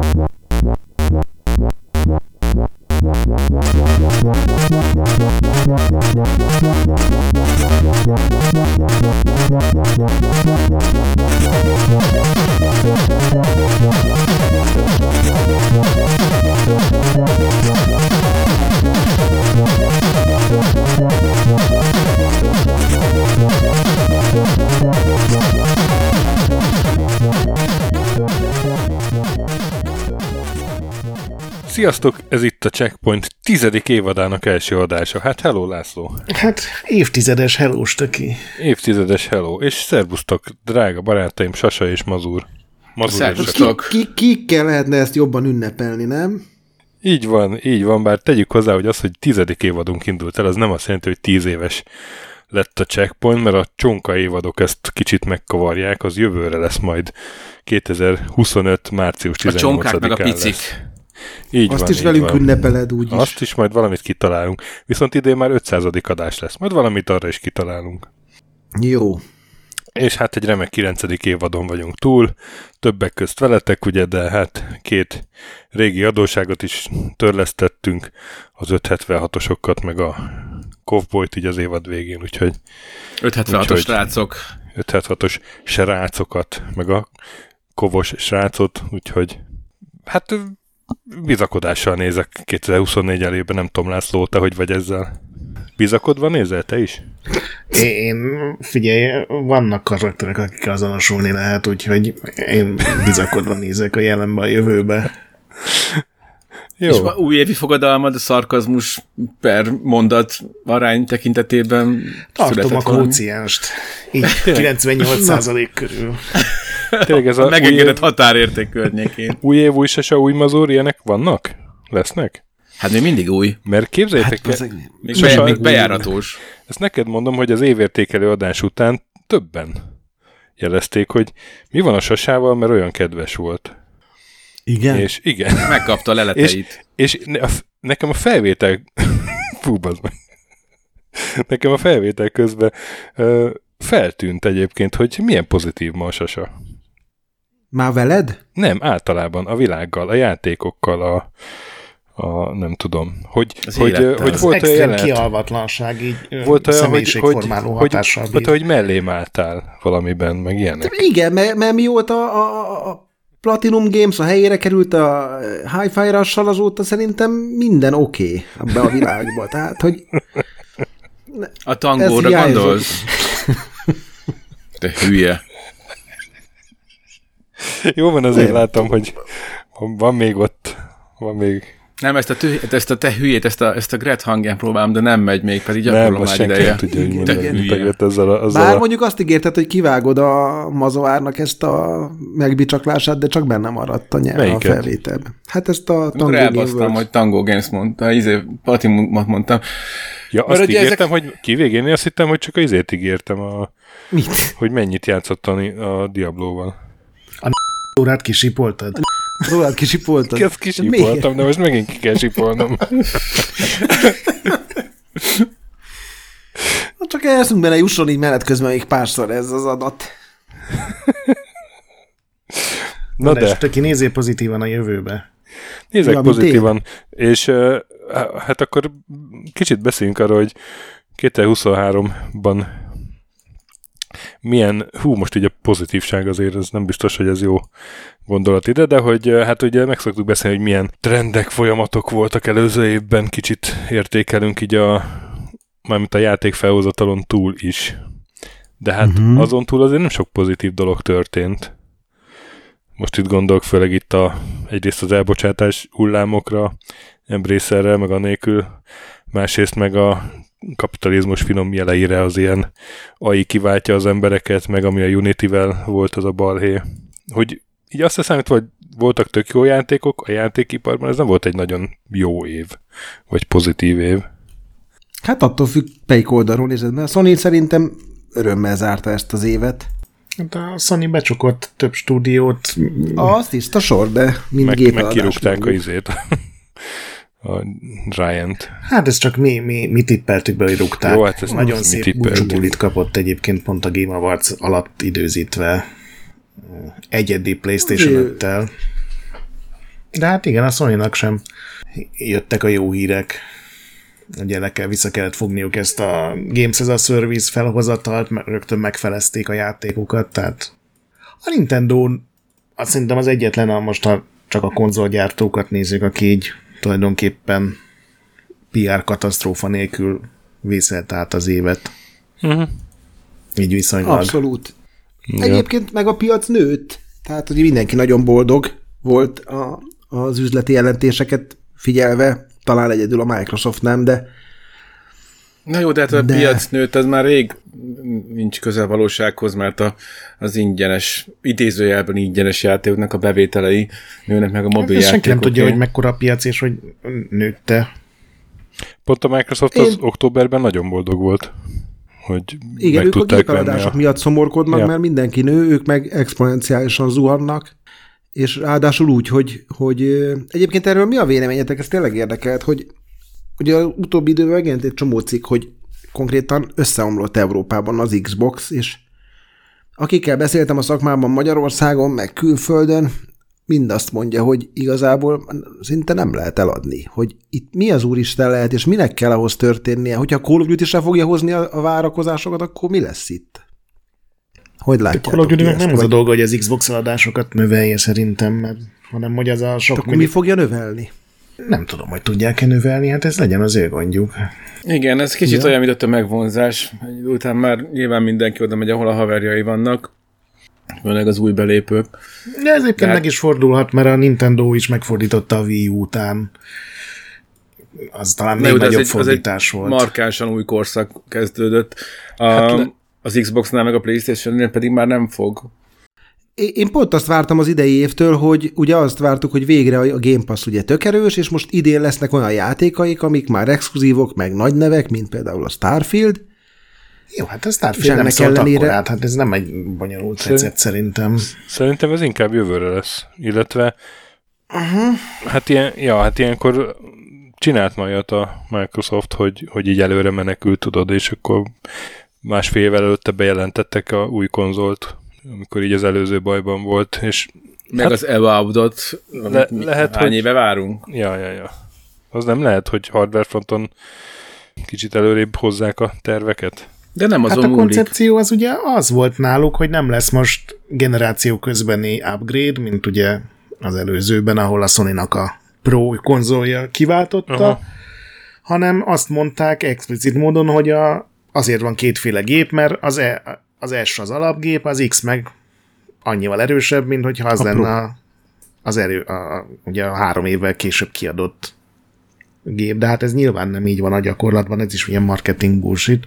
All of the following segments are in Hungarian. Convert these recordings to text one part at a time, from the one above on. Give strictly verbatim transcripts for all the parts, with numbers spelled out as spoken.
Sziasztok, ez itt a Checkpoint tizedik évadának első adása. Hát hello, László. Hát évtizedes hello, Stöki. Évtizedes hello, és szervusztok, drága barátaim, Sasa és Mazur. Mazur szervusztok. Ki, kikkel lehetne ezt jobban ünnepelni, nem? Így van, így van, bár tegyük hozzá, hogy az, hogy tizedik évadunk indult el, az nem azt jelenti, hogy tíz éves lett a Checkpoint, mert a csonka évadok ezt kicsit megkavarják, az jövőre lesz majd kétezer-huszonöt. március tizennyolcadikán. A csonkák meg a picik. Lesz. Így Azt van, is velünk van. Ünnepeled úgyis. Azt is majd valamit kitalálunk. Viszont idén már ötszázadik adás lesz. Majd valamit arra is kitalálunk. Jó. És hát egy remek kilencedik évadon vagyunk túl. Többek közt veletek, ugye, de hát két régi adóságot is törlesztettünk. Az ötszázhetvenhatosokat, meg a Cowboyt így az évad végén, úgyhogy... ötszázhetvenhatos srácok. ötszázhetvenhatos srácokat, meg a kovos srácot, úgyhogy... Hát... bizakodással nézek kétezer-huszonnégy elébe, nem tudom, László, te hogy vagy ezzel? Bizakodva nézel, te is? Én, figyelj, vannak karakterek, akik azonosulni lehet, úgyhogy én bizakodva nézek a jelenbe, a jövőbe. Jó. És újévi fogadalmad a szarkazmus per mondat arány tekintetében tartom a kvócienst. Így kilencvennyolc százalék körül. Tényleg ez a megengedett határérték környékén. Új év, új Sasa, új Mazur, ilyenek vannak? Lesznek? Hát még mindig új. Mert képzeljétek hát, el... Még, Sasa, még bejáratós. Ezt neked mondom, hogy az évértékelő adás után többen jelezték, hogy mi van a Sasával, mert olyan kedves volt. Igen? És igen. Megkapta a leleteit. És, és a, nekem a felvétel... Fú, bazd meg. Nekem a felvétel közben uh, feltűnt egyébként, hogy milyen pozitív ma a Sasa. Már veled? Nem, általában a világgal, a játékokkal, a, a nem tudom, hogy, hogy, hogy, hogy volt olyan jelent. Kialvatlanság, így volt olyan, személyiségformáló hogy, hatással. Hogy, hogy mellém álltál valamiben, meg ilyenek. De igen, mert, mert mióta a, a Platinum Games a helyére került a Hi-Fi Rush-sal, azóta szerintem minden oké okay ebbe a világban. Tehát, hogy a tangóra gondolsz? Te hülye. Jó van, azért nem látom, hogy van még ott, van még... Nem, ezt a, tü- ezt a te hülyét, ezt a, ezt a Gret hangján próbálom, de nem megy még, pedig gyakorlom már ideje. Nem, tudja, hogy mondani. Azzal a, azzal Bár a... mondjuk azt ígérted, hogy kivágod a Mazoárnak ezt a megbicsaklását, de csak benne maradt a, nyelv, a felvételben. Hát ezt a Tango Games elbasztam, hogy Tango Games mondta, izé, Platinumot mondtam. Ja, azt ígértem, ezek... hogy kivégén azt hittem, hogy csak az izét ígértem, a... Mit? Hogy mennyit játszott a, a Diablóval. A órát kisipoltad? A órát kisipoltad? Ezt kisipoltam, de most megint ki kell sipolnom. Csak elszünk bele, jusson így menet közben még párszor ez az adat. Na, Na de. Töki, nézzél pozitívan a jövőbe. Nézzek pozitívan, és uh, hát akkor kicsit beszéljünk arról, hogy kétezer-huszonháromban milyen, hú, most így a pozitívság azért, ez nem biztos, hogy ez jó gondolat ide, de hogy hát ugye meg szoktuk beszélni, hogy milyen trendek, folyamatok voltak előző évben, kicsit értékelünk így a, mármint a játék felhozatalon túl is. De hát uh-huh. azon túl azért nem sok pozitív dolog történt. Most itt gondolok főleg itt a, egyrészt az elbocsátás hullámokra, Embracerrel, meg anélkül, másrészt meg a kapitalizmus finom jeleire az ilyen á i kiváltja az embereket, meg ami a Unity-vel volt az a balhé. Hogy így azt hiszem, hogy voltak tök jó játékok, a játékiparban ez nem volt egy nagyon jó év, vagy pozitív év. Hát attól függ, melyik oldalról nézed, mert a Sony szerintem örömmel zárta ezt az évet. Hát a Sony becsukott több stúdiót. Azt tiszta sor, de mind meg, gépeladás. Megkirúgták a izét. A Giant. Hát ez csak mi, mi, mi tippeltük be, hogy rúgták. Jó, hát nagyon szép búcsúbulit kapott egyébként pont a Game Awards alatt időzítve egyedi PlayStation öttel. De hát igen, a Sony-nak sem jöttek a jó hírek. Ugye le kell, vissza kellett fogniuk ezt a Games as a Service felhozatalt, mert rögtön megfelezték a játékokat, tehát a Nintendo azt szerintem az egyetlen, a most ha csak a konzolgyártókat nézzük, aki így tulajdonképpen pé er katasztrófa nélkül vészelt át az évet. Uh-huh. Így viszonylag. Abszolút. Ja. Egyébként meg a piac nőtt, tehát hogy mindenki nagyon boldog volt a, az üzleti jelentéseket figyelve, talán egyedül a Microsoft nem, de na jó, de hát a de... piac nőtt, az már rég nincs közel valósághoz, mert a, az ingyenes, idézőjelben ingyenes játékoknak a bevételei nőnek meg a mobil játékok. Senki nem tudja, hogy mekkora a piac, és hogy nőtte. Pont a Microsoft Én... az októberben nagyon boldog volt, hogy igen, ők a gépeladások a... miatt szomorkodnak, ja. mert mindenki nő, ők meg exponenciálisan zuhannak, és ráadásul úgy, hogy, hogy egyébként erről mi a véleményetek, ez tényleg érdekelt, hogy ugye az utóbbi időben megjelent egy csomó cikk, hogy konkrétan összeomlott Európában az Xbox, és akikkel beszéltem a szakmában Magyarországon, meg külföldön, mind azt mondja, hogy igazából szinte nem lehet eladni, hogy itt mi az úristen lehet, és minek kell ahhoz történnie, hogyha a Call of Duty se fogja hozni a, a várakozásokat, akkor mi lesz itt? Hogy látjátok? A Call of Duty-nek nem az a dolga, hogy az Xbox eladásokat növelje szerintem, mert hanem hogy az a sok... Akkor mi fogja növelni? Nem tudom, hogy tudják-e növelni, hát ez legyen az ő gondjuk. Igen, ez kicsit ja. olyan, mint ott a megvonzás. Után már nyilván mindenki oda megy, ahol a haverjai vannak, főleg az új belépők. De ez egyébként hát... meg is fordulhat, mert a Nintendo is megfordította a Wii U után. Az talán még nagyobb egy, fordítás volt. Markánsan új korszak kezdődött. A, hát le... Az Xboxnál meg a PlayStation-nél pedig már nem fog. Én pont azt vártam az idei évtől, hogy ugye azt vártuk, hogy végre a Game Pass ugye tök erős, és most idén lesznek olyan játékaik, amik már exkluzívok, meg nagy nevek, mint például a Starfield. Jó, hát a Starfield nem szólt ellenére... akkor át, hát ez nem egy bonyolult Szerint... recept szerintem. Szerintem ez inkább jövőre lesz, illetve uh-huh. hát, ilyen, ja, hát ilyenkor csinált majd a Microsoft, hogy, hogy így előre menekült, tudod, és akkor másfél évvel előtte bejelentettek a új konzolt, amikor így az előző bajban volt, és meg hát, az Evolved-ot, le, lehet, hány hogy, éve várunk? Ja, ja, ja. Az nem lehet, hogy hardware fronton kicsit előrébb hozzák a terveket? De nem azon hát a múlik. Koncepció az ugye az volt náluk, hogy nem lesz most generáció közbeni upgrade, mint ugye az előzőben, ahol a Sony-nak a Pro konzolja kiváltotta, aha. hanem azt mondták explicit módon, hogy a, azért van kétféle gép, mert az e, az S az alapgép, az X meg annyival erősebb, mint hogyha az a lenne a, az erő, a, ugye a három évvel később kiadott gép, de hát ez nyilván nem így van a gyakorlatban, ez is ilyen marketing bullshit.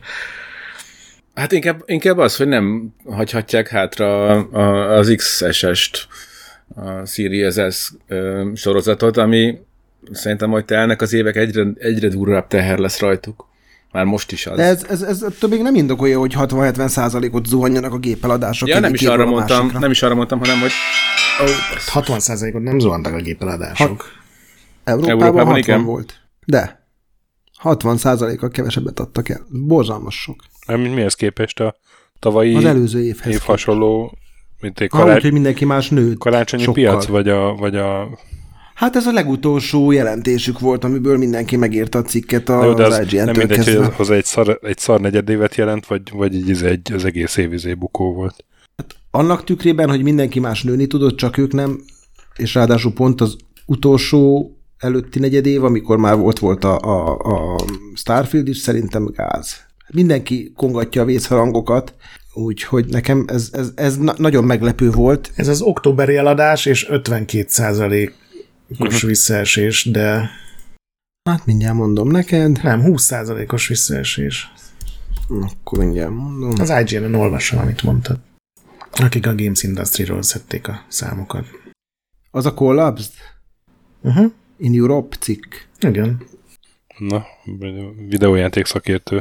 Hát inkább, inkább az, hogy nem hagyhatják hátra az iksz es est, a Series S sorozatot, ami szerintem, hogy telnek az évek, egyre, egyre durvább teher lesz rajtuk. Már most is az. De ez, ez, ez még nem indokolja, hogy hatvan-hetven százalékot zuhanjanak a gépeladások. Ja, nem is, arra mondtam, nem is arra mondtam, hanem, hogy oh, hatvan százalékot nem zuhantak a gépeladások. Ha, Európában, Európában hatvan igen. volt. De hatvan százalékkal kevesebbet adtak el. Borzalmas sok. Nem, mihez képest a tavalyi az előző évhez év hasonló, mint egy karács... hogy mindenki más nőtt. Karácsonyi sokkal. Piac, vagy a, vagy a... Hát ez a legutolsó jelentésük volt, amiből mindenki megírta a cikket a, az, az I G N-től nem mindegy, kezdve. Hogy az egy szar, egy szar negyedévet jelent, vagy, vagy így egy, az egész évizé bukó volt. Hát annak tükrében, hogy mindenki más nőni tudott, csak ők nem, és ráadásul pont az utolsó előtti negyed év, amikor már volt volt a, a, a Starfield is, szerintem gáz. Mindenki kongatja a vészharangokat, úgyhogy nekem ez, ez, ez na- nagyon meglepő volt. Ez az októberi eladás, és ötvenkét százalékos uh-huh. visszaesés, de... Hát mindjárt mondom neked. Nem, húsz százalékos visszaesés. Akkor mindjárt mondom. Az I G N-en olvasom, amit mondtad. Akik a Games Industry-ról szedték a számokat. Az a Collapsed? Uh-huh. In Europe cikk. Igen. Na, videójáték szakértő.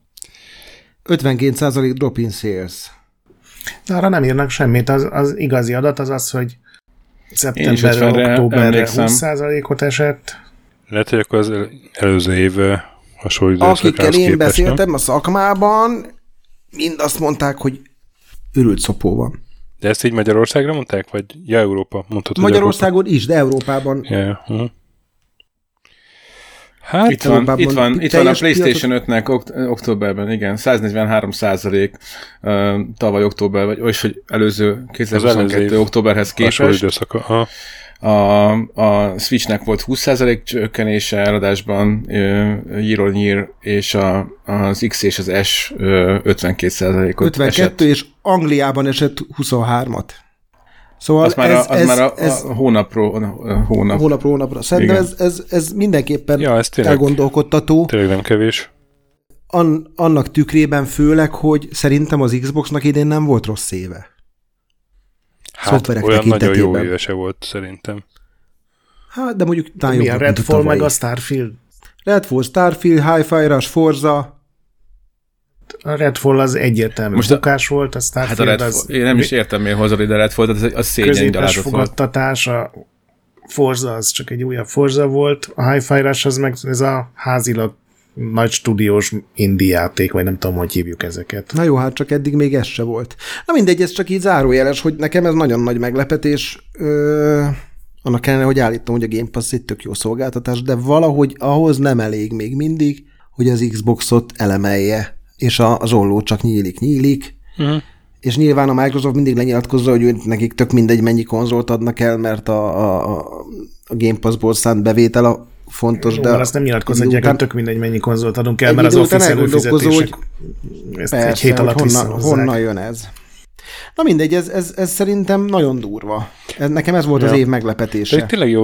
ötvenkét százalék drop in sales. De arra nem írnak semmit. Az, az igazi adat az az, hogy szeptemberre, októberre húsz százalékot esett. Lehet, hogy akkor az előző év hasonló időszakához akikkel én képest, beszéltem nem? A szakmában, mind azt mondták, hogy őrült szopó van. De ezt így Magyarországra mondták, vagy ja, Európa? Mondtad, Magyarországon Európa. Is, de Európában. Ja, uh-huh. Hát itt van, itt van, itt van a PlayStation ötnek ok- októberben, igen, száznegyvenhárom százalék uh, tavaly október, vagy olyas, hogy előző kétezer-huszonkettő októberhez képest. A, a Switchnek volt húsz százalék csökkenése eladásban uh, year on year, és a, az X és az S uh, ötvenkét százalékot ötvenkettő esett. És Angliában esett huszonhármat. Szóval az már, ez, a, az ez, már a, ez, a hónapról hónap. hónapról hónapra. Szerintem ez, ez, ez mindenképpen ja, ez tényleg, elgondolkodtató. Tényleg nem kevés. An, annak tükrében főleg, hogy szerintem az Xboxnak idén nem volt rossz éve. Hát olyan nagyon jó éve se volt szerintem. Hát, de mondjuk talán mi a Redfall meg a Starfield? Redfall, Starfield, Hi-Fi Rush, Forza. A Redfall az egyértelmű most bukás a, volt, a Starfield hát a Redfall, az... Én nem is értem miért hozod ide Redfall, az, az szégyen gyalázott volt. Fogadtatás, a Forza az csak egy újabb Forza volt, a Hi-Fi Rush az meg ez a házilag nagy stúdiós indie játék, vagy nem tudom, hogy hívjuk ezeket. Na jó, hát csak eddig még ez se volt. Na mindegy, ez csak így zárójeles, hogy nekem ez nagyon nagy meglepetés, ö, annak kellene, hogy állítom, hogy a Game Pass itt tök jó szolgáltatás, de valahogy ahhoz nem elég még mindig, hogy az Xboxot elemelje, és a, az olló csak nyílik, nyílik, uh-huh. És nyilván a Microsoft mindig lenyilatkozza, hogy nekik tök mindegy, mennyi konzolt adnak el, mert a, a, a Game Pass-ból szánt bevétel a fontos, jó, de... azt nem nyilatkozhatják, hogy tök mindegy, mennyi konzolt adunk el, mert az office előfizetések ezt persze, egy hét alatt honnan, honnan jön ez. Na mindegy, ez, ez, ez szerintem nagyon durva. Ez, nekem ez volt ja. az év meglepetése. De tényleg jó,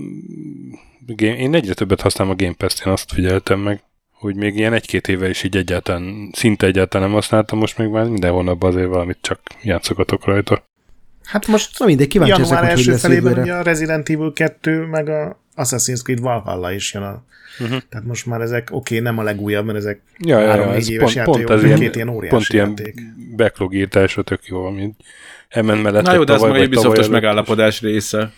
én egyre többet használom a Game Pass-t, én azt figyeltem meg, hogy még ilyen egy-két éve is így egyáltalán, szinte egyáltalán nem használtam, most még már minden hónapban azért valamit csak játszogatok rajta. Hát most na mindegy, kíváncsi ezek, január első felében ugye a Resident Evil kettő, meg a Assassin's Creed Valhalla is jön. A, uh-huh. Tehát most már ezek, oké, okay, nem a legújabb, mert ezek ja, három-négy ja, éves játékok, pont ilyen, két ilyen óriási pont játék. Ilyen backlog írtásra tök jó, amit emen mellett. Na jó, de az meg egy Ubisoftos megállapodás része.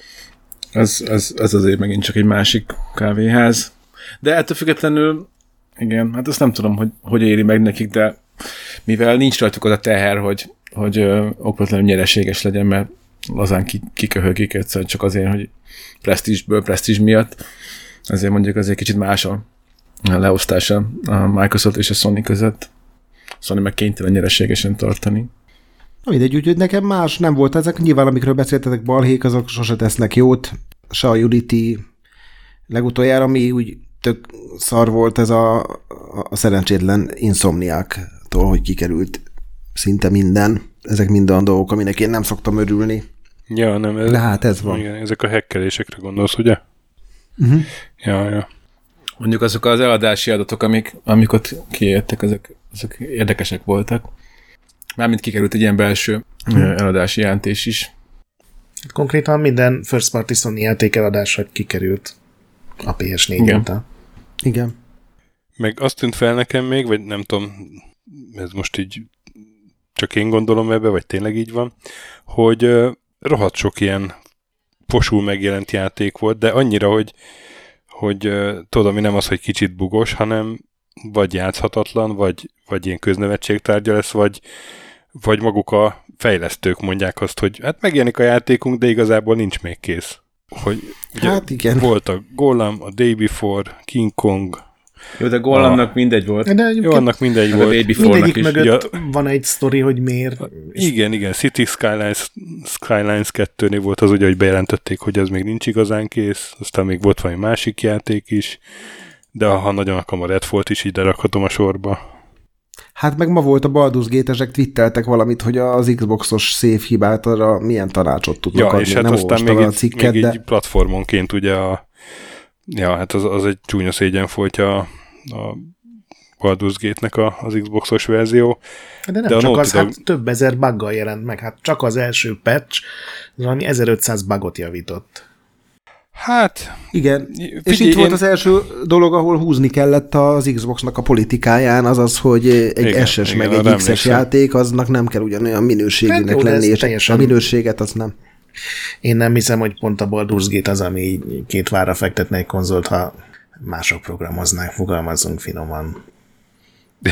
Ez, ez, ez azért megint csak egy másik kávéház. De ettől függetlenül, igen, hát azt nem tudom, hogy hogy éri meg nekik, de mivel nincs rajtuk az a teher, hogy, hogy okvetlenül nyereséges legyen, mert lazán kiköhögik egyszer csak azért, hogy presztízsből, presztízs miatt, azért mondjuk azért kicsit más a leosztása a Microsoft és a Sony között. Sony meg kénytelen nyereségesen tartani. Na mindegy, úgyhogy nekem más nem volt. Ezek nyilván, amikről beszéltetek, balhék, azok sose tesznek jót. Se a Unity legutoljára, ami úgy tök szar volt ez a, a szerencsétlen Insomniac-tól, hogy kikerült szinte minden. Ezek mind olyan dolgok, aminek én nem szoktam örülni. Ja, nem. Ez, de hát ez van. Igen, ezek a hackelésekre gondolsz, ugye? Uh-huh. Ja, ja. Mondjuk azok az eladási adatok, amik, amik ott kijöttek, azok, azok érdekesek voltak. Mármint kikerült egy ilyen belső uh-huh. eladási jelentés is. Konkrétan minden first party Sony játék eladása kikerült a pé es négy óta. Igen. Meg azt tűnt fel nekem még, vagy nem tudom, ez most így csak én gondolom ebbe, vagy tényleg így van, hogy uh, rohadt sok ilyen fosul megjelent játék volt, de annyira, hogy, hogy uh, tudod, ami nem az, hogy kicsit bugos, hanem vagy játszhatatlan, vagy, vagy ilyen köznevetségtárgya lesz, vagy, vagy maguk a fejlesztők mondják azt, hogy hát megjelenik a játékunk, de igazából nincs még kész. Hogy hát igen. Volt a Golem, a Day Before, King Kong. Jó, de Golemnak mindegy volt. De jó, annak mindegy volt. Mindegyik is. Mögött ja, van egy sztori, hogy miért. Igen, igen. City Skylines, Skylines kettőnél volt az ugye, hogy bejelentették, hogy ez még nincs igazán kész. Aztán még volt valami másik játék is. De ha nagyon akarom, a Redfall-t is ide rakhatom a sorba. Hát meg ma volt a Baldur's Gate-esek, twitteltek valamit, hogy az Xboxos save hibát arra milyen tanácsot tudnak ja, adni. És hát nem aztán még, a cikket, még de... egy platformonként ugye a ja, hát az, az egy csúnya szégyenfoltja a, a Baldur's Gate-nek a, az Xboxos verzió. De nem de csak az, hát több ezer buggal jelent meg. Hát csak az első patch, valami ezerötszáz bugot javított. Hát... Igen, figyelj, és itt én... volt az első dolog, ahol húzni kellett az Xboxnak a politikáján, azaz, hogy egy igen, es es igen, meg egy iksz es játék, aznak nem kell ugyanolyan minőségűnek hát lenni, és teljesen... a minőséget az nem. Én nem hiszem, hogy pont a Baldur's Gate az, ami két várra fektetne egy konzolt, ha mások programoznák, fogalmazzunk finoman.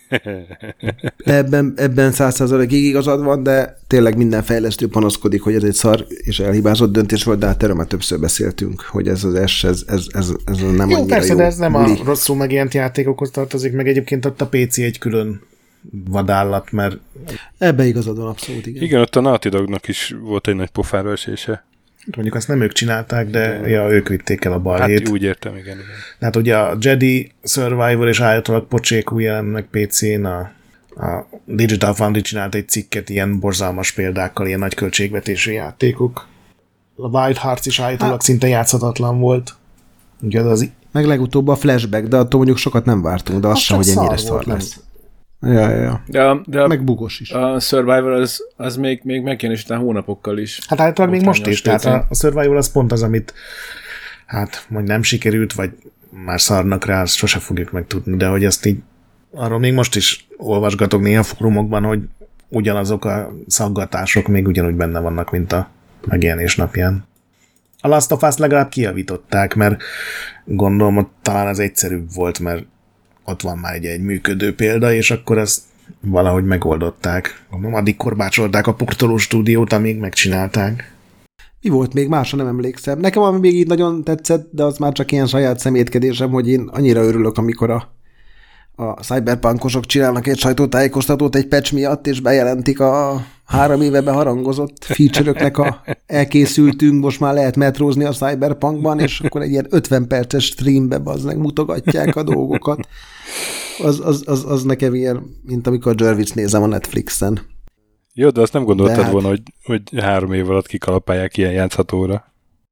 Ebben, ebben száz százalékig igazad van, de tényleg minden fejlesztő panaszkodik, hogy ez egy szar és elhibázott döntés volt, de hát erről már többször beszéltünk, hogy ez az S, ez, ez, ez, ez nem jó, annyira persze, jó. de ez nem buli. a rosszul megjelent játékokhoz tartozik, meg egyébként ott a pé cé egy külön vadállat, mert... Ebben igazad van, abszolút, igen. Igen, ott a Naughty Dognak is volt egy nagy pofára esése. Mondjuk azt nem ők csinálták, de de... ja, ők vitték el a balhét. Hát úgy értem, igen. igen. Hát ugye a Jedi Survivor és állítólag pocsékú jelent meg pé cén, a, a Digital Foundry csinált egy cikket ilyen borzalmas példákkal, ilyen nagy költségvetésű játékok. A Wild Hearts is állítólag hát. szinte játszhatatlan volt. Ugye az... Meg legutóbb a Flashback, de attól mondjuk sokat nem vártunk, de az sem, hogy ennyire szar lesz. Ja, ja, ja. De a, de a, meg bugos is. A Survivor az, az még, még megjön is utána hónapokkal is. Hát állítólag még most is. Tehát a, a Survivor az pont az, amit hát mondjuk nem sikerült, vagy már szarnak rá, azt sose fogjuk megtudni, de hogy azt így arról még most is olvasgatok néha fórumokban, hogy ugyanazok a szaggatások még ugyanúgy benne vannak, mint a megjelenés napján. A Last of Us legalább kijavították, mert gondolom, hogy talán az egyszerűbb volt, mert ott van már egy, egy működő példa, és akkor ezt valahogy megoldották. Addig korbácsolták a portoló stúdiót, amíg megcsinálták. Mi volt még? Másra nem emlékszem. Nekem ami még így nagyon tetszett, de az már csak ilyen saját szemétkedésem, hogy én annyira örülök, amikor a, a cyberpunkosok csinálnak egy sajtótájékoztatót egy patch miatt, és bejelentik a három éve beharangozott feature-öknek a elkészültünk, most már lehet metrózni a Cyberpunkban, és akkor egy ilyen ötven perces streambe bazdmeg mutogatják a dolgokat. Az, az, az, az nekem ilyen, mint amikor Jervis nézem a Netflixen. Jó, de azt nem gondoltad hát... volna, hogy, hogy három év alatt kikalapálják ilyen játszhatóra.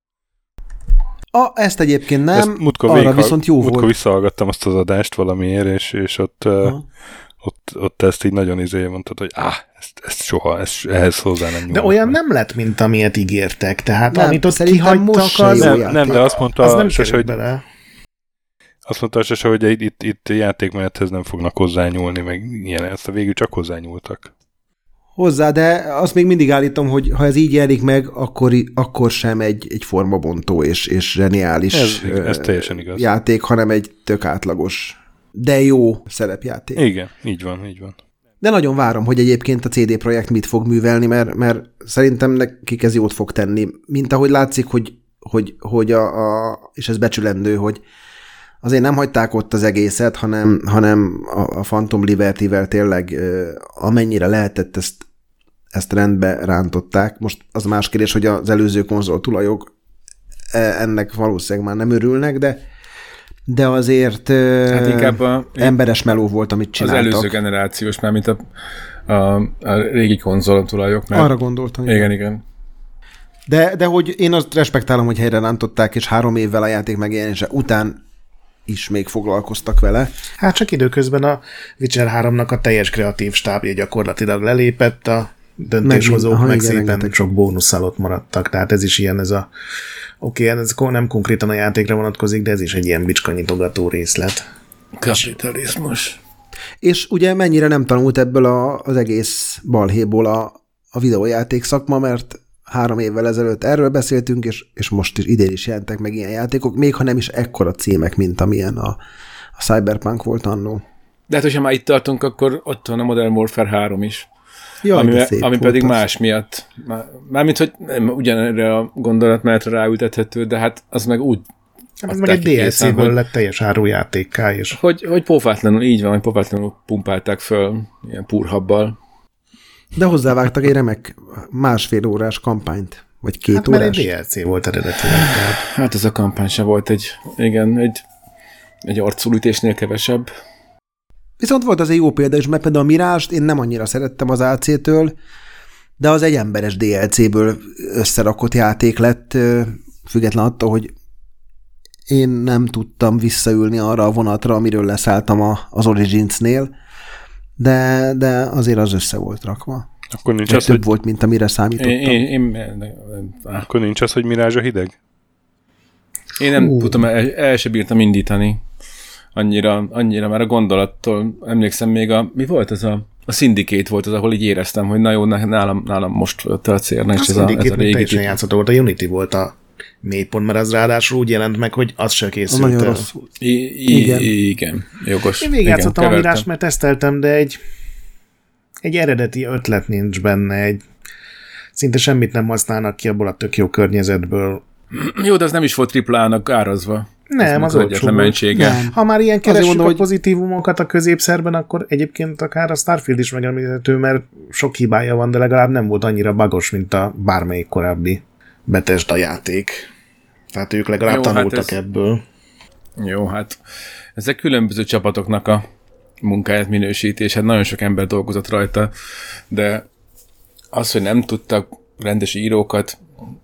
A, ezt egyébként nem, ezt mutkor arra véghal, viszont jó mutkor volt. Mutkor visszahallgattam azt az adást valamiért, és, és ott... Ott, ott ezt így nagyon izé mondtad, hogy áh, ezt, ezt soha, ezt, ehhez hozzá nem nyúlok. De olyan nem lett, mint amilyet ígértek. Tehát nem, amit ott kihagytak, az... Nem, nem, de azt mondta, az nem sose, hogy, bele. azt mondta sose, hogy itt, itt, itt játékmenethez nem fognak hozzányúlni, meg ilyen, ezt a végül csak hozzányúltak. Hozzá, de azt még mindig állítom, hogy ha ez így jelenik meg, akkor, akkor sem egy, egy formabontó és, és zseniális ez, ez teljesen igaz. játék, hanem egy tök átlagos, de jó szerepjáték. Igen, így van, így van. De nagyon várom, hogy egyébként a cé dé Projekt mit fog művelni, mert, mert szerintem nekik ez jót fog tenni. Mint ahogy látszik, hogy, hogy, hogy a, a, és ez becsülendő, hogy azért nem hagyták ott az egészet, hanem, hanem a, a Phantom Liberty-vel tényleg amennyire lehetett ezt, ezt rendbe rántották. Most az más kérdés, hogy az előző konzol tulajok ennek valószínűleg már nem örülnek, de de azért hát inkább a, emberes meló volt, amit csináltak. Az előző generációs, már mint a, a, a régi konzol tulajok. Mert... Arra gondoltam. Igen, igen. De, de hogy én azt respektálom, hogy helyre rántották, és három évvel a játék megjelenése után is még foglalkoztak vele. Hát csak időközben a Witcher háromnak a teljes kreatív stábja gyakorlatilag lelépett, a döntéshozók meg, meg igen, szépen rengeteg. Sok bónusszal ott maradtak. Tehát ez is ilyen, ez a oké, okay, ez nem konkrétan a játékra vonatkozik, de ez is egy ilyen bicskanyitogató részlet. Kapitalizmus. És ugye mennyire nem tanult ebből a, az egész balhéból a, a videójáték szakma, mert három évvel ezelőtt erről beszéltünk, és, és most is idén is jelentek meg ilyen játékok, még ha nem is ekkora címek, mint amilyen a, a Cyberpunk volt annó. De hát, hogyha már itt tartunk, akkor ott van a Modern Warfare három is. Jaj, ami ami pedig az. Más miatt. Mármint, hogy nem ugyanerre a gondolatmenetre ráültethető, de hát az meg úgy ez meg egy dé el cé-ből lett teljes árujátékká is. Hogy, hogy pofátlanul, így van, hogy pofátlanul pumpálták föl ilyen purhabbal. De hozzávágtak egy remek másfél órás kampányt, vagy két hát órás. Hát mert egy dé el cé volt eredetileg. Hát ez a kampány sem volt egy, igen, egy, egy arculütésnél kevesebb. Viszont volt az egy jó példa is, mert például a Mirage-t én nem annyira szerettem az á cé-től, de az egy emberes dé el cé-ből összerakott játék lett, független attól, hogy én nem tudtam visszaülni arra a vonatra, amiről leszálltam a, az Origins-nél, de, de azért az össze volt rakva. Akkor nincs az, több hogy... volt, mint amire számítottam. Én, én, én, én, Akkor nincs az, hogy Mirage a hideg? Én nem Hú. tudtam, el, el sem bírtam indítani. Annyira, annyira már a gondolattól emlékszem még a, mi volt ez a, a Syndicate volt az, ahol így éreztem, hogy na jó, nálam, nálam most jött a célna, és a ez a, ez a régi. Teljesen játszható volt, a Unity volt a mélypont, mert az ráadásul úgy jelent meg, hogy az se készült. Nagyon rossz. I- igen. igen, jogos. Én végigjátszottam a Mirást, mert teszteltem, de egy, egy eredeti ötlet nincs benne, egy szinte semmit nem használnak ki abból a tök jó környezetből. Jó, de az nem is volt triplának árazva. Nem, az, az egyetlen mentsége. Nem. Ha már ilyen keressük mondom, a hogy... pozitívumokat a középszerben, akkor egyébként akár a Starfield is megemlíthető, mert sok hibája van, de legalább nem volt annyira bagos, mint a bármelyik korábbi Bethesda játék. Tehát ők legalább jó, tanultak hát ez... ebből. Jó, hát ezek különböző csapatoknak a munkáját minősítés, hát nagyon sok ember dolgozott rajta, de az, hogy nem tudtak rendes írókat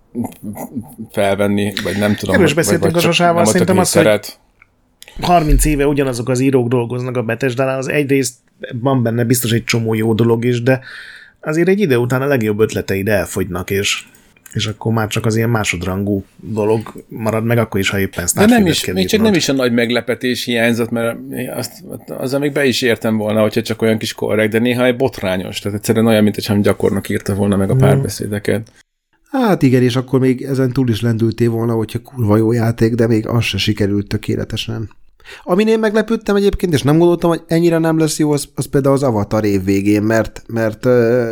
felvenni, vagy nem tudom. Erről is beszéltünk a Zsosával, szerintem az, szeret. hogy harminc éve ugyanazok az írók dolgoznak a Bethesdánál, az egyrészt van benne biztos egy csomó jó dolog is, de azért egy idő után a legjobb ötleteid elfogynak, és, és akkor már csak az ilyen másodrangú dolog marad meg, akkor is, ha éppen Starfield-et kell írnod. Még csak nem is a nagy meglepetés hiányzott, mert azt, azzal még be is értem volna, hogyha csak olyan kis korrekt, de néha egy botrányos, tehát egyszerűen olyan, mint hogyha gyakornok írta volna meg a párbeszédeket. Hát igen, és akkor még ezen túl is lendültél volna, hogyha kurva jó játék, de még az se sikerült tökéletesen. Amin én meglepődtem egyébként, és nem gondoltam, hogy ennyire nem lesz jó, az, az például az Avatar év végén, mert, mert uh,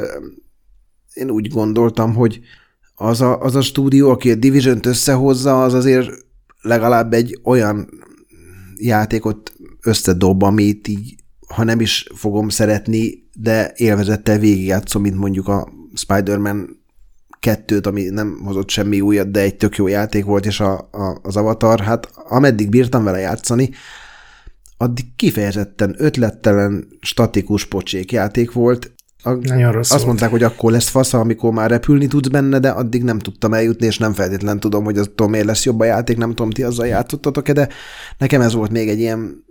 én úgy gondoltam, hogy az a, az a stúdió, aki a Division-t összehozza, az azért legalább egy olyan játékot összedob, amit így, ha nem is fogom szeretni, de élvezettel végigjátszom, mint mondjuk a Spider-Man kettőt, ami nem hozott semmi újat, de egy tök jó játék volt, és a, a, az Avatar, hát ameddig bírtam vele játszani, addig kifejezetten ötlettelen, statikus pocsék játék volt. A, Nagyon rossz azt volt. mondták, hogy akkor lesz fasza, amikor már repülni tudsz benne, de addig nem tudtam eljutni, és nem feltétlen tudom, hogy attól miért lesz jobb a játék, nem tudom, ti azzal játszottatok-e, de nekem ez volt még egy ilyen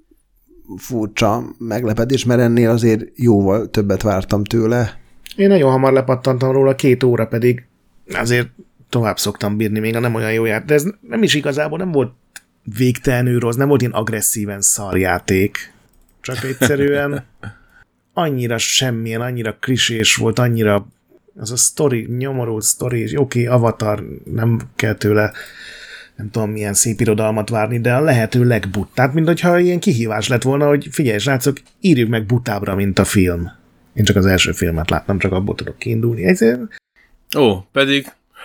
furcsa meglepetés, mert ennél azért jóval többet vártam tőle. Én nagyon hamar lepattantam róla, két óra pedig azért tovább szoktam bírni, még a nem olyan jó játék, de ez nem is igazából nem volt végtelenül rossz, nem volt ilyen agresszíven szar játék, csak egyszerűen annyira semmilyen, annyira klisés volt, annyira az a sztori, nyomorult sztori, és oké, okay, Avatar, nem kell tőle nem tudom milyen szép irodalmat várni, de a lehető legbuttább, mint hogyha ilyen kihívás lett volna, hogy figyelj, srácok, írjuk meg butábbra, mint a film. Én csak az első filmet láttam, csak abból tudok kiindulni. Ezért... Ó, pedig...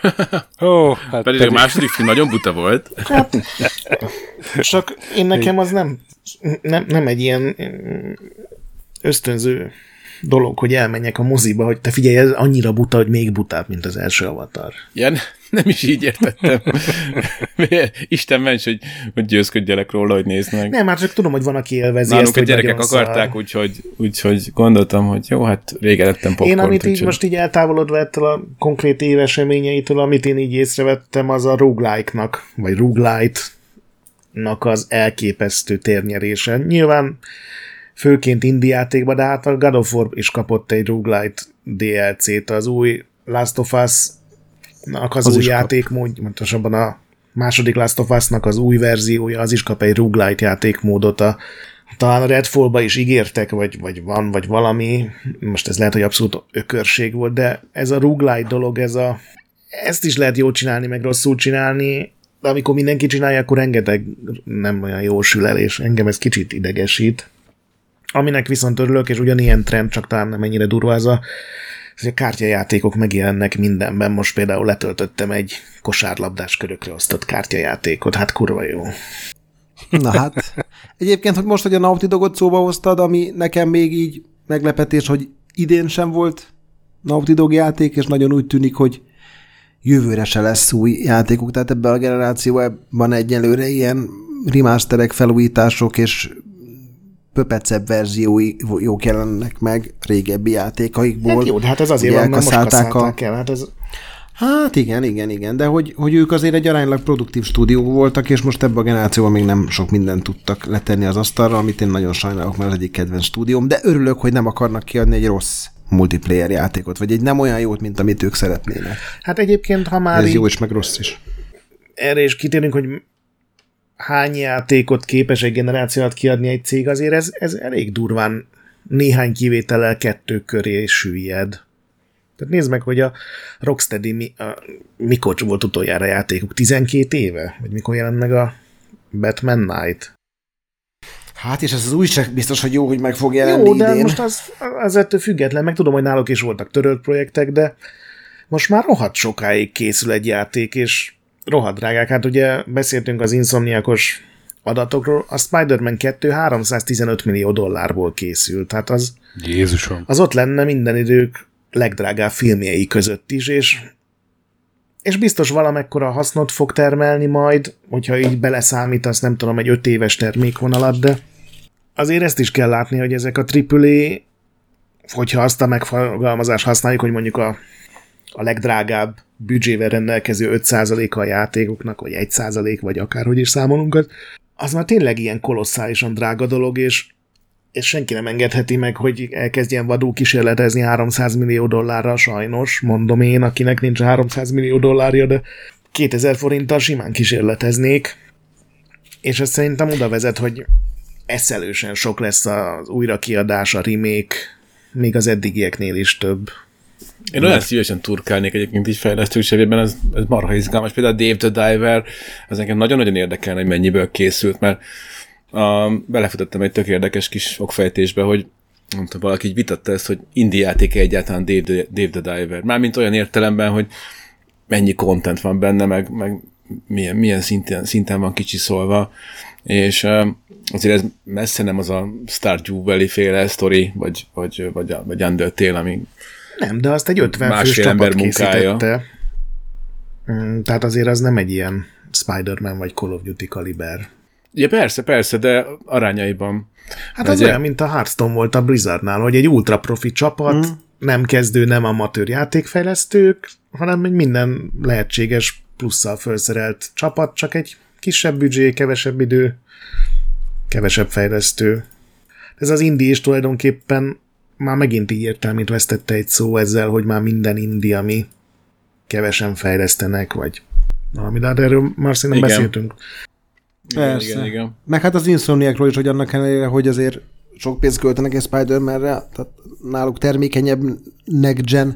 Ó, hát pedig, pedig a második film nagyon buta volt. Hát, csak én nekem az nem, nem, nem egy ilyen ösztönző dolog, hogy elmenjek a moziba, hogy te figyelj, ez annyira buta, hogy még butább, mint az első Avatar. Igen, nem is így értettem. Isten ments, hogy, hogy győzködjelek róla, hogy nézd meg. Nem, már csak tudom, hogy van, aki élvezi Nálunk ezt, a gyerekek akarták, úgyhogy, úgyhogy gondoltam, hogy jó, hát régen ettem popcornt. Én, amit így úgyhogy... most így eltávolodva ettől a konkrét éveseményeitől, amit én így észrevettem, az a roguelike-nak, vagy roguelite-nak az elképesztő térnyerése. Nyilván főként indie játékban, de hát a God of War is kapott egy roguelite dé el cét, az új Last of Us-nak az, az új játékmód, pontosabban a második Last of Us-nak az új verziója, az is kap egy roguelite játékmódot, a, talán a Redfall-ba is ígértek, vagy, vagy van, vagy valami, most ez lehet, hogy abszolút ökörség volt, de ez a roguelite dolog, ez a, ezt is lehet jól csinálni, meg rosszul csinálni, de amikor mindenki csinálja, akkor rengeteg nem olyan jól sül el, és engem ez kicsit idegesít. Aminek viszont örülök, és ugyanilyen trend, csak talán nem ennyire durva ez a, ez a kártyajátékok megjelennek mindenben. Most például letöltöttem egy kosárlabdás körökre osztott kártyajátékot. Hát kurva jó. Na hát, egyébként, hogy most, hogy a Naughty Dogot szóba hoztad, ami nekem még így meglepetés, hogy idén sem volt Naughty Dog játék, és nagyon úgy tűnik, hogy jövőre se lesz új játékuk, tehát ebben a generációban egyelőre ilyen remasterek, felújítások és pöpecebb verziói jók jelennek meg régebbi játékaikból. Hát jó, de hát ez azért van, mert most kasszálták el. Hát, ez... hát igen, igen, igen, de hogy, hogy ők azért egy aránylag produktív stúdió voltak, és most ebben a generációban még nem sok mindent tudtak letenni az asztalra, amit én nagyon sajnálok, mert az egyik kedvenc stúdióm, de örülök, hogy nem akarnak kiadni egy rossz multiplayer játékot, vagy egy nem olyan jót, mint amit ők szeretnének. Hát egyébként, ha már ez így... jó is, meg rossz is. Erre is kitérünk, hogy hány játékot képes egy generáció alatt kiadni egy cég, azért ez, ez elég durván néhány kivétellel kettő köré süllyed. Tehát nézd meg, hogy a Rocksteady mi, a, mikor volt utoljára játékuk, tizenkét éve? Vagy mikor jelent meg a Batman Knight? Hát és ez az új sem biztos, hogy jó, hogy meg fog jelenni jó, de idén. most az, az ettől független, meg tudom, hogy náluk is voltak törölt projektek, de most már rohadt sokáig készül egy játék, és rohadt drágák. Hát ugye beszéltünk az Insomniakos adatokról, a Spider-Man kettő háromszáztizenöt millió dollárból készült, tehát az, Jézusom. az ott lenne minden idők legdrágább filmjei között is, és, és biztos valamekkora hasznot fog termelni majd, hogyha így beleszámítasz, nem tudom, egy öt éves termékvonalat, de azért ezt is kell látni, hogy ezek a á á á, hogyha azt a megfogalmazást használjuk, hogy mondjuk a, a legdrágább büdzsével rendelkező öt százaléka a játékoknak, vagy egy százalék, vagy akárhogy is számolunk, az, az már tényleg ilyen kolosszálisan drága dolog, és, és senki nem engedheti meg, hogy elkezdjen vadul kísérletezni háromszáz millió dollárral, sajnos, mondom én, akinek nincs háromszáz millió dollárja, de kétezer forinttal simán kísérleteznék, és ez szerintem oda vezet, hogy eszelősen sok lesz az újrakiadás, a remake, még az eddigieknél is több. Én olyan szívesen turkálnék egyébként így fejlesztők sevében, ez, ez marha izgalmas. Például a Dave the Diver, az nekem nagyon-nagyon érdekelne, hogy mennyiből készült, mert a, belefutottam egy tök érdekes kis okfejtésbe, hogy nem tudom, valaki így vitatta ezt, hogy indie játék egyáltalán Dave the, Dave the Diver. Mármint olyan értelemben, hogy mennyi content van benne, meg, meg milyen, milyen szinten, szinten van kicsiszolva, és azért ez messze nem az a Stardew Valley féle sztori, vagy, vagy, vagy, vagy Undertale, ami nem, de azt egy ötven fős csapat készítette. Tehát azért az nem egy ilyen Spider-Man vagy Call of Duty kaliber. Ja, persze, persze, de arányaiban. Hát az olyan, mint a Hearthstone volt a Blizzardnál, hogy egy ultra profi csapat, mm. nem kezdő, nem amatőr játékfejlesztők, hanem egy minden lehetséges plusszal felszerelt csapat, csak egy kisebb büdzsé, kevesebb idő, kevesebb fejlesztő. Ez az indie is tulajdonképpen már megint így értelmét vesztette egy szó ezzel, hogy már minden indie, ami kevesen fejlesztenek, vagy valami, de erről már szerintem beszéltünk. Persze. Igen, igen. Meg hát az Insomniakról is, hogy annak ellenére, hogy azért sok pénzt költenek egy Spider-Man-re, tehát náluk termékenyebb next-gen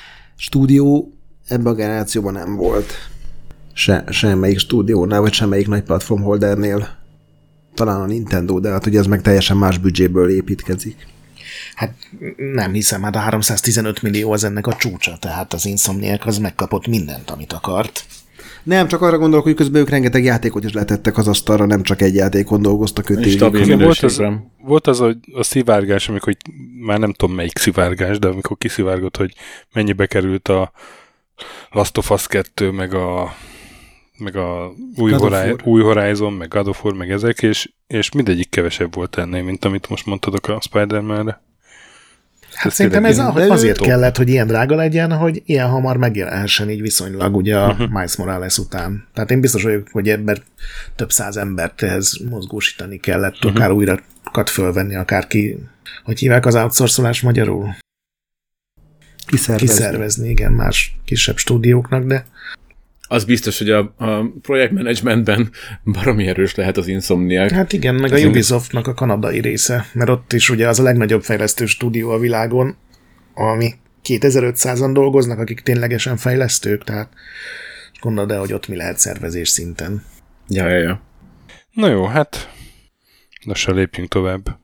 stúdió ebben a generációban nem volt. Se, semmelyik stúdiónál, vagy semmelyik nagy platformholdernél. Talán a Nintendo, de hát ugye ez meg teljesen más büdzséből építkezik. Hát nem hiszem, hát a háromszáztizenöt millió az ennek a csúcsa, tehát az Insomniac az megkapott mindent, amit akart. Nem, csak arra gondolok, hogy közben ők rengeteg játékot is letettek az asztalra, nem csak egy játékon dolgoztak öt évig. Volt az, volt az a, a szivárgás, amikor már nem tudom melyik szivárgás, de amikor kiszivárgott, hogy mennyibe került a Last of Us kettő, meg a, meg a új, Horizon, új Horizon, meg God of War, meg ezek, és, és mindegyik kevesebb volt ennél, mint amit most mondtadok a Spider-Man-re. Hát ez szerintem ez az, azért top. Kellett, hogy ilyen drága legyen, hogy ilyen hamar megjelenhessen így viszonylag ugye a uh-huh. Miles Morales után. Tehát én biztos vagyok, hogy ebben több száz embert ehhez mozgósítani kellett, uh-huh. akár újrakat fölvenni, akár ki, hogy hívják az outsourcolás magyarul? Kiszervezni. Kiszervezni, igen, más kisebb stúdióknak, de az biztos, hogy a, a projektmenedzsmentben baromi erős lehet az Insomniac. Hát igen, meg a Ubisoftnak a kanadai része, mert ott is ugye az a legnagyobb fejlesztő stúdió a világon, ami kétezer-ötszázan dolgoznak, akik ténylegesen fejlesztők, tehát gondold el, hogy ott mi lehet szervezés szinten. Ja, ja, ja. Na jó, hát lassan lépjünk tovább.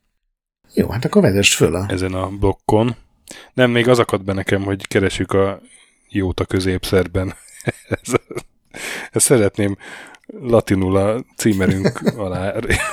Jó, hát akkor vezess föl a... ezen a blokkon. Nem, még az akad be nekem, hogy keresjük a jót a középszerben. Ezt, ezt szeretném latinul a címerünk alá.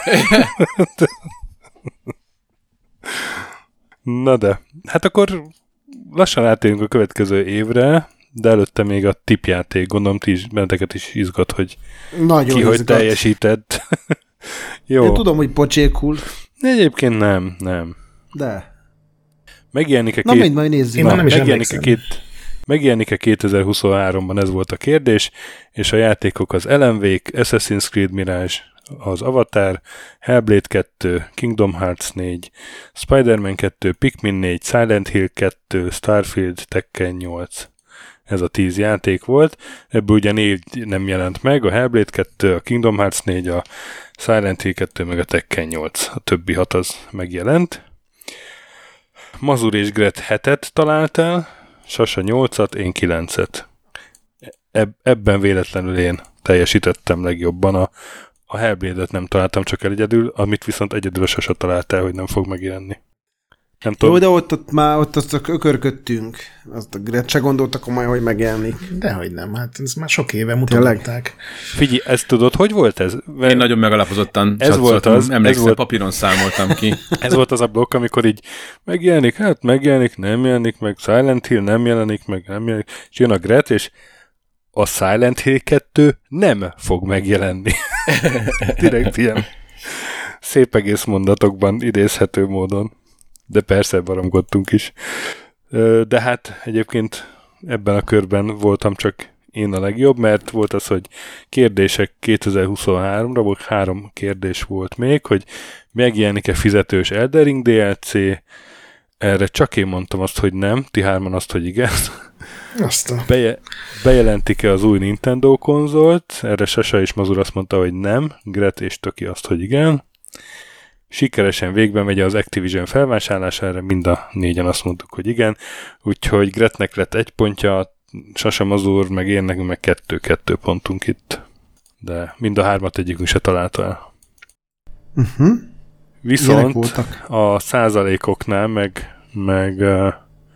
Na de, hát akkor lassan átérünk a következő évre, de előtte még a tipjáték, gondolom ti is, benneteket is izgat, hogy nagyon ki izgat. Hogy teljesített. Jó. Én tudom, hogy pocsékul. Egyébként nem, nem. De. Megjelenik-e Na, két... mind majd nézzük. Na, megjelenik-e két... Megjelenik-e kétezer-huszonháromban, ez volt a kérdés, és a játékok az Alan Wake, Assassin's Creed Mirage, az Avatar, Hellblade kettő, Kingdom Hearts négy, Spider-Man kettő, Pikmin négy, Silent Hill kettő, Starfield, Tekken nyolc. Ez a tíz játék volt. Ebből ugye négy nem jelent meg, a Hellblade kettő, a Kingdom Hearts négy, a Silent Hill kettő, meg a Tekken nyolc. A többi hat az megjelent. Mazur és Gret hetet talált el, Sasa nyolcat, én kilencet. Eb- ebben véletlenül én teljesítettem legjobban. A, a Hellblade-et nem találtam csak el egyedül, amit viszont egyedül a Sasa talált el, hogy nem fog megjelenni. Nem tudom. Jó, de ott, ott már ott azt ökörködtünk. Azt a Gret se gondoltak komolyan, hogy megjelenik. Dehogy nem, hát ez már sok éve mutatták. Figyelj, ezt tudod, hogy volt ez? Mert én nagyon megalapozottan ez volt az, emlékszem, volt, papíron számoltam ki. Ez volt az a blokk, amikor így megjelenik, hát megjelenik, nem jelenik meg, Silent Hill nem jelenik meg, nem jelenik, és jön a Gret, és a Silent Hill kettő nem fog megjelenni. Direkt ilyen szép egész mondatokban idézhető módon. De persze baromkodtunk is. De hát egyébként ebben a körben voltam csak én a legjobb, mert volt az, hogy kérdések kétezer-huszonháromra, volt három kérdés volt még, hogy megjelenik-e fizetős Elden Ring dé el cé, erre csak én mondtam azt, hogy nem, ti hárman azt, hogy igen. Aztán. Beje, bejelentik-e az új Nintendo konzolt, erre Sasa és Mazur azt mondta, hogy nem, Gret és Töki azt, hogy igen. Sikeresen végbe megy az Activision felvásárlására, mind a négyen azt mondtuk, hogy igen, úgyhogy Gretnek lett egy pontja, Sasa, Mazur, meg én, nekünk meg kettő-kettő pontunk itt. De mind a hármat egyikünk se találta el. Uh-huh. Viszont a százalékoknál meg, meg uh,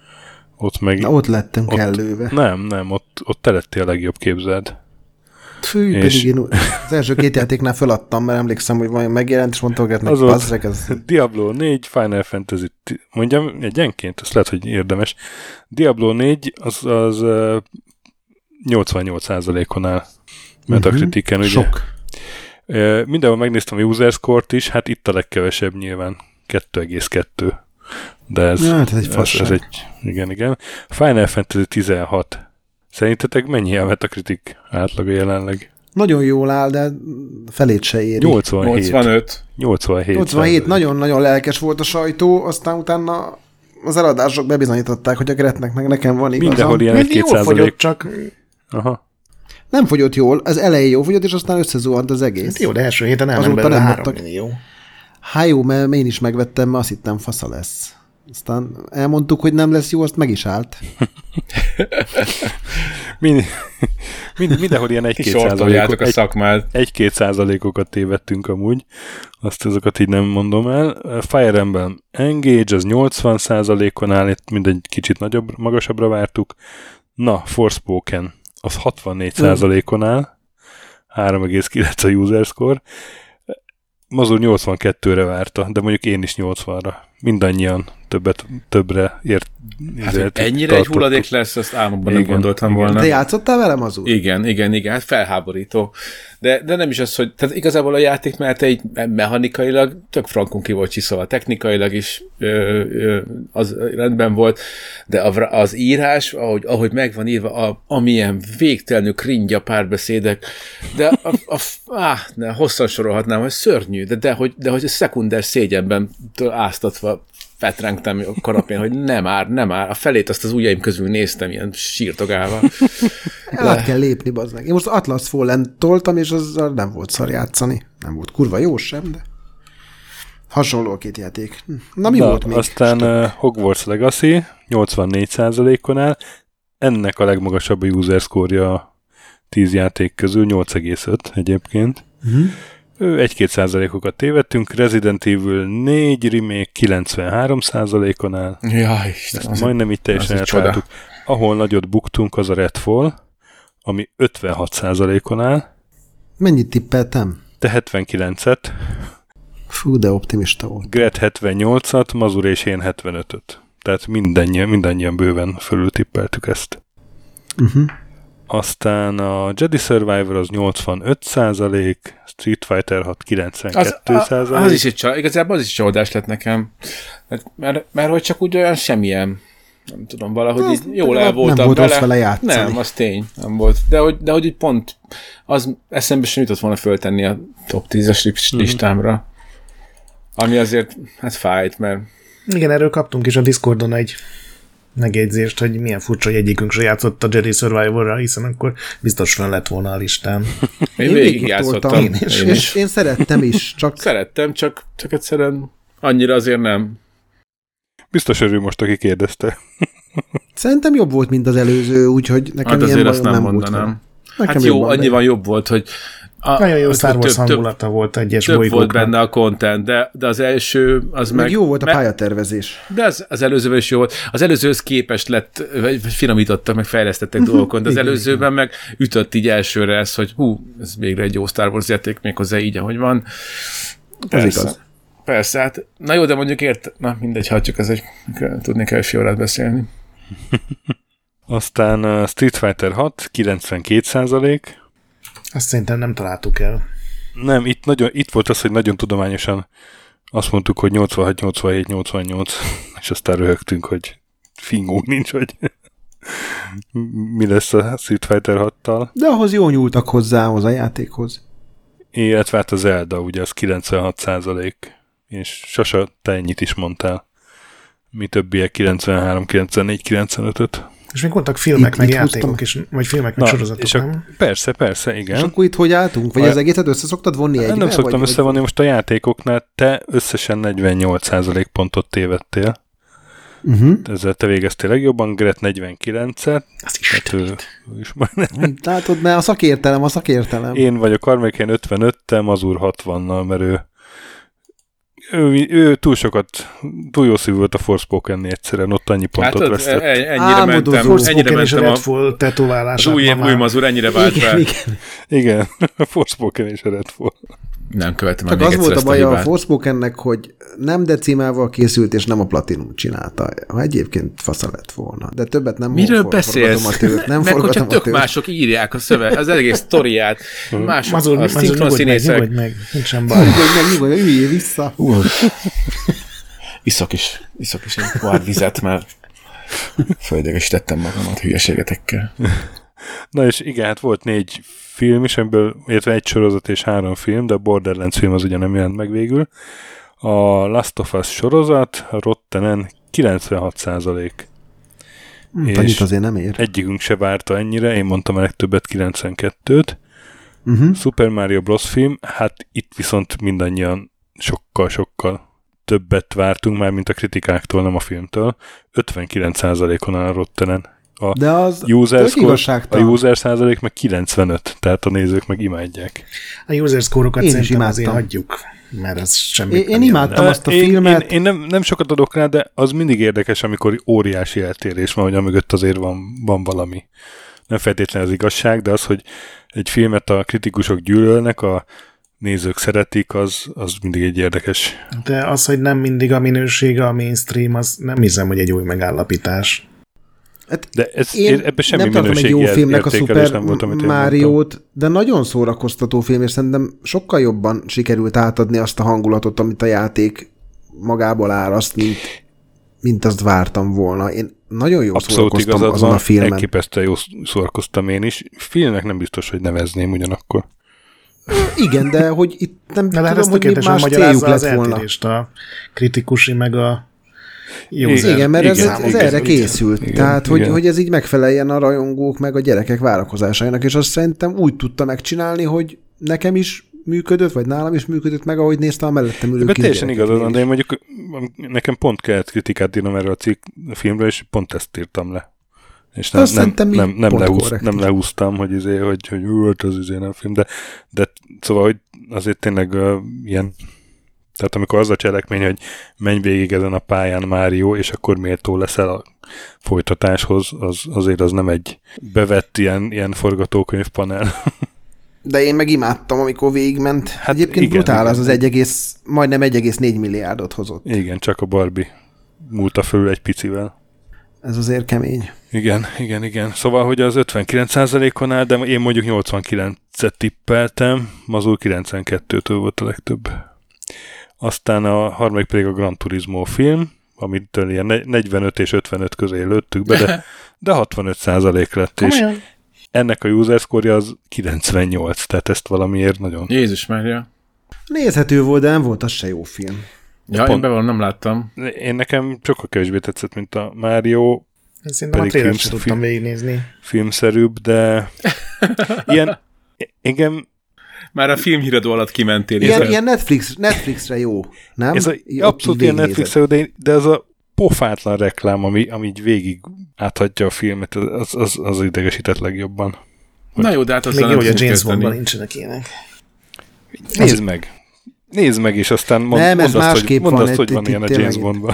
ott meg... Na, ott lettünk ott, előve. Nem, nem, ott, ott te lettél a legjobb, képzeld. Fű, és pedig én az első két játéknál feladtam, mert emlékszem, hogy valami megjelent, és mondtam, hogy az bazzrek, ez... Diablo négy, Final Fantasy, mondjam egyenként, azt lehet, hogy érdemes. Diablo négy az, az uh, nyolcvannyolc százalékon áll Metacritiken, uh-huh. ugye? Sok. Uh, mindenhol megnéztem a user score-t is, hát itt a legkevesebb nyilván, kettő egész kettő. De ez, ja, hát ez egy ez, ez egy, igen, igen. Final Fantasy tizenhat. Szerintetek mennyi a Metacritic átlaga jelenleg? Nagyon jól áll, de felét se éri. nyolcvanhét. nyolcvanöt. nyolcvanhét. nyolcvanhét. Nagyon-nagyon lelkes volt a sajtó, aztán utána az eladások bebizonyították, hogy a Gretnek meg nekem van igazam. Mindenhol ilyen egy-két százalék. Csak... Aha. Nem fogyott jól, az elején jó fogyott, és aztán összezuhant az egész. Hát jó, de első héten elment belőle három millió. Há, jó, mert én is megvettem, mert azt hittem fasza lesz. Aztán elmondtuk, hogy nem lesz jó, azt meg is állt. Mind, mind, mindenhol ilyen egy-két százalékok, egy, egy-két százalékokat tévedtünk amúgy, azt azokat így nem mondom el. Fire Emblem Engage, az nyolcvan százalékon áll, itt mindegy kicsit nagyobb, magasabbra vártuk. Na, Forspoken, az hatvannégy százalékon áll, három egész kilenc a user score. Mazur nyolcvankettőre várta, de mondjuk én is nyolcvanra. Mindannyian többet, többre ért. Hát, ennyire tartottuk. Egy hulladék lesz, azt álmokban nem gondoltam igen. volna. Te játszottál vele, Mazur? Igen, igen, igen, hát felháborító. De, de nem is az, hogy tehát igazából a játék, mert egy mechanikailag tök frankon ki volt csiszolva, technikailag is ö, ö, az rendben volt, de az írás, ahogy, ahogy meg van írva, a, amilyen végtelenül cringe párbeszédek, de a, a, á, ne, hosszan sorolhatnám, hogy szörnyű, de, de, hogy, de hogy a szekunder szégyenben áztatva fetrengtem a kanapén, hogy nem ár, nem ár. A felét azt az ujjaim közül néztem, ilyen sírtogálva. De... Át kell lépni, bazd meg. Én most Atlas Fallen toltam, és azzal nem volt szar játszani. Nem volt kurva jó sem, de hasonló a két játék. Na, mi Na, volt még? Aztán uh, Hogwarts Legacy nyolcvannégy százalékon áll. Ennek a legmagasabb a user score-ja a tíz játék közül, nyolc egész öt egyébként. Uh-huh. egy-két százalékokat tévedtünk, Resident Evil négy remake kilencvenhárom százalékon áll. Jaj, Isten, ezt majdnem így teljesen eltaláltuk. Ahol nagyot buktunk, az a Redfall, ami ötvenhat százalékon áll. Mennyit tippeltem? Te hetvenkilencet. Fú, de optimista volt. Gret hetvennyolcat, Mazur és én hetvenötöt. Tehát mindannyian, mindannyian bőven fölül tippeltük ezt. Uh-huh. Aztán a Jedi Survivor az nyolcvanöt százalék, Street Fighter hat kilencvenkettő százalék. Az, az is egy csalódás, igazából az is csalódás lett nekem. Mert, mert, mert hogy csak úgy olyan semmilyen, nem tudom, valahogy az, így jól el voltam nem volt vele. Rossz vele játszani. Nem, az tény, nem volt. De hogy, de hogy így pont, az eszembe sem jutott volna föltenni a top tízes listámra. Mm-hmm. Ami azért, hát fájt, mert... Igen, erről kaptunk is a Discordon egy megjegyzést, hogy milyen furcsa, hogy egyikünk se játszott a Jedi Survivor-ra, hiszen akkor biztos fenn lett volna a listán. Én, én végig játszottam. Én, én, én, én szerettem is, csak... Szerettem, csak, csak egyszerűen annyira azért nem. Biztos örül most, aki kérdezte. Szerintem jobb volt, mint az előző, úgyhogy nekem hát ilyen bajom nem, nem mondanám. Hát jó, annyiban jobb volt, hogy a, nagyon jó Star Wars hangulata volt egyes bolygóknak. Több volt benne a content, de, de az első az meg... meg jó volt a meg, pályatervezés. De az, az előzőben is jó volt. Az előzőhöz képest lett, vagy finomítottak, meg fejlesztettek dolgokon, de az előzőben meg ütött így elsőre ez, hogy hú, ez végre egy jó Star Wars játék, méghozzá így, ahogy van. Ez igaz. Persze, hát, na jó, de mondjuk ért, na mindegy, hagyjuk, ez egy, tudni kell fél órát beszélni. Aztán uh, Street Fighter hat, kilencvenkét százalék. Azt szerintem nem találtuk el. Nem, itt, nagyon, itt volt az, hogy nagyon tudományosan azt mondtuk, hogy nyolcvanhat, nyolcvanhét, nyolcvannyolc, és aztán röhögtünk, hogy fingó nincs, hogy mi lesz a Street Fighter hattal. De ahhoz jól nyúltak hozzá, ahhoz a játékhoz. Illetve hát a Zelda, ugye az kilencvenhat százalék, és Sasa, te ennyit is mondtál. Mi többiek kilencvenhárom, kilencvennégy, kilencvenöt. És még voltak filmek, itt, meg itt játékok is, vagy filmek, meg sorozatok, és nem? A, persze, persze, igen. És akkor itt hogy álltunk? Vagy a... az egészet össze szoktad vonni egybe? Nem szoktam vagy, összevonni, vagy... most a játékoknál te összesen negyvennyolc százalék pontot tévedtél. Uh-huh. Ezzel te végeztél legjobban, Gret negyvenkilencet. Az is ő, is látod, mert a szakértelem, a szakértelem. Én vagyok Karmékén ötvenöttel, Mazur hatvannal, mert ő Ő, ő túl sokat, túl jó szívű volt a Forspoken-nél egyszerűen, ott annyi pontot hát, vesztett. Ennyire Álmodó mentem, ennyire mentem a, az új év új Mazur, ennyire vált fel. Igen, igen. a Forspoken és a Redfall. Nem követem el még egyszer. Csak az volt a baj a, a Forspokennek, hogy nem decimával készült, és nem a Platinum csinálta. Ha egyébként fasza lett volna. De többet nem Miről beszélsz? A tőt, nem meg hogyha tök tőt. mások írják a szöveg, az egész sztoriát. Mások Mazur, a szinkron színészek. Nyugodj meg, nincsen baj. Nyugodj meg, nyugodj meg, üljél vissza. Iszok is, iszok is egy pár vizet, mert földegesítettem magamat hülyeségetekkel. Na és igen, hát volt négy film is, amiből értve egy sorozat és három film, de a Borderlands film az ugye nem jelent meg végül. A Last of Us sorozat, a Rottenen kilencvenhat százalék. Hmm, és azért nem ér. Egyikünk se várta ennyire, én mondtam a legtöbbet, kilencvenkettőt. Uh-huh. Super Mario Bros. Film, hát itt viszont mindannyian sokkal-sokkal többet vártunk már, mint a kritikáktól, nem a filmtől. ötvenkilenc százalékon áll a Rottenen. A de az user score, a user százalék meg kilencvenöt, tehát a nézők meg imádják. A user score-okat szerintem azért hagyjuk, mert ez semmi. Én, én imádtam azt a én, filmet. Én, én nem, nem sokat adok rá, de az mindig érdekes, amikor óriási eltérés van, hogy amögött azért van, van valami. Nem feltétlenül az igazság, de az, hogy egy filmet a kritikusok gyűlölnek, a nézők szeretik, az, az mindig egy érdekes. De az, hogy nem mindig a minősége a mainstream, az nem hiszem, hogy egy új megállapítás. Hát de ez, ebben semmi nem tartom egy jó filmnek a Super nem volt, Mario-t, de nagyon szórakoztató film, és szerintem sokkal jobban sikerült átadni azt a hangulatot, amit a játék magából áraszt, mint, mint azt vártam volna. Én nagyon jól szórakoztam azon van, a filmen. Elképesztően jól szórakoztam én is. Filmnek nem biztos, hogy nevezném ugyanakkor. Igen, de hogy itt nem de tudom, hogy mi más céljuk lett volna. A kritikusi meg a user. Igen, mert igen, ez, ez igen, erre készült. Igen, Tehát, igen. Hogy, hogy ez így megfeleljen a rajongók meg a gyerekek várakozásainak, és azt szerintem úgy tudta megcsinálni, hogy nekem is működött, vagy nálam is működött meg, ahogy néztem a mellettem ülő kisgyerekek. Teljesen igazad van, de én mondjuk nekem pont kellett kritikát írnom erről a cikk a filmről, és pont ezt írtam le. És nem, nem, nem, nem, nem, lehúz, nem lehúztam, hogy, izé, hogy, hogy ült az izé nem film, de, de szóval, hogy azért tényleg uh, ilyen, tehát amikor az a cselekmény, hogy menj végig ezen a pályán Mário, és akkor méltó leszel a folytatáshoz, az, azért az nem egy bevett ilyen, ilyen forgatókönyvpanel. De én meg imádtam, amikor végigment. Hát egyébként igen, brutál igen. Az az egy egész, majdnem egy egész négy milliárdot hozott. Igen, csak a Barbie múlta fölül egy picivel. Ez azért kemény. Igen, igen, igen. Szóval, hogy az ötvenkilenc százalékon áll, de én mondjuk nyolcvankilencet tippeltem, Mazur kilencvenkettőtől volt a legtöbb. Aztán a harmadik pedig a Gran Turismo film, amitől ilyen negyvenöt és ötvenöt közé lőttük be, de, de hatvanöt százalék lett, Komolyan? És ennek a user score-ja az kilencvennyolc, tehát ezt valamiért nagyon... Jézus Mária. Nézhető volt, de nem volt az se jó film. Ja, Pont, én bevallom, nem láttam. Én nekem sokkal kevésbé tetszett, mint a Mario. Én szerintem a trélert sem tudtam végignézni. Filmszerűbb, de ilyen... Engem... Már a filmhíradó alatt kimentél. Ilyen, ilyen Netflix, Netflixre jó, nem? Ez a, abszolút ilyen Netflixre jó, de, de az a pofátlan reklám, ami, ami így végig áthagyja a filmet, az, az, az idegesített legjobban. Hogy Na jó, de hát még jó, hogy a James Bondban nincsenek ilyenek. Nézd az... meg! Nézd meg, és aztán mond, nem, mondd azt, hogy, mondd van, azt, hogy van ilyen a James Bondban.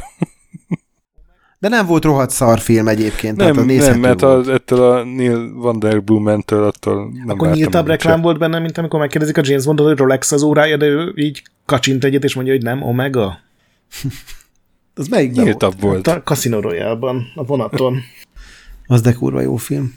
De nem volt rohadt szar film egyébként. Nem, tehát a nem mert volt. A, ettől a Neil van der Blumentől attól nem akkor nyíltabb reklám volt benne, mint amikor megkérdezik a James Bondot, hogy Rolex az órája, de ő így kacsint egyet, és mondja, hogy nem, Omega. Az melyikben nyíltabb volt? volt? A Casino Royale-ban, a vonaton. Az de kurva jó film.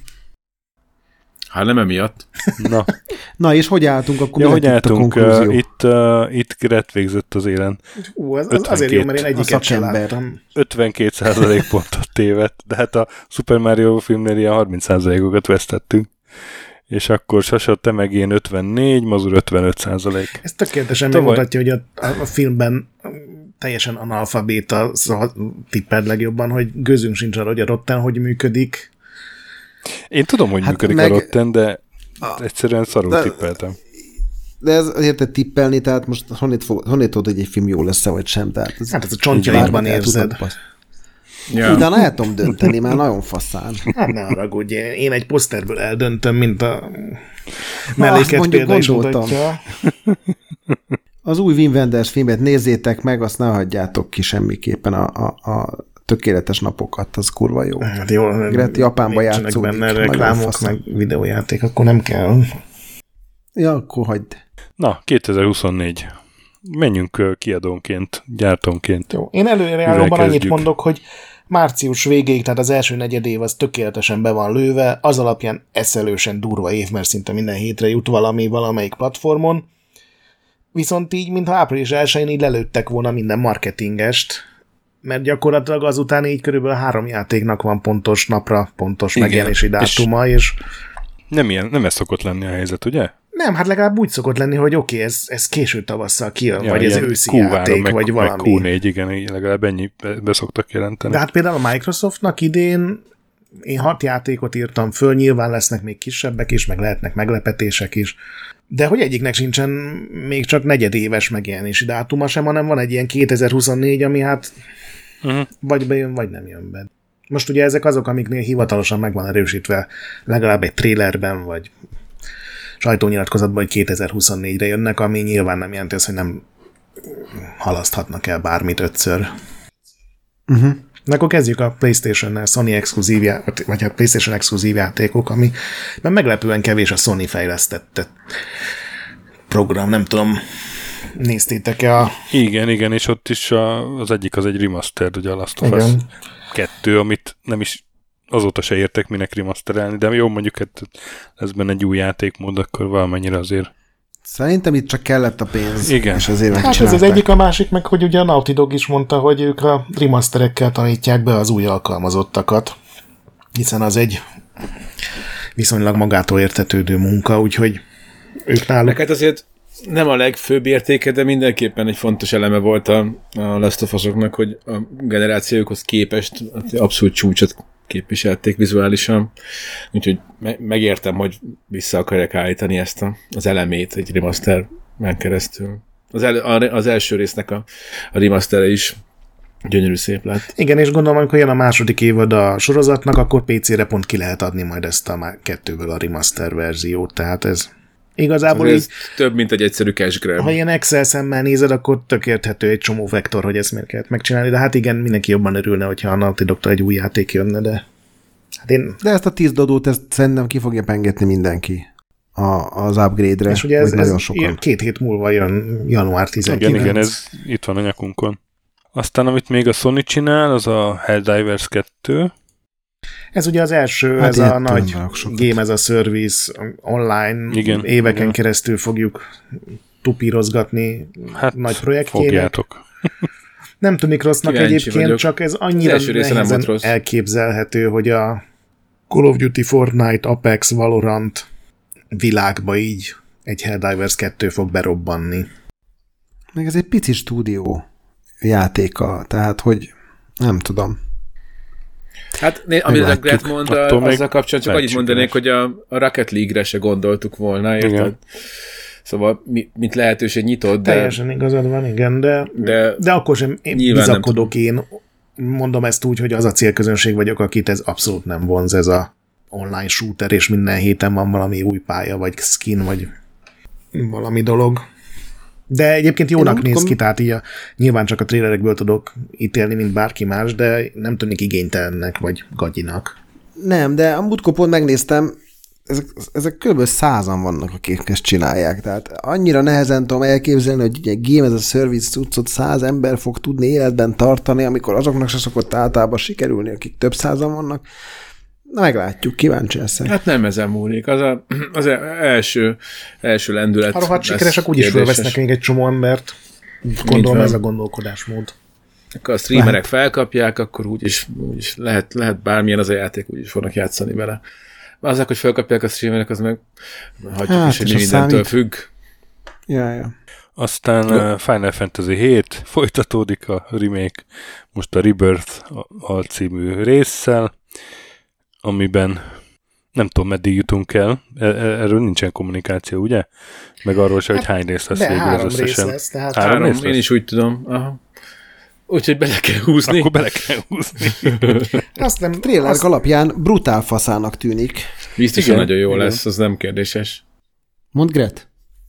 Hát nem emiatt. Na. Na, és hogy álltunk? Akkor ja, hogy álltunk? Uh, itt, uh, itt Gret végzett az élen. Ú, az, az azért jó, mert én egyiket sem láttam. ötvenkét százalék pontot tévedt, de hát a Super Mario filmnél ilyen harminc százalékokat vesztettünk. És akkor Sasa, te meg én ötvennégy, Mazur ötvenöt százalék. Ez tökéletesen megmutatja, hogy a, a filmben teljesen analfabéta tipped legjobban, hogy gőzünk sincs arra, hogy a Rotten hogy működik. Én tudom, hogy hát működik meg... a Rotten, de a... egyszerűen szarul de... tippeltem. De ez azért tippelni, tehát most honnét, fog, honnét tudod, hogy egy film jó lesz-e, vagy sem. Tehát ez hát ez a csontjaidban érzed. Ja. Utána el tudom dönteni, már nagyon faszán. Hát ne haragudj, én egy poszterből eldöntöm, mint a melléket példa is mutatja. Az új Wim Wenders filmet nézzétek meg, azt ne hagyjátok ki semmiképpen a, a, a tökéletes napokat, az kurva jó. Hát jó, Gret Japánba játszódik. Benne reklámok, meg videójáték, akkor nem kell. Ja, akkor hagyd. Na, kétezer-huszonnégy. Menjünk kiadónként, gyártónként. Jó. Én előrejáróban annyit mondok, hogy március végéig, tehát az első negyed év az tökéletesen be van lőve, az alapján eszelősen durva év, mert szinte minden hétre jut valami valamelyik platformon. Viszont így, mintha április elsején így lelőttek volna minden marketingest, mert gyakorlatilag azután így körülbelül három játéknak van pontos napra, pontos igen, megjelenési dátuma, és, és nem, ilyen, nem ez szokott lenni a helyzet, ugye? Nem, hát legalább úgy szokott lenni, hogy oké, okay, ez, ez késő tavasszal kijön, ja, vagy ez őszi játék, meg, vagy valami. Meg kú négy, igen, legalább ennyi be szoktak jelenteni. De hát például a Microsoftnak idén én hat játékot írtam föl, nyilván lesznek még kisebbek is, meg lehetnek meglepetések is, de hogy egyiknek sincsen még csak negyedéves megjelenési dátuma sem, hanem van egy ilyen kétezer-huszonnégy, ami hát uh-huh. vagy bejön, vagy nem jön be. Most ugye ezek azok, amiknél hivatalosan meg van erősítve legalább egy trailerben, vagy sajtónyilatkozatban, hogy kétezer-huszonnégyre jönnek, ami nyilván nem jelenti azt, hogy nem halaszthatnak el bármit ötször. Uh-huh. Na akkor kezdjük a PlayStation-nel, Sony exkluzív já- vagy a PlayStation exkluzív játékok, ami meglepően kevés a Sony fejlesztette program, nem tudom, néztétek-e a... Igen, igen, és ott is a, az egyik az egy remastered, ugye a Last of Us kettő, amit nem is azóta se értek minek remasterelni, de jó, mondjuk hát ez benne egy új játékmód, akkor valamennyire azért. Szerintem itt csak kellett a pénz. Igen. És azért hát ez az egyik, a másik, meg hogy ugye a Naughty Dog is mondta, hogy ők a remasterekkel tanítják be az új alkalmazottakat, hiszen az egy viszonylag magától értetődő munka, úgyhogy ők náluk... Hát azért nem a legfőbb értéke, de mindenképpen egy fontos eleme volt a, a Last of Us-oknak, hogy a generációkhoz képest abszolút csúcsot képviselték vizuálisan, úgyhogy me- megértem, hogy vissza akarják állítani ezt a, az elemét egy remasterben keresztül. Az, el, a, az első résznek a, a remastere is gyönyörű szép lett. Igen, és gondolom, amikor jön a második évad a sorozatnak, akkor pé cére pont ki lehet adni majd ezt a kettőből a remaster verziót, tehát ez igazából ez így, több, mint egy egyszerű cash grab. Ha ilyen Excel szemmel nézed, akkor tök érthető egy csomó vektor, hogy ezt miért kellett megcsinálni, de hát igen, mindenki jobban örülne, hogyha a Naughty Dogtól egy új játék jönne, de hát én... De ezt a tíz dadót, ezt szerintem ki fogja pengetni mindenki a, az upgrade-re. És ugye ez, ez két hét múlva jön január tizenkilencedike. Igen, igen, ez itt van a nyakunkon. Aztán, amit még a Sony csinál, az a Helldivers kettő. Ez ugye az első, hát ez a nagy Game as a Service online, igen, éveken igen. keresztül fogjuk tupírozgatni hát nagy projektjének. Fogjátok. Nem tűnik rossznak Kíváncsi egyébként, vagyok. Csak ez annyira nehezen elképzelhető, hogy a Call of Duty, Fortnite, Apex, Valorant világba így egy Helldivers kettő fog berobbanni. Meg ez egy pici stúdió játéka, tehát hogy nem tudom. Hát, amit a Gret mond, a, azzal kapcsolatban csak annyit mondanék, hogy a, a Rocket League-re se gondoltuk volna, érted? Igen. Szóval, mi, mint lehetőség nyitott, de... Teljesen igazad van, igen, de, de, de akkor sem bizakodok én mondom ezt úgy, hogy az a célközönség vagyok, akit ez abszolút nem vonz, ez a online shooter, és minden héten van valami új pálya, vagy skin, vagy valami dolog. De egyébként jónak Én néz kom... ki, tehát így a, nyilván csak a trailerekből tudok ítélni, mint bárki más, de nem tűnik igénytelennek, vagy gagyinak. Nem, de a múltkor pont megnéztem, ezek, ezek kb. százan vannak, akik ezt csinálják. Tehát annyira nehezen tudom elképzelni, hogy egy Game as a Service cuccot száz ember fog tudni életben tartani, amikor azoknak se szokott általában sikerülni, akik több százan vannak. Na meglátjuk, kíváncsi leszek. Hát nem ezen múlik. Az a, az első, első lendület. Ha rohadt sikeresek, úgyis fölvesznek még egy csomó embert. Gondolom ez a gondolkodásmód. Akkor a streamerek lehet. Felkapják, akkor úgyis, úgyis lehet, lehet bármilyen az a játék, úgyis fognak játszani vele. Azok, hogy felkapják a streamerek, az meg hagyjuk hát, is, hogy mindentől függ. Ja, ja. Aztán ja. Final Fantasy hét folytatódik a remake, most a Rebirth alcímű résszel, amiben nem tudom, meddig jutunk el. Erről nincsen kommunikáció, ugye? Meg arról se, hogy hány rész lesz végül az összesen. Lesz, tehát három, három rész lesz? Én is úgy tudom. Aha. Úgyhogy bele kell húzni. Akkor bele kell húzni. Azt nem, trailerek azt... alapján brutál faszának tűnik. Biztosan nagyon jó igen. lesz, az nem kérdéses. Mondd, Gret.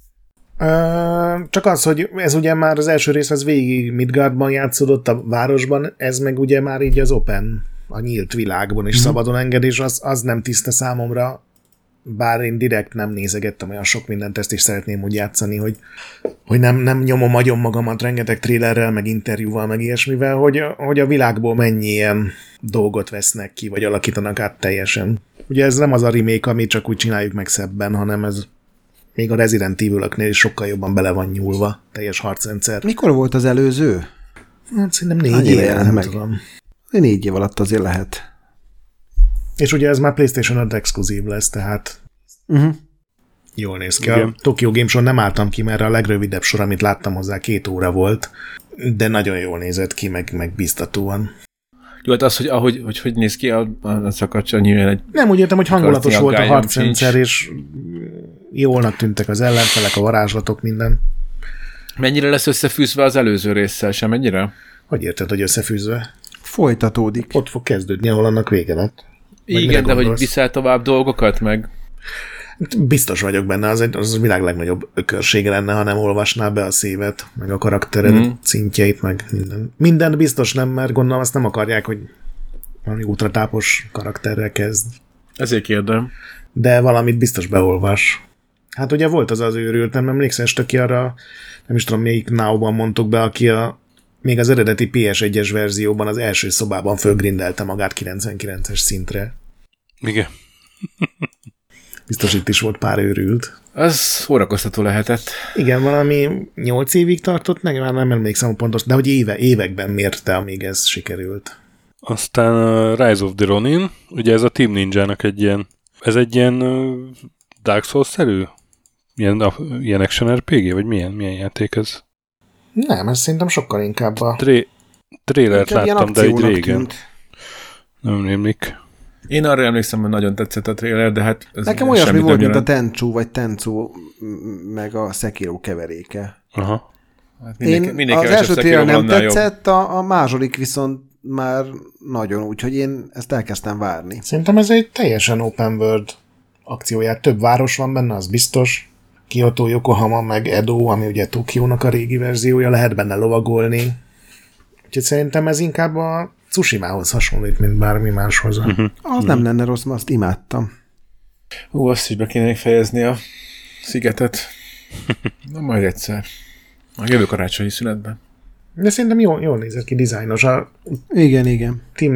Uh, csak az, hogy ez ugye már az első rész az végig Midgardban játszódott a városban, ez meg ugye már így az open, a nyílt világban is mm-hmm. szabadon engedés, az, az nem tiszta számomra, bár én direkt nem nézegettem olyan sok mindent, ezt is szeretném úgy játszani, hogy, hogy nem, nem nyomom agyon magamat rengeteg trailerrel, meg interjúval, meg ilyesmivel, hogy, hogy a világból mennyi ilyen dolgot vesznek ki, vagy alakítanak át teljesen. Ugye ez nem az a remake, ami csak úgy csináljuk meg szebben, hanem ez még a Resident Evil-öknél is sokkal jobban bele van nyúlva, teljes harcrendszer. Mikor volt az előző? Hát szerintem négy éve, nem meg. tudom. Négy év alatt azért lehet. És ugye ez már PlayStation öt exkluzív lesz, tehát uh-huh. jól néz ki. Igen. A Tokyo Game Show nem álltam ki, mert a legrövidebb sor, amit láttam hozzá, két óra volt, de nagyon jól nézett ki, meg, meg biztatóan. Jó, hát az, hogy ahogy hogy, hogy néz ki, a, a szakadsa nyilván egy... Nem, úgy értem, hogy hangulatos volt a harcrendszer, és jólnak tűntek az ellenfelek, a varázslatok, minden. Mennyire lesz összefűzve az előző résszel sem? Mennyire? Hogy érted, hogy összefűzve? Folytatódik. Ott fog kezdődni, ahol annak vége lett. Meg igen, de hogy viszel tovább dolgokat, meg... Biztos vagyok benne, az, egy, az a világ legnagyobb ökörsége lenne, ha nem olvasnál be a szévet, meg a karaktered mm. szintjeit, meg minden. Minden biztos nem, mert gondolom azt nem akarják, hogy valami ultratápos karakterrel kezd. Ezért kérdem. De valamit biztos beolvas. Hát ugye volt az az őrült, nem emlékszel, ki arra, nem is tudom, melyik náuban mondtuk be, aki a még az eredeti pé es egyes verzióban az első szobában fölgrindelte magát kilencvenkilences szintre. Igen. Biztos itt is volt pár őrült. Az szórakoztató lehetett. Igen, valami nyolc évig tartott, meg már nem emlékszem pontos, de hogy éve, években mérte, amíg ez sikerült. Aztán uh, Rise of the Ronin, ugye ez a Team Ninja-nak egy ilyen, ez egy ilyen uh, Dark Souls-szerű? Ilyen, uh, ilyen action er pé gé, vagy milyen, milyen játék ez? Nem, ez szerintem sokkal inkább a... Tré- trailert láttam, de egy régen. Tűnt. Nem rémlik. Én arra emlékszem, hogy nagyon tetszett a trailer, de hát... Ez nekem olyasmi volt, mint a Tenchu, vagy Tenchu, meg a Sekiro keveréke. Aha. Hát mindenki, én mindenki az első trailer nem tetszett, jobb. a, a második viszont már nagyon, úgyhogy én ezt elkezdtem várni. Szerintem ez egy teljesen open world akcióját. Több város van benne, az biztos. Kyoto, Yokohama, meg Edo, ami ugye Tokiónak a régi verziója, lehet benne lovagolni. Úgyhogy szerintem ez inkább a Tsushimához hasonlít, mint bármi máshoz. Uh-huh. Az uh-huh. nem lenne rossz, mert azt imádtam. Hú, azt is be kéne fejezni a szigetet. Na majd egyszer. A jövő karácsonyi szünetben. De szerintem jól, jól nézett ki, dizájnos. A igen, igen. Team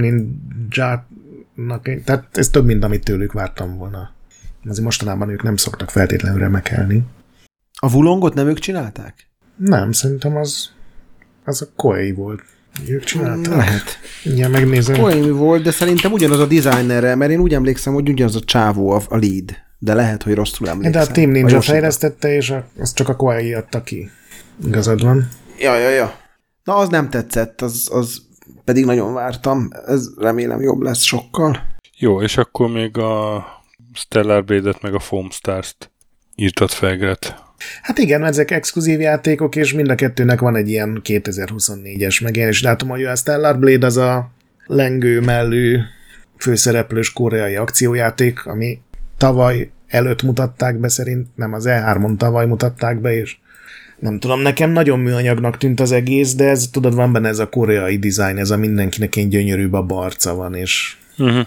Ninja-nak, tehát ez több, mint amit tőlük vártam volna. Azért mostanában ők nem szoktak feltétlenül remekelni. A Wulongot nem ők csinálták? Nem, szerintem az az a Koei volt. Ők csinálták. Lehet. Igen, megnézem. Koei volt, de szerintem ugyanaz a designerre, mert én úgy emlékszem, hogy ugyanaz a csávó a, a lead. De lehet, hogy rosszul emlékszem. De a Team Ninja fejlesztette, és a, azt csak a Koei adta ki. Igazad van. Ja, ja, ja. Na, az nem tetszett, az, az pedig nagyon vártam. Ez remélem jobb lesz sokkal. Jó, és akkor még a Stellar Blade-et meg a Foam Stars-t írtad fel, Gret. Hát igen, ezek exkluzív játékok, és mind a kettőnek van egy ilyen kétezer-huszonnégyes megjelenés dátum, hogy a Stellar Blade az a lengő mellű főszereplős koreai akciójáték, ami tavaly előtt mutatták be szerint, nem az E hármon tavaly mutatták be, és nem tudom, nekem nagyon műanyagnak tűnt az egész, de ez, tudod, van benne ez a koreai design, ez a mindenkinek egy gyönyörű baba arca van, és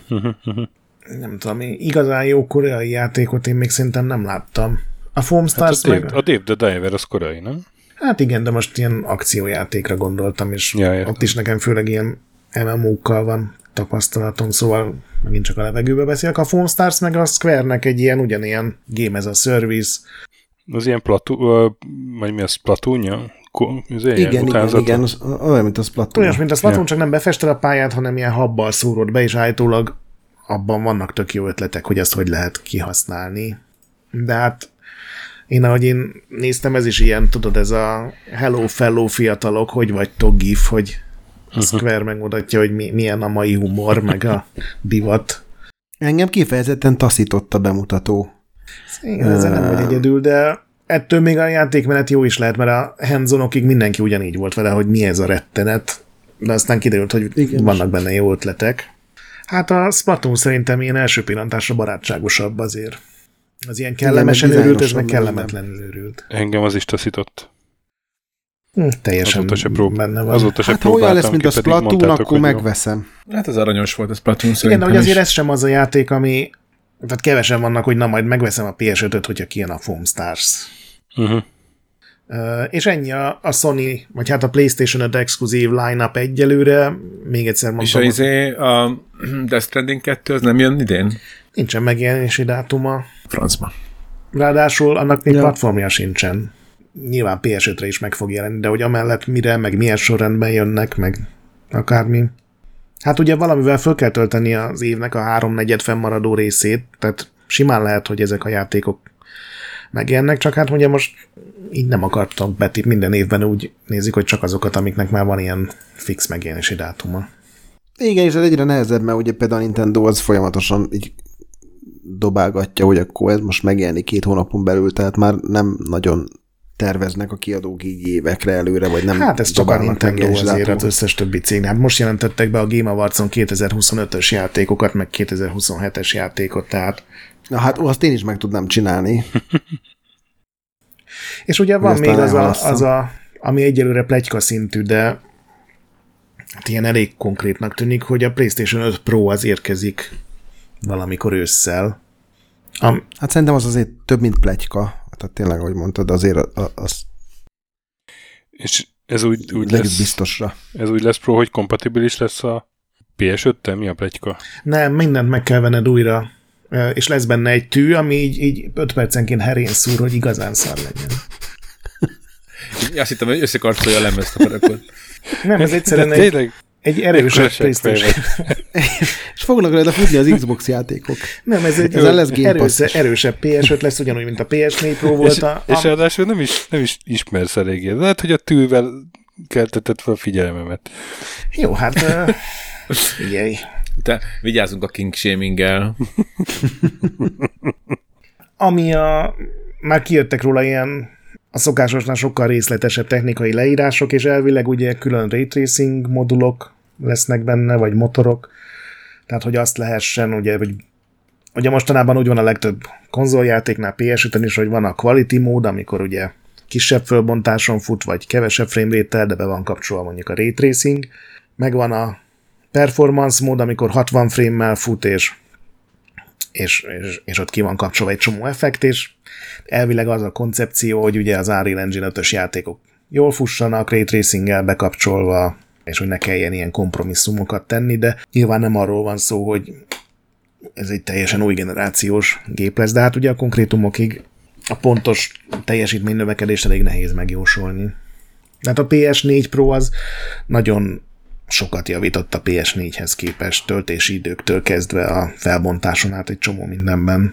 nem tudom, igazán jó koreai játékot én még szerintem nem láttam. A Foam Stars hát a, meg... Dave, a Dave the Diver az koreai, nem? Hát igen, de most ilyen akciójátékra gondoltam, és ja, ott is nekem főleg ilyen em em ó-kkal van tapasztalatom, szóval megint csak a levegőbe beszélek. A Foam Stars meg a Square-nek egy ilyen ugyanilyen game as a service. Az ilyen platú, vagy mi az, Splatoon-ja? Igen, igen, igen, az, olyan, mint a Splatoon. Olyan, mint a Splatoon, ja. Csak nem befested a pályát, hanem ilyen habbal szúrod be, és állítólag abban vannak tök jó ötletek, hogy ezt hogy lehet kihasználni. De hát én, ahogy én néztem, ez is ilyen, tudod, ez a hello fellow fiatalok, hogy vagytok gif, hogy a Square megmutatja, hogy mi, milyen a mai humor, meg a divat. Engem kifejezetten taszított a bemutató. Igen, ezzel nem vagy egyedül, de ettől még a játékmenet jó is lehet, mert a hands-onokig mindenki ugyanígy volt vele, hogy mi ez a rettenet, de aztán kiderült, hogy igen, vannak benne jó ötletek. Hát a Splatoon szerintem ilyen első pillantásra barátságosabb azért. Az ilyen kellemesen igen, őrült, ez meg kellemetlenül őrült. Engem az is taszított. Hm, teljesen prób- benne van. Azóta se hát ha olyan lesz, mint a Splatoon, akkor megveszem. Hát az aranyos volt a Splatoon szerintem. Igen, de hogy azért ez sem az a játék, ami... Tehát kevesen vannak, hogy na majd megveszem a pé es ötöt, hogyha kijön a Foam Stars. Uh-huh. Uh, és ennyi a, a Sony, vagy hát a PlayStation öt exkluzív line-up egyelőre. Még egyszer mondtam. És izé, a Death Stranding kettő az nem jön idén? Nincsen megjelenési dátuma. Francba. Ráadásul annak még ja. platformja sincsen. Nyilván pé es ötre is meg fog jelenni, de hogy amellett mire, meg milyen sorrendben jönnek, meg akármi. Hát ugye valamivel föl kell tölteni az évnek a háromnegyed fennmaradó részét, tehát simán lehet, hogy ezek a játékok megjelennek, csak hát ugye most így nem akartam betip, minden évben úgy nézik, hogy csak azokat, amiknek már van ilyen fix megjelenési dátuma. Igen, és ez egyre nehezebb, mert ugye például a Nintendo az folyamatosan így dobálgatja, hogy akkor ez most megjelenik két hónapon belül, tehát már nem nagyon terveznek a kiadók így évekre előre, vagy nem. Hát ez csak a Nintendo azért az összes többi cég. Hát most jelentettek be a Game Awards-on kétezer-huszonötös játékokat, meg kétezer-huszonhetes játékot, tehát... Na hát azt én is meg tudnám csinálni. És ugye van még az a, az a, ami egyelőre pletyka szintű, de hát ilyen elég konkrétnak tűnik, hogy a PlayStation öt Pro az érkezik valamikor ősszel. Am... Hát szerintem az azért több, mint pletyka. Tehát tényleg, ahogy mondtad, azért az... És ez úgy, úgy lesz... biztosra. Ez úgy lesz Pro, hogy kompatibilis lesz a pé es öttel? Mi a pletyka? Nem, mindent meg kell venned újra. És lesz benne egy tű, ami így, így öt percenként herén szúr, hogy igazán szar legyen. Azt hittem, hogy összekarcolja a lemezt a parakot. Nem, ez egyszerűen egy, tényleg, egy erősebb PlayStation. És fognak rajta futni az Xbox játékok. Nem, ez egy lesz erősebb, erősebb pé es öt lesz, ugyanúgy, mint a pé es négy Pro volt. És, a, és ráadásul nem is, nem is ismersz eléggé. Lehet, hogy a tűvel keltetett fel a figyelmemet. Jó, hát figyelj. Te vigyázzunk a king shaming-el. Ami a... Már kijöttek róla ilyen a szokásosnál sokkal részletesebb technikai leírások, és elvileg ugye külön ray tracing modulok lesznek benne, vagy motorok. Tehát, hogy azt lehessen, ugye, hogy ugye mostanában úgy van a legtöbb konzoljátéknál, pé es ötön is, hogy van a quality mód, amikor ugye kisebb fölbontáson fut, vagy kevesebb framerate-tel, de be van kapcsolva mondjuk a ray tracing. Megvan a performance mód, amikor hatvan frame-mel fut, és, és, és, és ott ki van kapcsolva egy csomó effekt, és elvileg az a koncepció, hogy ugye az Unreal Engine ötös játékok jól fussanak, ray tracing-el bekapcsolva, és hogy ne kelljen ilyen kompromisszumokat tenni, de nyilván nem arról van szó, hogy ez egy teljesen új generációs gép lesz, de hát ugye a konkrétumokig a pontos teljesítménynövekedést elég nehéz megjósolni. Tehát a pé es négy Pro az nagyon sokat javított a pé es négyhez képest, töltési időktől kezdve a felbontáson át egy csomó mindenben.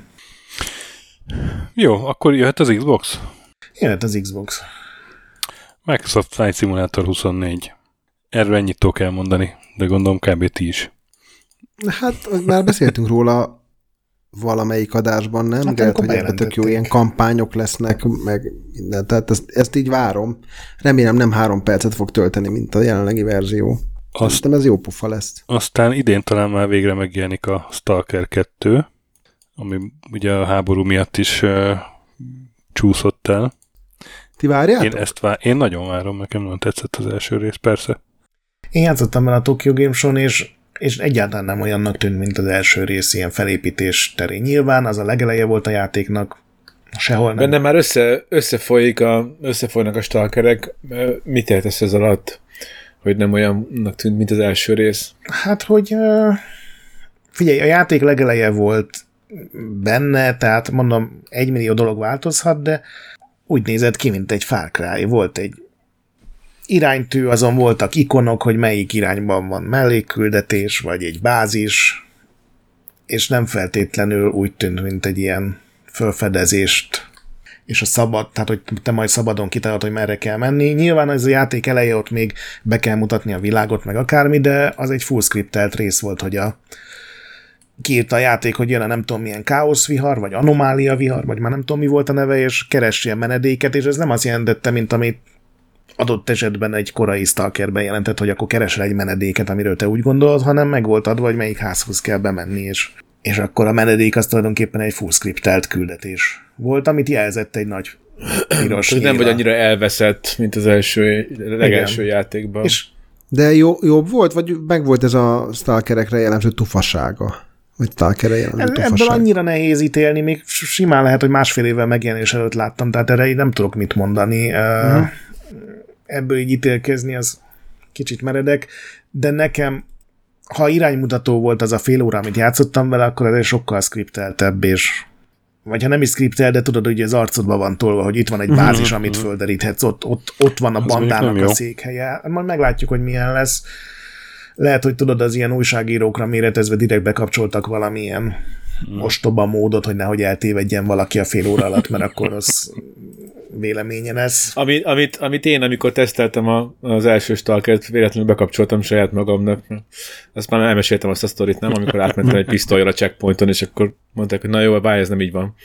Jó, akkor jöhet az Xbox? Jöhet az Xbox. Microsoft Flight Simulator huszonnégy. Erről ennyit tudok elmondani, de gondolom kb. Ti is. Hát már beszéltünk róla valamelyik adásban, nem? Hát Gert, hogy ebben tök jó ilyen kampányok lesznek, meg minden. Tehát ezt, ezt így várom. Remélem nem három percet fog tölteni, mint a jelenlegi verzió. Azt, ez jó pufa lesz. Aztán idén talán már végre megjelenik a Stalker kettő, ami ugye a háború miatt is uh, csúszott el. Ti várjátok? Én ezt vár, én nagyon várom, nekem nagyon tetszett az első rész, persze. Én játszottam vele a Tokyo Game Show-n, és, és egyáltalán nem olyannak tűnt, mint az első rész ilyen felépítés terén. Nyilván az a legeleje volt a játéknak, sehol nem. Benne már össze, összefolyik a, összefolynak a stalkerek. Mit értesz ez alatt, hogy nem olyannak tűnt, mint az első rész? Hát, hogy figyelj, a játék legeleje volt benne, tehát mondom, egymillió dolog változhat, de úgy nézett ki, mint egy Far Cry. Volt egy iránytű, azon voltak ikonok, hogy melyik irányban van mellékküldetés, vagy egy bázis, és nem feltétlenül úgy tűnt, mint egy ilyen felfedezést, és a szabad, tehát hogy te majd szabadon kitalálod, hogy merre kell menni. Nyilván ez a játék eleje, ott még be kell mutatni a világot, meg akármi, de az egy full scriptelt rész volt, hogy a kiírta a játék, hogy jön a nem tudom milyen káoszvihar, vagy anomália vihar, vagy már nem tudom mi volt a neve, és keressél menedéket, és ez nem azt jelentette, mint amit adott esetben egy korai Stalkerben jelentett, hogy akkor keresel egy menedéket, amiről te úgy gondolod, hanem meg volt adva, hogy melyik házhoz kell bemenni, és, és akkor a menedék az tulajdonképpen egy full scriptelt küldetés volt, amit jelzett egy nagy piros nyilván. Nem vagy annyira elveszett, mint az első, legelső igen. játékban. És de jó, jobb volt, vagy meg volt ez a Stalkerekre jellemző tufassága? Vagy Stalkerre jellemző tufasság? Ebből annyira nehéz ítélni, még simán lehet, hogy másfél évvel megjelenés előtt láttam, tehát erre így nem tudok mit mondani. Uh-huh. Ebből így ítélkezni, az kicsit meredek, de nekem, ha iránymutató volt az a fél óra, amit játszottam vele, akkor ez sokkal skripteltebb, és vagy ha nem is skriptel, de tudod, hogy az arcodban van tolva, hogy itt van egy bázis, amit földeríthetsz, ott, ott, ott van a bandának a székhelye. Majd meglátjuk, hogy milyen lesz. Lehet, hogy tudod, az ilyen újságírókra méretezve direkt bekapcsoltak valamilyen ostoba módot, hogy nehogy eltévedjen valaki a fél óra alatt, mert akkor az véleménye lesz. Amit, amit, amit én, amikor teszteltem a, az első Stalkert, véletlenül bekapcsoltam saját magamnak. Azt már elmeséltem azt a sztorit, nem? Amikor átmentem egy pisztolyra a checkpointon, és akkor mondták, hogy na jó, báj, ez nem így van.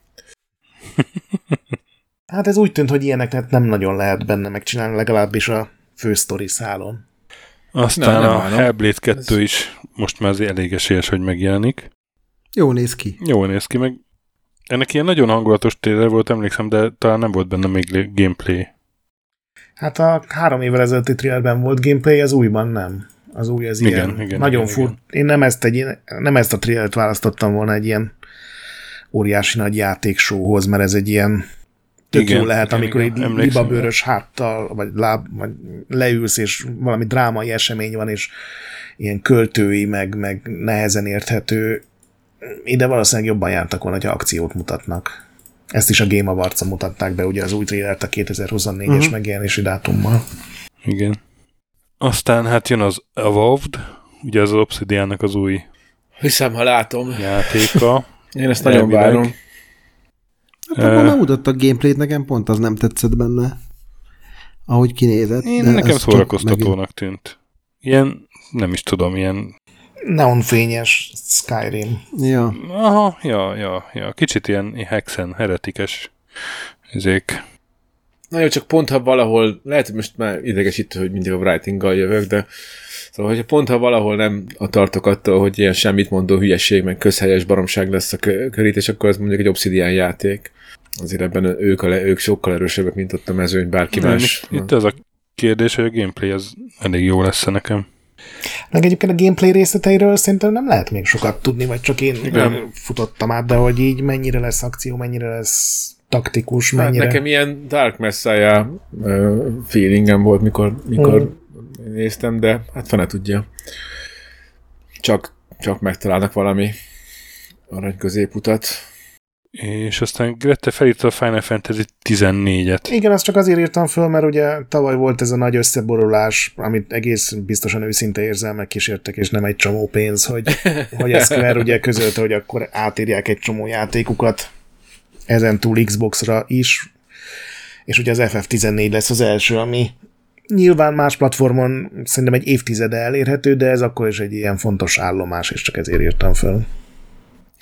Hát ez úgy tűnt, hogy ilyeneket nem nagyon lehet benne megcsinálni, legalábbis a fő sztori szálon. Aztán nem, a Hellblade kettő ez... is most már azért elég esélyes, hogy megjelenik. Jó néz ki. Jó néz ki, meg ennek ilyen nagyon hangulatos trailer volt, emlékszem, de talán nem volt benne még gameplay. Hát a három évvel ezelőtti trailerben volt gameplay, az újban nem. Az új az igen, ilyen igen, nagyon igen, fur. Igen. Én nem ezt, egy, nem ezt a trailert választottam volna egy ilyen óriási nagy játéksóhoz, mert ez egy ilyen tök igen, jó lehet, igen, amikor igen, egy libabőrös háttal, vagy, láb, vagy leülsz, és valami drámai esemény van, és ilyen költői, meg, meg nehezen érthető. Ide valószínűleg jobban jártak volna, hogyha akciót mutatnak. Ezt is a Game Awards-on mutatták be, ugye az új trailert a kétezer-huszonnégyes uh-huh. megjelenési dátummal. Igen. Aztán hát jön az Evolved, ugye az Obsidiannak az új hiszem, ha látom. játéka. Én ezt nagyon várom. Hát akkor már mutattak gameplayt, nekem pont az nem tetszett benne, ahogy kinézett. Én nekem szórakoztatónak tűnt. Ilyen, nem is tudom, ilyen neonfényes Skyrim. Ja. Aha, ja, ja, ja. Kicsit ilyen hexen, heretikes ezek. Na jó, csak pont ha valahol, lehet, hogy most már idegesítő, hogy mindig a writinggal jövök, de szóval, hogyha pont ha valahol nem a tartok attól, hogy ilyen semmit mondó hülyeség, meg közhelyes baromság lesz a körítés, akkor ez mondjuk egy Obsidian játék. Azért ebben ők, a, ők sokkal erősebbek, mint ott a mezőny, bárki nem, más. Itt, itt ez a kérdés, hogy a gameplay az elég jó lesz nekem. Meg egyébként a gameplay részleteiről szerintem nem lehet még sokat tudni, vagy csak én igen. futottam át, de hogy így mennyire lesz akció, mennyire lesz taktikus, mennyire... Hát nekem ilyen Dark Messiah uh, feelingem volt, mikor, mikor mm. néztem, de hát fene tudja. Csak, csak megtalálnak valami arany középutat. És aztán Grette felírta a Final Fantasy tizennégyet. Igen, azt csak azért írtam föl, mert ugye tavaly volt ez a nagy összeborulás, amit egész biztosan őszinte érzelmek kísértek, és nem egy csomó pénz, hogy, hogy a Square ugye közölte, hogy akkor átírják egy csomó játékukat ezen túl Xboxra is, és ugye az F F tizennégy lesz az első, ami nyilván más platformon szerintem egy évtizede elérhető, de ez akkor is egy ilyen fontos állomás, és csak ezért írtam föl.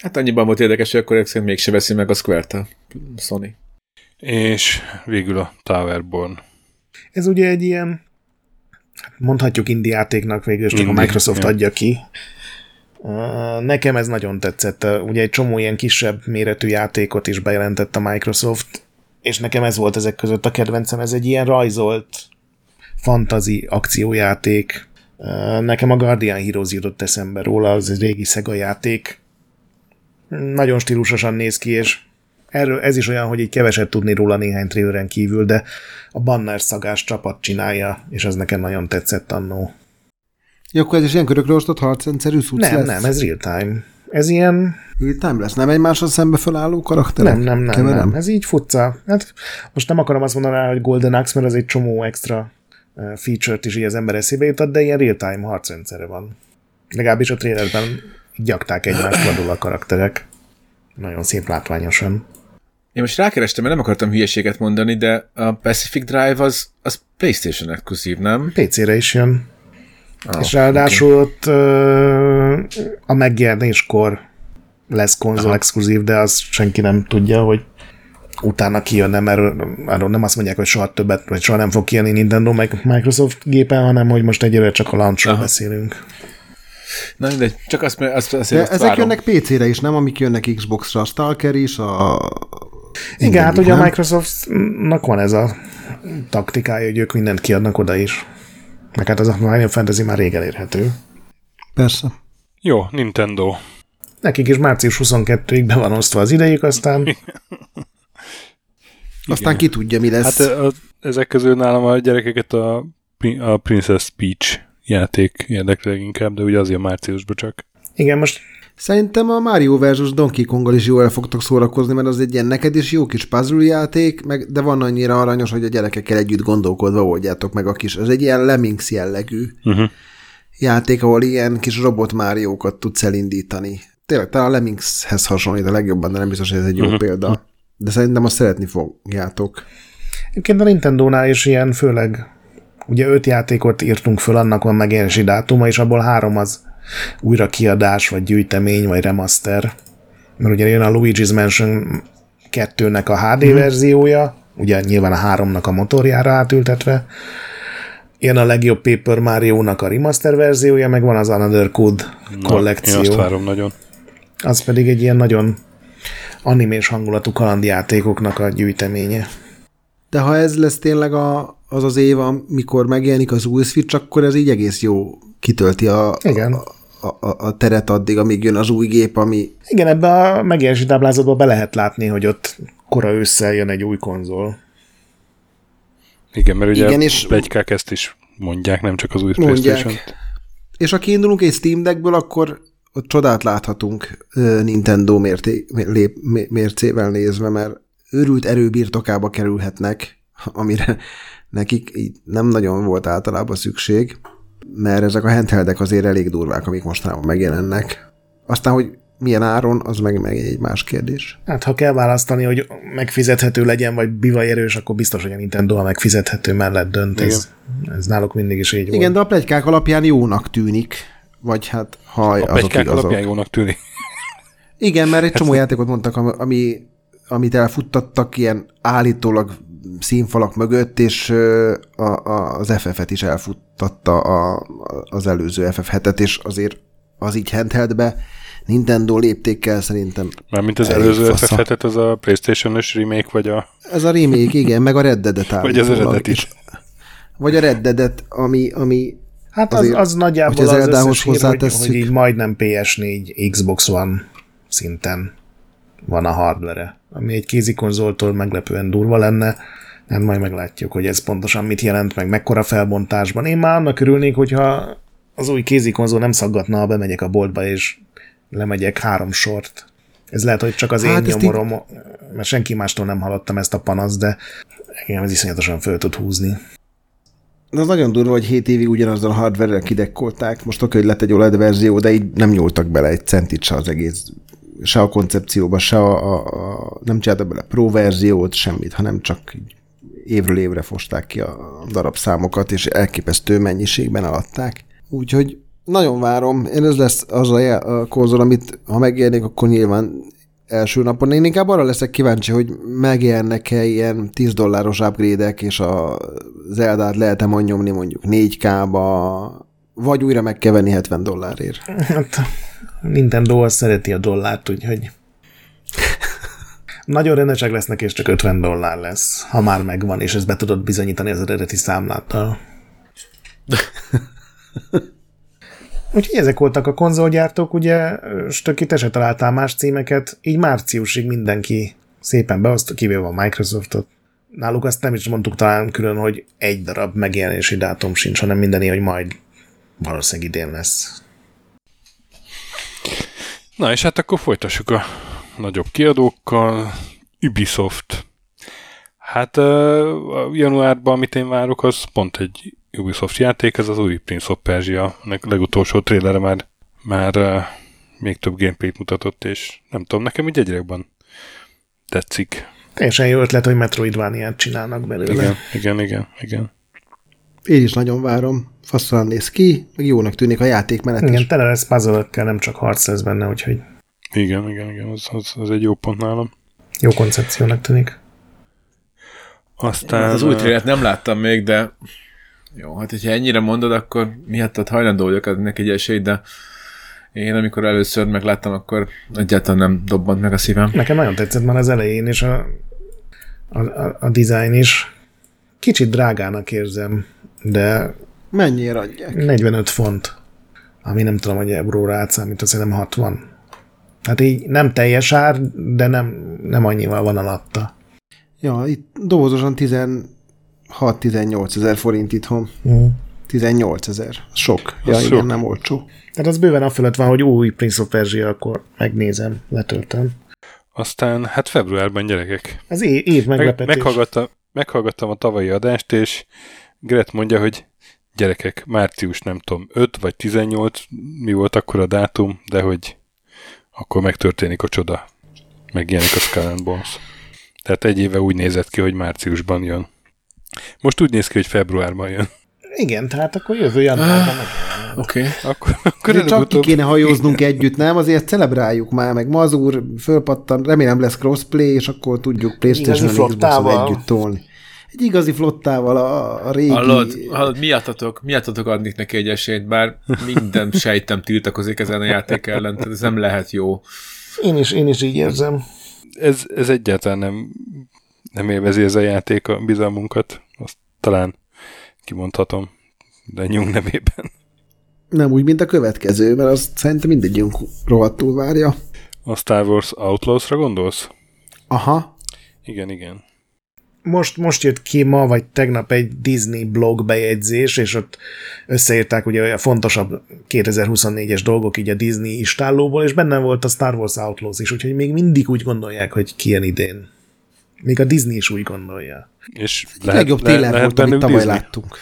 Hát annyiban volt érdekes, hogy akkor egyszerűen mégse veszi meg a Square-t a Sony. És végül a Towerborn. Ez ugye egy ilyen, mondhatjuk indie játéknak, végül csak indie, a Microsoft ja. adja ki. Nekem ez nagyon tetszett. Ugye egy csomó ilyen kisebb méretű játékot is bejelentett a Microsoft, és nekem ez volt ezek között a kedvencem. Ez egy ilyen rajzolt fantasy akciójáték. Nekem a Guardian Heroes jutott eszembe róla, az egy régi Sega játék. Nagyon stílusosan néz ki, és erről ez is olyan, hogy így keveset tudni róla néhány traileren kívül, de a Banner szagás csapat csinálja, és ez nekem nagyon tetszett annó. Ja, akkor ez is ilyen körökre osztott harcrendszerű cucc Nem, lesz? nem, ez real time. Ez ilyen... Real time lesz? Nem egymással szembe felálló karakterek? Nem, nem, nem, Keverem? nem. Ez így futca. Hát most nem akarom azt mondani rá, hogy Golden Axe, mert az egy csomó extra feature-t is így az ember eszébe jutott, de ilyen real time harcrendszere van. Legalábbis a trailerben gyakták egymást vadul a karakterek. Nagyon szép látványosan. Én most rákerestem, mert nem akartam hülyeséget mondani, de a Pacific Drive az, az PlayStation exkluzív, nem? pé cére is jön. Oh, és ráadásul okay. ott uh, a megjelenéskor lesz konzol exkluzív, de azt senki nem tudja, hogy utána kijönne, mert arról nem azt mondják, hogy soha többet, vagy soha nem fog kijönni Nintendo meg Microsoft gépen, hanem hogy most egyre csak a launchról beszélünk. Na mindegy, csak azt, azt, azt, de azt ezek várom. jönnek pé cére is, nem? Amik jönnek Xbox-ra, a Stalker is, a... Igen, hát ugye a Microsoftnak van ez a taktikája, hogy ők mindent kiadnak oda is. Meg hát az a Final Fantasy már rég elérhető. Persze. Jó, Nintendo. Nekik is március huszonkettőig be van osztva az idejük, aztán... aztán ki tudja, mi lesz. Hát a, ezek közül nálam a gyerekeket a, a Princess Peach játék érdekli leginkább, de ugye azért márciusban csak. Igen, most... Szerintem a Mario versus Donkey Konggal is jól el fogtok szórakozni, mert az egy ilyen neked is jó kis puzzle játék, meg, de van annyira aranyos, hogy a gyerekekkel együtt gondolkodva oldjátok meg a kis. Ez egy ilyen Lemmings jellegű uh-huh. játék, ahol ilyen kis robot Máriókat tudsz elindítani. Tényleg, talán a Lemmingshez hasonlít a legjobban, de nem biztos, hogy ez egy jó uh-huh. példa. De szerintem azt szeretni fogjátok. Egyébként a Nintendónál is ilyen, főleg ugye öt játékot írtunk föl, annak van megjelenési dátuma, és abból három az újra kiadás, vagy gyűjtemény, vagy remaster. Mert ugye jön a Luigi's Mansion kettőnek a há dé mm. verziója, ugye nyilván a háromnak a motorjára átültetve. Jön a legjobb Paper Mario-nak a remaster verziója, meg van az Another Code Na, kollekció. Én azt várom nagyon. Az pedig egy ilyen nagyon animés hangulatú kalandjátékoknak a gyűjteménye. De ha ez lesz tényleg a, az az év, amikor megjelenik az új Switch, akkor ez így egész jó kitölti a, Igen. a, a, a teret addig, amíg jön az új gép, ami... Igen, ebbe a megjelenési táblázatban be lehet látni, hogy ott kora ősszel jön egy új konzol. Igen, mert ugye Igen, a és plegykák ezt is mondják, nem csak az új mondják. PlayStation-t. És ha kiindulunk egy Steam Deckből, akkor ott csodát láthatunk Nintendo mérté, lép, mércével nézve, mert őrült erőbirtokába kerülhetnek, amire nekik így nem nagyon volt általában szükség, mert ezek a handheldek azért elég durvák, amik mostanában megjelennek. Aztán, hogy milyen áron, az meg, meg egy más kérdés. Hát, ha kell választani, hogy megfizethető legyen, vagy bivaj erős, akkor biztos, hogy a Nintendo a megfizethető mellett dönt. Ez, ez náluk mindig is így volt. Igen, de a pletykák alapján jónak tűnik. Vagy hát, ha a azok pletykák igazok. alapján jónak tűnik. Igen, mert egy csomó játékot mondtak, ami, amit elfuttattak ilyen állítólag színfalak mögött, és a, a, az ef ef-et is elfuttatta a, az előző ef ef hetet, és azért az így handheldbe Nintendo léptékkel szerintem. Mármint az előző ef ef hetet, az a PlayStation-ös remake, vagy a... Ez a remake, igen, meg a Red Dead-et Vagy az eredet is. Vagy a Red Dead-et, ami, ami hát az, az, az nagyjából az, az összes hír, hogy, hogy így majdnem pé es négy, Xbox One szinten van a hardware-e, ami egy kézikonzoltól meglepően durva lenne. Nem, majd meglátjuk, hogy ez pontosan mit jelent, meg mekkora felbontásban. Én már annak örülnék, hogyha az új kézikonzol nem szaggatna, ha bemegyek a boltba, és lemegyek három sort. Ez lehet, hogy csak az hát én nyomorom, így... mert senki mástól nem hallottam ezt a panaszt, de engem ez iszonyatosan föl tud húzni. De az nagyon durva, hogy hét évig ugyanazzal a hardware-rel kidekkolták. Most oké, hogy lett egy o el e dé verzió, de így nem nyúltak bele egy centit se az egész, se a koncepcióba, se a, a, a nem csináltak bele pro verziót, semmit, hanem csak így évről évre fosták ki a darabszámokat, és elképesztő mennyiségben eladták. Úgyhogy Nagyon várom. Én ez lesz az a, a konzol, amit ha megjelenik, akkor nyilván első napon. Én inkább arra leszek kíváncsi, hogy megjelennek-e ilyen tíz dolláros upgrade-ek, és a Zeldát lehet-e majd nyomni mondjuk négy ká-ba, vagy újra meg kell venni hetven dollárért. Hát Nintendo az szereti a dollárt, úgyhogy nagyon rendesek lesznek, és csak ötven dollár lesz, ha már megvan, és ezt be tudod bizonyítani az eredeti számláttal. Úgyhogy ezek voltak a konzolgyártók, ugye, Stöki, te se találtál más címeket, így márciusig mindenki szépen beosztott, kivéve a Microsoftot. Náluk azt nem is mondtuk talán külön, hogy egy darab megjelenési dátum sincs, hanem mindené, hogy majd valószínűleg idén lesz. Na és hát akkor folytassuk a nagyobb kiadókkal. Ubisoft. Hát uh, januárban, amit én várok, az pont egy Ubisoft játék, ez az új Prince of Persia. A legutolsó trélere már, már uh, még több gameplayt mutatott, és nem tudom, nekem úgy egyre jobban tetszik. Teljesen jó ötlet, hogy Metroidvaniát csinálnak belőle. Igen, igen, igen, igen. Én is nagyon várom. Fasztalan néz ki, meg jónak tűnik a játékmenet is. Igen, tele lesz puzzle-ökkel, nem csak harc lesz benne, úgyhogy... Igen, igen, igen, az, az, az egy jó pont nálam. Jó koncepciónak tűnik. Aztán... Az új trélert nem láttam még, de jó, hát hogyha ennyire mondod, akkor miattad hajlandó vagyok adni neki egy esélyt, de én amikor először megláttam, akkor egyáltalán nem dobbant meg a szívem. Nekem nagyon tetszett már az elején, és a, a, a, a design is. Kicsit drágának érzem, de... Mennyire adják? negyvenöt font, ami nem tudom, hogy euróra átszámít, azt hiszem hatvan. Hát így nem teljes ár, de nem, nem annyival van alatta. Ja, itt dobozosan tizenhat-tizennyolc ezer forint itthon. Mm. tizennyolc ezer. Sok. Ja, az igen, sok. nem olcsó. Tehát az bőven afölött van, hogy új Prince of Persia, akkor megnézem, letöltöm. Aztán, hát februárban, gyerekek. Ez év, év meglepetés. Meg, meghallgattam, meghallgattam a tavalyi adást, és Gret mondja, hogy gyerekek, március nem tudom, öt vagy tizennyolc, mi volt akkor a dátum, de hogy akkor megtörténik a csoda. Megjelenik a Skull and Bones. Tehát egy éve úgy nézett ki, hogy márciusban jön. Most úgy néz ki, hogy februárban jön. Igen, tehát akkor jövő januárban meg. Oké. Okay. Akkor, akkor csak utóbb... ki kéne hajóznunk együtt, nem? Azért celebráljuk már, meg Mazur fölpattan, remélem lesz crossplay, és akkor tudjuk PlayStation-on Xbox-on együtt tolni. Egy igazi flottával a, a régi... Hallod, hallod, miattatok, miattatok adnék neki egy esélyt, bár minden sejtem tiltakozik ezen a játék ellen, tehát ez nem lehet jó. Én is, én is így érzem. Ez, ez egyáltalán nem, nem élvezi ez a játék a bizalmunkat. Azt talán kimondhatom, de nyunk nevében. Nem úgy, mint a következő, mert azt szerintem mindegyünk rohadtul várja. A Star Wars Outlaws-ra gondolsz? Aha. Igen, igen. Most, most jött ki ma, vagy tegnap egy Disney blog bejegyzés, és ott összeírták ugye a fontosabb kétezer-huszonnégyes dolgok így a Disney istállóból, és benne volt a Star Wars Outlaws is, úgyhogy még mindig úgy gondolják, hogy kijön idén. Még a Disney is úgy gondolja. És lehet, a legjobb télen le, volt, amit tavaly Disney? Láttunk.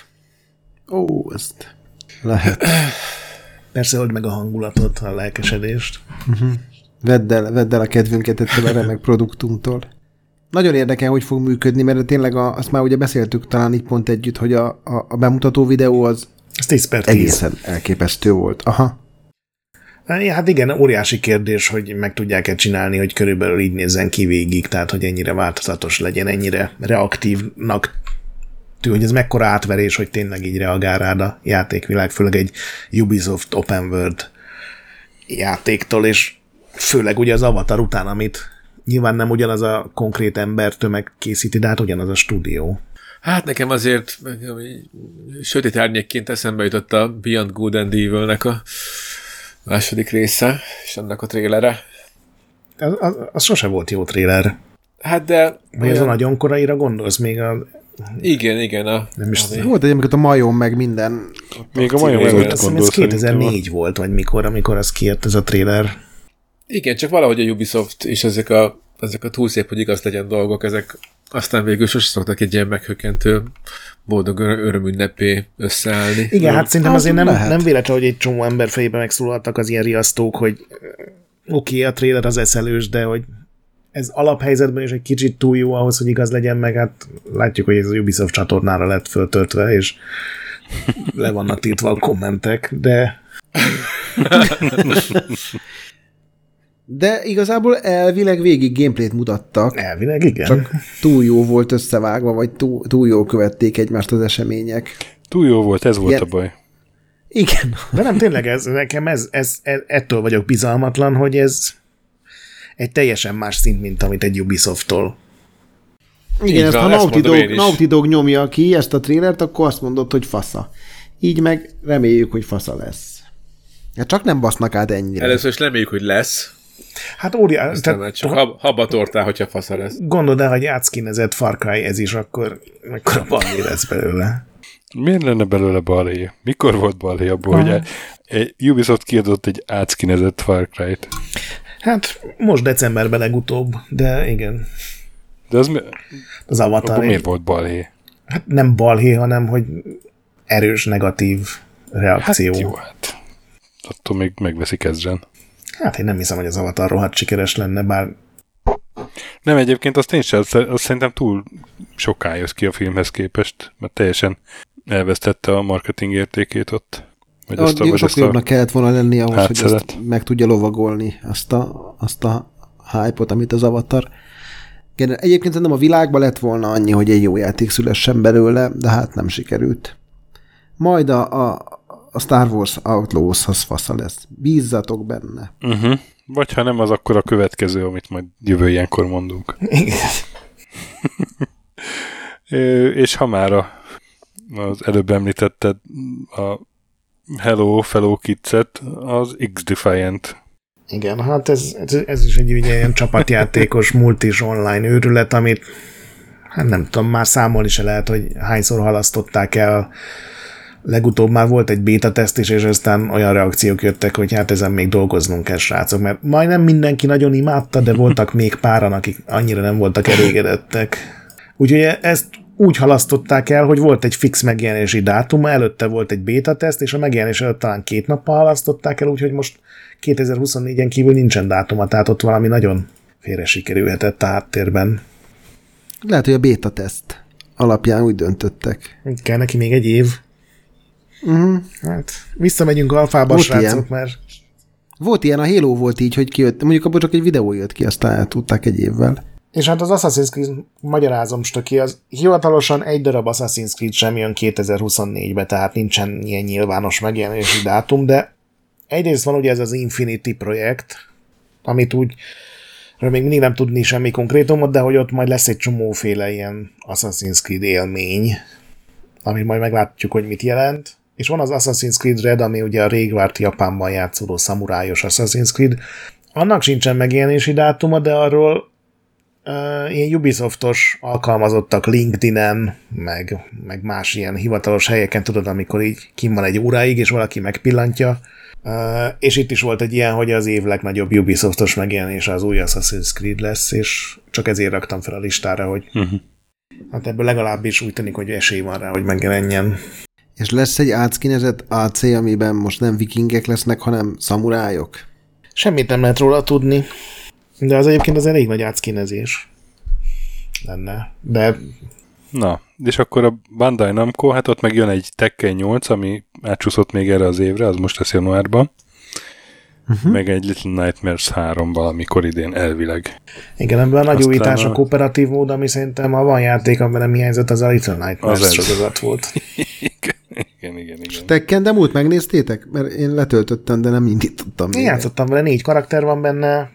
Ó, ezt lehet. Persze, old meg a hangulatot, a lelkesedést. Uh-huh. Vedd el, vedd el a kedvünket ettől a remek produktunktól. Nagyon érdekel, hogy fog működni, mert tényleg a, azt már ugye beszéltük talán így pont együtt, hogy a, a, a bemutató videó az tíz per tíz. Egészen elképesztő volt. Aha. Hát igen, óriási kérdés, hogy meg tudják-e csinálni, hogy körülbelül így nézzen ki végig, tehát hogy ennyire változatos legyen, ennyire reaktívnak tű, hogy ez mekkora átverés, hogy tényleg így reagál rád a játékvilág, főleg egy Ubisoft Open World játéktól, és főleg ugye az Avatar után, amit nyilván nem ugyanaz a konkrét embertömeg készíti, de hát ugyanaz a stúdió. Hát nekem azért sötét árnyékként eszembe jutott a Beyond Good and Evil-nek a második része, és annak a trélere. Az, az, az sose volt jó tréler. Hát de... Vagy ez a nagyon koraira gondolsz? Még a... Igen, igen. A, nem is ami... Volt egy, amikor a majom meg minden... Még a majom előtt gondolsz. Ez kétezer-négy volt, vagy mikor, amikor az kijött ez a tréler. Igen, csak valahogy a Ubisoft és ezek a, ezek a túl szép, hogy igaz legyen dolgok, ezek aztán végül sose szoktak egy ilyen meghökkentő boldog örömünnepé összeállni. Igen, hát szerintem azért nem, nem véletlen, hogy egy csomó ember fejében megszólaltak az ilyen riasztók, hogy oké, okay, a trailer az eszelős, de hogy ez alaphelyzetben is egy kicsit túl jó ahhoz, hogy igaz legyen, meg hát látjuk, hogy ez a Ubisoft csatornára lett föltöltve, és le vannak tiltva a kommentek, de De igazából elvileg végig gameplayt mutattak. Elvileg igen. Csak túl jó volt összevágva, vagy túl, túl jól követték egymást az események. Túl jó volt, ez volt Igen. a baj. Igen. De nem, tényleg ez, nekem ez, ez, ez, ettől vagyok bizalmatlan, hogy ez egy teljesen más szint, mint amit egy Ubisoft-tól. Igen, ezt van, ha ezt Naughty mondom Dog, én is. Naughty Dog nyomja ki ezt a trélert, akkor azt mondod, hogy fasza. Így meg reméljük, hogy fasza lesz. Ja, csak nem basznak át ennyire. Először is reméljük, hogy lesz. Hát óriás. Aztán Tehát, csak hab, habatortál, hogyha fasza lesz. gondold el, hogy átszkinezett Far Cry ez is, akkor mekkora balé lesz belőle. Miért lenne belőle balé? Mikor volt balé abból, hogy egy, egy Ubisoft kiadott egy átszkinezett Far Cry-t? Hát most decemberben legutóbb, de igen. De az mi... Az Avatar. Akkor miért volt balé? Hát nem balhé, hanem hogy erős negatív reakció. Hát jó, hát. Attól még megveszik ezren. Hát én nem hiszem, hogy az Avatar rohadt sikeres lenne, bár Nem, egyébként azt én sem, azt szerintem túl soká jössz ki a filmhez képest, mert teljesen elvesztette a marketing értékét ott. Vagy azt a, vagy Sokkal azt a jobbnak kellett volna lenni ahhoz, hátszelet. hogy azt meg tudja lovagolni azt a, azt a hype-ot, amit az Avatar. Igen, egyébként szerintem a világban lett volna annyi, hogy egy jó játék szülessen belőle, de hát nem sikerült. Majd a, a, a Star Wars Outlaws-hoz fasza lesz. Bízzatok benne. Uh-huh. Vagy ha nem, az akkor a következő, amit majd jövő ilyenkor mondunk. igen. Ö, és ha már a, az előbb említetted a Hello Fellow Kids-et, az X-Defiant. Igen, hát ez, ez, ez is egy ugye, ilyen csapatjátékos, multis online őrület, amit hát nem tudom, már számolni se lehet, hogy hányszor halasztották el. Legutóbb már volt egy beta teszt is, és aztán olyan reakciók jöttek, hogy hát ezen még dolgoznunk kell, srácok, mert majdnem mindenki nagyon imádta, de voltak még páran, akik annyira nem voltak elégedettek. Úgyhogy ezt úgy halasztották el, hogy volt egy fix megjelenési dátuma, előtte volt egy beta teszt, és a megjelenés előtt talán két nappal halasztották el, úgyhogy most kétezer-huszonnégyen kívül nincsen dátuma, tehát ott valami nagyon félre sikerülhetett a háttérben. Lehet, hogy a beta teszt alapján úgy döntöttek. Kell neki még egy év. Uh-huh. Hát visszamegyünk alfába, Volt srácok, ilyen. mert Volt ilyen, a Halo volt így, hogy kijött, mondjuk abban csak egy videó jött ki, aztán el tudták egy évvel. és hát az Assassin's Creed, magyarázom stöki, az hivatalosan egy darab Assassin's Creed sem jön kétezer-huszonnégybe, tehát nincsen ilyen nyilvános megjelenési dátum, de egyrészt van ugye ez az Infinity projekt, amit úgy még mindig nem tudni semmi konkrétumot, de hogy ott majd lesz egy csomóféle ilyen Assassin's Creed élmény, amit majd meglátjuk, hogy mit jelent. És van az Assassin's Creed Red, ami ugye a régvárt Japánban játszódó szamurájos Assassin's Creed. Annak sincsen megjelenési dátuma, de arról uh, ilyen Ubisoftos alkalmazottak LinkedIn-en, meg, meg más ilyen hivatalos helyeken, tudod, amikor így kim van egy óráig, és valaki megpillantja. Uh, és itt is volt egy ilyen, hogy az év legnagyobb Ubisoftos megjelenése az új Assassin's Creed lesz, és csak ezért raktam fel a listára, hogy uh-huh. hát ebből legalábbis úgy tűnik, hogy esély van rá, hogy megjelenjen. És lesz egy átszkinezett á cé, amiben most nem vikingek lesznek, hanem szamurájok? Semmit nem lehet róla tudni, de az egyébként az elég nagy átszkinezés lenne. De Na, és akkor a Bandai Namco, hát ott meg jön egy Tekken nyolc, ami átsúszott még erre az évre, az most lesz januárban. Uh-huh. Meg egy Little Nightmares három valamikor idén elvileg. Igen, ebben a nagy Aztán újítás a a... kooperatív mód, ami szerintem ha van játék, amiben nem hiányzott, az a Little Nightmares az sorozat volt. igen, igen, igen. igen. Tekken demót megnéztétek? Mert én letöltöttem, de nem indítottam. Én játszottam vele, négy karakter van benne.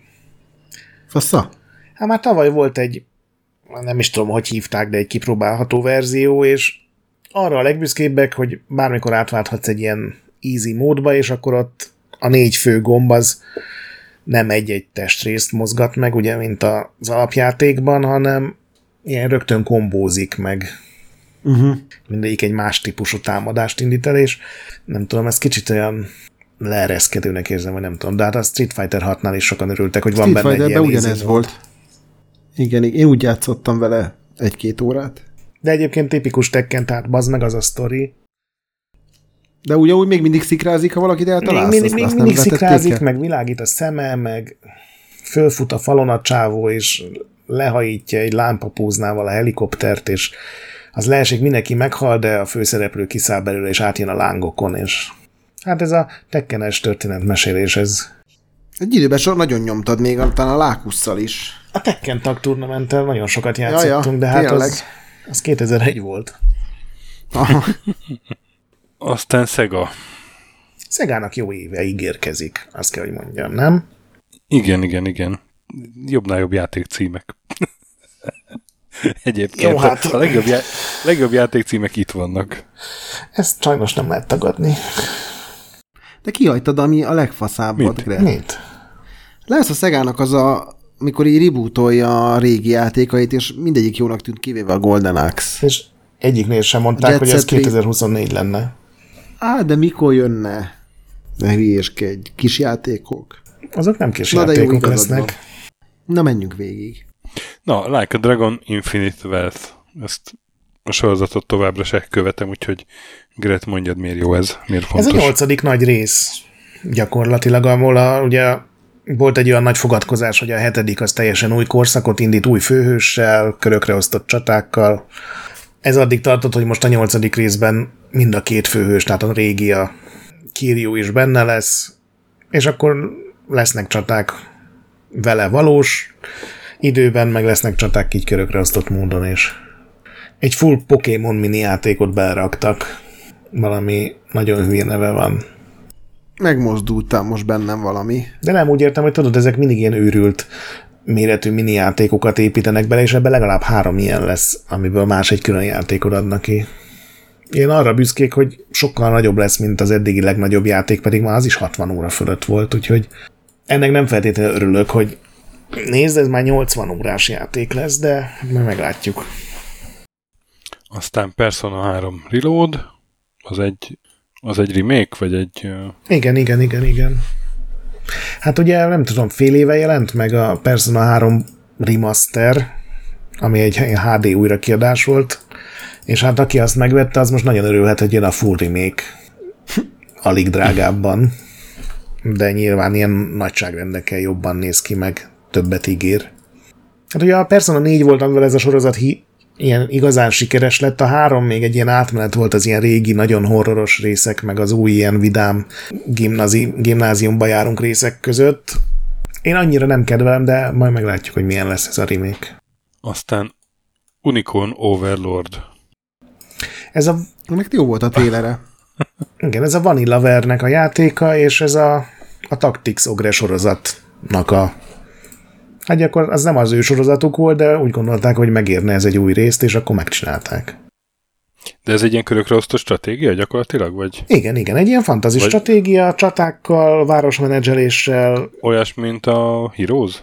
Fassa? Hát már tavaly volt egy, nem is tudom, hogy hívták, de egy kipróbálható verzió, és arra a legbüszkébbek, hogy bármikor átválthatsz egy ilyen easy módba, és akkor ott a négy fő gomb az nem egy-egy testrészt mozgat meg, ugye, mint az alapjátékban, hanem ilyen rögtön kombózik meg. Uh-huh. Mindegyik egy más típusú támadást indít el, és nem tudom, ez kicsit olyan leereszkedőnek érzem, vagy nem tudom, de hát a Street Fighter hatnál is sokan örültek, hogy Street van benne egy ilyen ugyanez volt. Igen, én úgy játszottam vele egy-két órát. De egyébként tipikus Tekken, tehát bazd meg az a sztori. De ugyanúgy még mindig szikrázik, ha valakit eltalálsz. Még, még, még mindig szikrázik, meg világít a szeme, meg fölfut a falon a csávó, és lehajítja egy lámpapúznával a helikoptert, és az leesik, mindenki meghal, de a főszereplő kiszáll belőle, és átjön a lángokon, és Hát ez a tekkenes történetmesélés, ez... Egy időben sor nagyon nyomtad még, talán a Lákusszal is. A Tekken Tag Tournamenttel nagyon sokat játszottunk, ja, ja, de hát az, az kétezer-egy volt. Aztán Sega. Szegának jó éve ígérkezik, azt kell, hogy mondjam, nem? Igen, igen, igen. Jobbnál jobb játékcímek. Egyébként jó, hát... a legjobb, já... legjobb játékcímek itt vannak. Ezt sajnos nem lehet tagadni. De kihagytad, ami a legfaszábbat, Gret. Mit? Lesz a Szegának az a, mikor így rebootolja a régi játékait, és mindegyik jónak tűnt, kivéve a Golden Axe. És egyiknél sem mondták, Jet hogy ez kétezer-huszonnégy lenne. Á, de mikor jönne? Ne hülyéskedj, kis játékok. Azok nem kis Na, játékok lesznek. Van. Na, menjünk végig. Na, Like a Dragon Infinite Wealth. Ezt a sorozatot továbbra se követem, úgyhogy Gret, mondjad, miért jó ez, miért fontos. Ez a nyolcadik nagy rész gyakorlatilag, ahol a, ugye volt egy olyan nagy fogadkozás, hogy a hetedik az teljesen új korszakot indít, új főhőssel, körökre osztott csatákkal. Ez addig tartott, hogy most a nyolcadik részben mind a két főhős, tehát a régi, a Kiryu is benne lesz, és akkor lesznek csaták vele valós időben, meg lesznek csaták így körökre osztott módon, és egy full Pokémon mini játékot beleraktak. Valami nagyon hülye neve van. Megmozdultál most bennem valami. De nem, úgy értem, hogy tudod, ezek mindig ilyen őrült méretű mini játékokat építenek bele, és ebben legalább három ilyen lesz, amiből más egy külön játékot adnak ki. Én arra büszkék, hogy sokkal nagyobb lesz, mint az eddigi legnagyobb játék, pedig már az is hatvan óra fölött volt, úgyhogy ennek nem feltétlenül örülök, hogy nézd, ez már nyolcvan órás játék lesz, de majd meglátjuk. Aztán Persona három Reload, az egy, az egy remake, vagy egy... Uh... Igen, igen, igen, igen. Hát ugye nem tudom, fél éve jelent meg a Persona három Remaster, ami egy há dé újrakiadás volt, és hát aki azt megvette, az most nagyon örülhet, hogy jön a full remake. Alig drágábban. De nyilván ilyen nagyságrendekkel jobban néz ki, meg többet ígér. Hát ugye a Persona négy volt, amivel ez a sorozat hi- ilyen igazán sikeres lett, a három még egy ilyen átmenet volt az ilyen régi, nagyon horroros részek, meg az új ilyen vidám gimnázi- gimnáziumba járunk részek között. Én annyira nem kedvelem, de majd meglátjuk, hogy milyen lesz ez a remake. Aztán Unicorn Overlord. Ez a... Meg jó volt a trélere. Igen, ez a Vanillavernek a játéka, és ez a, a Tactics Ogre sorozatnak a... Hát akkor az nem az ő sorozatuk volt, de úgy gondolták, hogy megérne ez egy új részt, és akkor megcsinálták. De ez egy ilyen körökre osztott stratégia gyakorlatilag, vagy? Igen, igen, egy ilyen fantasy vagy... stratégia, csatákkal, városmenedzseléssel. Olyas, mint a Heroes?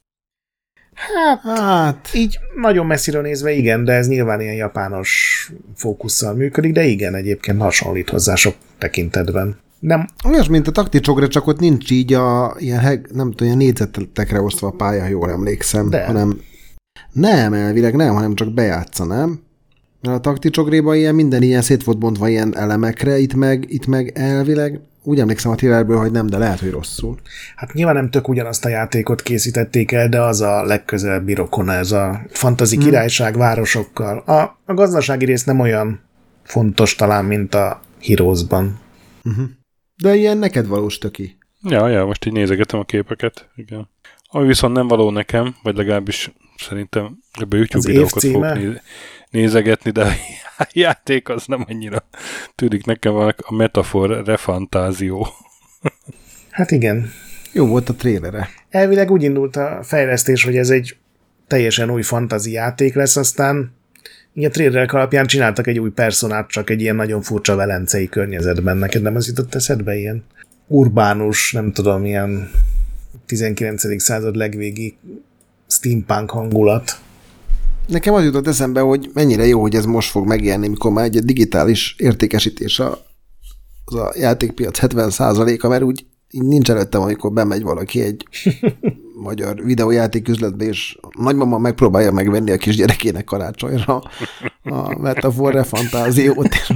Hát, hát, így nagyon messziről nézve igen, de ez nyilván ilyen japános fókusszal működik, de igen, egyébként hasonlít hozzá sok tekintetben. Nem. Olyas, mint a takticsokra, csak ott nincs így a ilyen, heg, nem tudom, ilyen négyzetekre osztva a pálya, jól emlékszem. De. Hanem, nem, elvileg nem, hanem csak bejátsza, nem? Mert a takticsokréban ilyen minden ilyen szét volt bontva ilyen elemekre, itt meg, itt meg elvileg úgy emlékszem a trailerből, hogy nem, de lehet, hogy rosszul. Hát nyilván nem tök ugyanazt a játékot készítették el, de az a legközelebbi rokona, ez a fantasy hmm. királyság városokkal. A, a gazdasági rész nem olyan fontos talán, mint a Heroesban. Uh-huh. De ilyen neked valós töki. Ja, ja, most így nézegetem a képeket. Igen. Ami viszont nem való nekem, vagy legalábbis szerintem ebbe YouTube videókat fogok néz- nézegetni, de a játék az nem annyira tűnik nekem a metafor refantázió. Hát igen. Jó volt a trélere. Elvileg úgy indult a fejlesztés, hogy ez egy teljesen új fantasy játék lesz, aztán így a trailerek alapján csináltak egy új personát, csak egy ilyen nagyon furcsa velencei környezetben. Neked nem az jutott eszedbe ilyen urbánus, nem tudom, ilyen tizenkilencedik század legvégi steampunk hangulat? Nekem az jutott eszembe, hogy mennyire jó, hogy ez most fog megjelenni, mikor már egy digitális értékesítés a, az a játékpiac hetven százaléka, mert úgy nincs előttem, amikor bemegy valaki egy magyar videójáték üzletbe, és nagymama megpróbálja megvenni a kisgyerekének karácsonyra a metafor fantáziót, és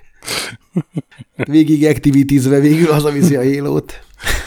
végig activitiesve végül hazaviszi a Halo-t.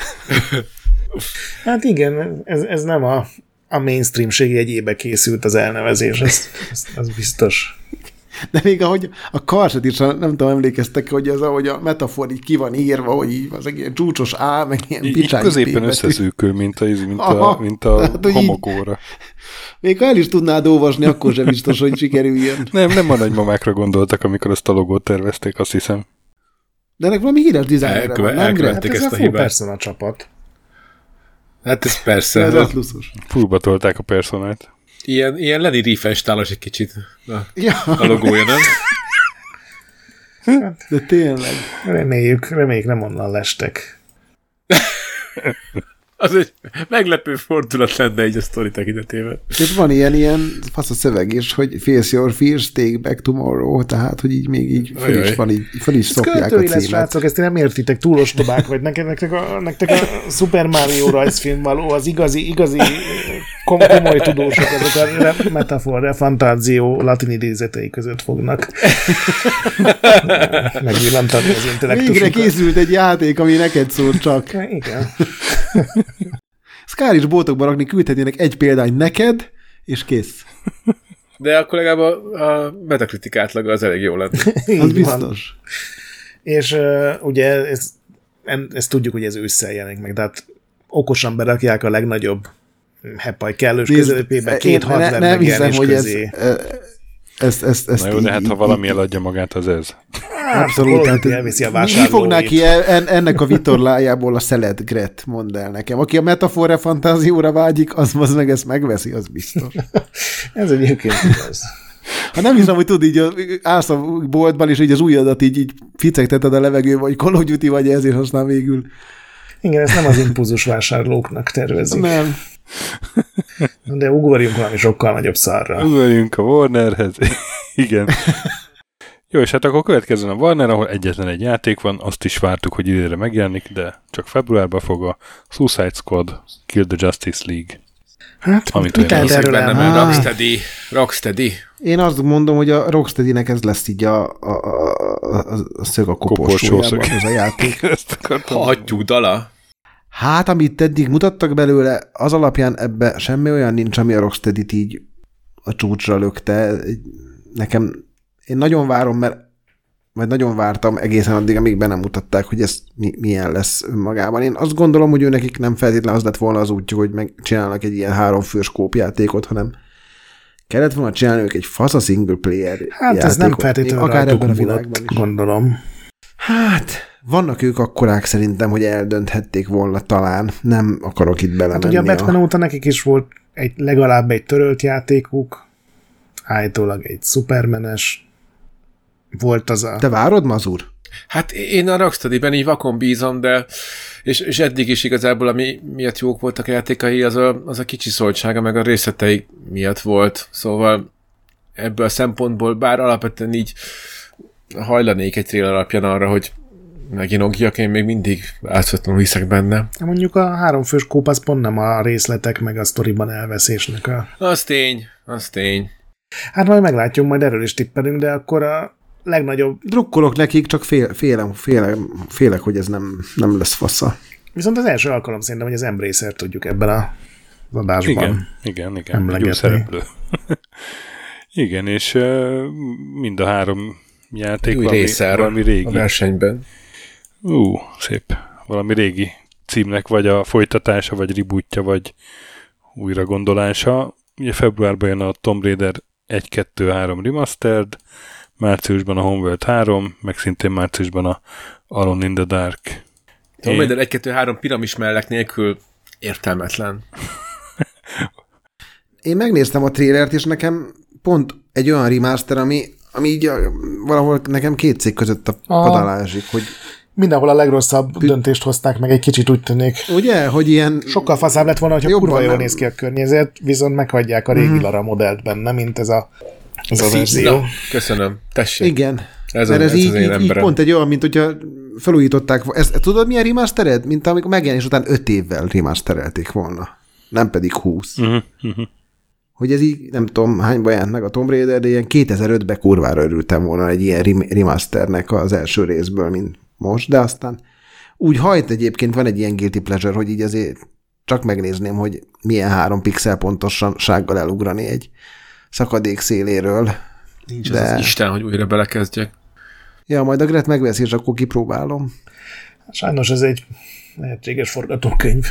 Hát igen, ez, ez nem a, a mainstreamség jegyébe készült az elnevezés, ez, ez, az biztos. De még ahogy a karset is, nem tudom, emlékeztek, hogy az, ahogy a metafor így ki van írva, hogy így az egy ilyen csúcsos A, meg ilyen picsány. Így középen összeszűkül, mint a, mint a, mint a hát, homokóra. Még ha el is tudnád olvasni, akkor sem biztos, hogy sikerüljön. Nem, nem a nagymamákra gondoltak, amikor ezt a logót tervezték, azt hiszem. De ennek valami híres dizájnere van, nem? Hát ez ezt a a full hibát. Persona csapat. Hát ez persze. Ez atluszos. Fullba tolták a personát. Ilyen, ilyen Lenny Riefenstahlos egy kicsit a, ja. a logója, nem? De tényleg. Reméljük, reméljük nem onnan lestek. Az egy meglepő fordulat lenne így a sztori tekintetében. És van ilyen, ilyen fasz a szöveg is, hogy face your fears, take back tomorrow, tehát, hogy így még így fel is, van, így, fel is szopják a címet. Srácok, ezt nem értitek, túl ostobák vagy. Nektek, nektek, a, nektek a Super Mario rajzfilm való, az igazi, igazi kom- komoly tudósok, azok a metafor, a fantázió latin idézetei között fognak megvillantani az intellektusukat. Végre készült egy játék, ami neked szól csak. Igen. Ezt kár is boltokba rakni, küldhetnének egy példány neked, és kész. De akkor legalább a, a metakritik átlaga az elég jó lenne. Az biztos. És uh, ugye ezt, ezt tudjuk, hogy ez ősszel jelenik meg, de hát okosan berakják a legnagyobb hepaj kellős közepébe, két hardware ne, megjelenés közé. Ez, ezt, ezt, ezt Na jó, de hát ha valami eladja magát, az ez. Abszolút. Elviszi a mi fognál ki ennek a vitorlájából a szeletgret, mondd el nekem. Aki a metaforra fantázióra vágyik, az, az meg ezt megveszi, az biztos. Ez egyébként igaz. Ha nem hiszem, hogy tudod, így állsz a boltban, és így az ujjadat így, így ficegteted a levegőbe, vagy Call of Duty vagy ez, és aztán végül. Igen, ezt nem az impulzus vásárlóknak tervezik. Nem. De ugorjunk valami sokkal nagyobb szarra. Ugorjunk a Warnerhez. Igen. Jó, és hát akkor következzen a Warner, ahol egyetlen egy játék van, azt is vártuk, hogy idénre megjelenik, de csak februárban fog a Suicide Squad Kill the Justice League. Hát, amit mit lehet erről benne, mert Rocksteady, Rocksteady. Én azt mondom, hogy a Rocksteadynek ez lesz így a, a, a, a, a szög a koporsójában, ez a játék. Hattyú dala. Hát, amit eddig mutattak belőle, az alapján ebbe semmi olyan nincs, ami a Rocksteadyt így a csúcsra lökte. Nekem, én nagyon várom, mert vagy nagyon vártam egészen addig, amíg be nem mutatták, hogy ez mi, milyen lesz önmagában. Én azt gondolom, hogy ő nekik nem feltétlenül az lett volna az útjuk, hogy megcsinálnak egy ilyen háromfős kópjátékot, hanem kellett volna csinálni ők egy fasz a single player Hát játékot, ez nem feltétlenül akár ebben a múlott, világban is. Gondolom. Hát, vannak ők akkorák szerintem, hogy eldönthették volna talán. Nem akarok itt belemenni. Hát ugye a Batman a... óta nekik is volt egy, legalább egy törölt játékuk, állítólag egy Supermanes, volt az a... Te várod, Mazur? Hát én a Rocksteadyben így vakon bízom, de és, és eddig is igazából, ami miatt jók voltak a játékai, az a, az a kicsi szóltsága, meg a részletei miatt volt. Szóval ebből a szempontból, bár alapvetően így hajlanék egy trailer alapján arra, hogy meginogjak, én még mindig átszatlanul hiszek benne. Mondjuk a háromfős kóp az pont nem a részletek, meg a sztoriban elveszésnek a... Az tény, az tény. Hát majd meglátjuk, majd erről is tippelünk, de akkor a legnagyobb... Drukkolok nekik, csak fél, félem, félem, félek, hogy ez nem, nem lesz fasza. Viszont az első alkalom szerintem, hogy az Embracer tudjuk ebben a adásban igen, igen, igen. Jó szereplő. Igen, és uh, mind a három játék új valami, valami régi. A versenyben. Ú, uh, szép. Valami régi címnek vagy a folytatása, vagy rebootja, vagy újra gondolása. Ugye februárban jön a Tomb Raider egy kettő három Remastered, márciusban a Homeworld három, meg szintén márciusban a Alone in the Dark. Tomb Raider egy kettő három piramis mellek nélkül értelmetlen. Én megnéztem a trailert, és nekem pont egy olyan remaster, ami, ami így a, valahol nekem két cég között a pad alá esik, hogy mindenhol a legrosszabb P- döntést hozták meg, egy kicsit úgy tűnik. Ugye, hogy ilyen... Sokkal faszább lett volna, hogyha kurva jól néz ki a környezet, viszont meghagyják a régi mm-hmm. Lara modellt benne, mint ez a, ez a verzió. Na, köszönöm, tessék. Igen, ez mert az, ez, ez így, így, így pont egy olyan, mint hogyha felújították. Ezt, tudod, milyen remastered? Mint amikor megjelenés után öt évvel remasterelték volna. Nem pedig húsz. Uh-huh, uh-huh. Hogy ez így, nem tudom, hányba jelent meg a Tomb Raider, de ilyen kétezer-ötben kurvára örültem volna egy ilyen remasternek az első részből, mint most, de aztán úgy hajt egyébként, van egy ilyen guilty pleasure, hogy így azért csak megnézném, hogy milyen három pixel pontossággal elugrani egy szakadék széléről. Nincs de... az, az Isten, hogy újra belekezdjek. Ja, majd a Gret megveszi, és akkor kipróbálom. Sajnos ez egy lehetséges forgatókönyv.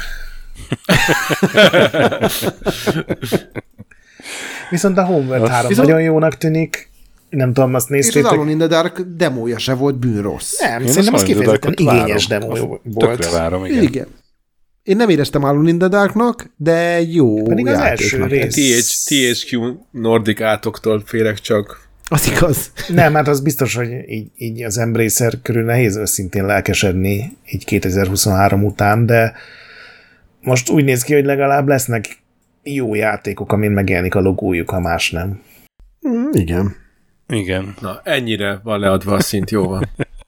Viszont a Homeworld három viszont... nagyon jónak tűnik. Nem tudom, azt néztétek. És az Alone in the Dark demója se volt bűnrossz. Nem, én szerintem az kifejezetten igényes demó volt. Tökre várom, igen. igen. Én nem éreztem Alone in the Darknak, de jó pedig az első rész. té há kú Nordic átoktól félek csak. Az igaz. Nem, hát az biztos, hogy így, így az Embracer körül nehéz őszintén lelkesedni így kétezer-huszonhárom után, de most úgy néz ki, hogy legalább lesznek jó játékok, amin megjelenik a logójuk, ha más nem. Mm, igen. Igen. Na, ennyire van leadva a szint, jó van.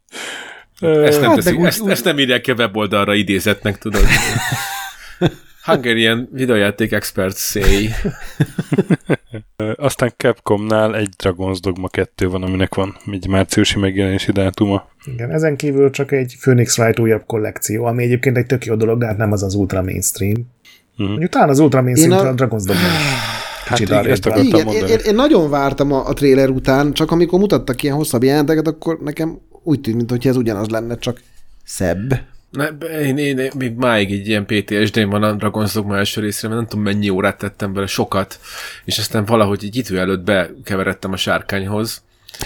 Ezt nem, hát teszik, úgy, ezt, úgy... ezt nem írják ki a weboldalra idézetnek, tudod. Hungarian videojáték expert say. Aztán Capcomnál egy Dragon's Dogma kettő van, aminek van egy márciusi megjelenési dátuma. Igen, ezen kívül csak egy Phoenix Wright újabb kollekció, ami egyébként egy tök jó dolog, de hát nem az az ultra mainstream. Mm-hmm. Mondjuk talán az ultra mainstream a, a Dragon's Dogma hát igen, ezt akartam igen, mondani. Én, én nagyon vártam a, a trailer után, csak amikor mutattak ilyen hosszabb jelenteket, akkor nekem úgy tűnt, mintha ez ugyanaz lenne, csak szebb. Ne, én, én, én még máig egy ilyen pé té es dé-m van a Dragon's Dogma első részre, mert nem tudom mennyi órát tettem bele, sokat, és aztán valahogy egy idő előtt bekeveredtem a sárkányhoz,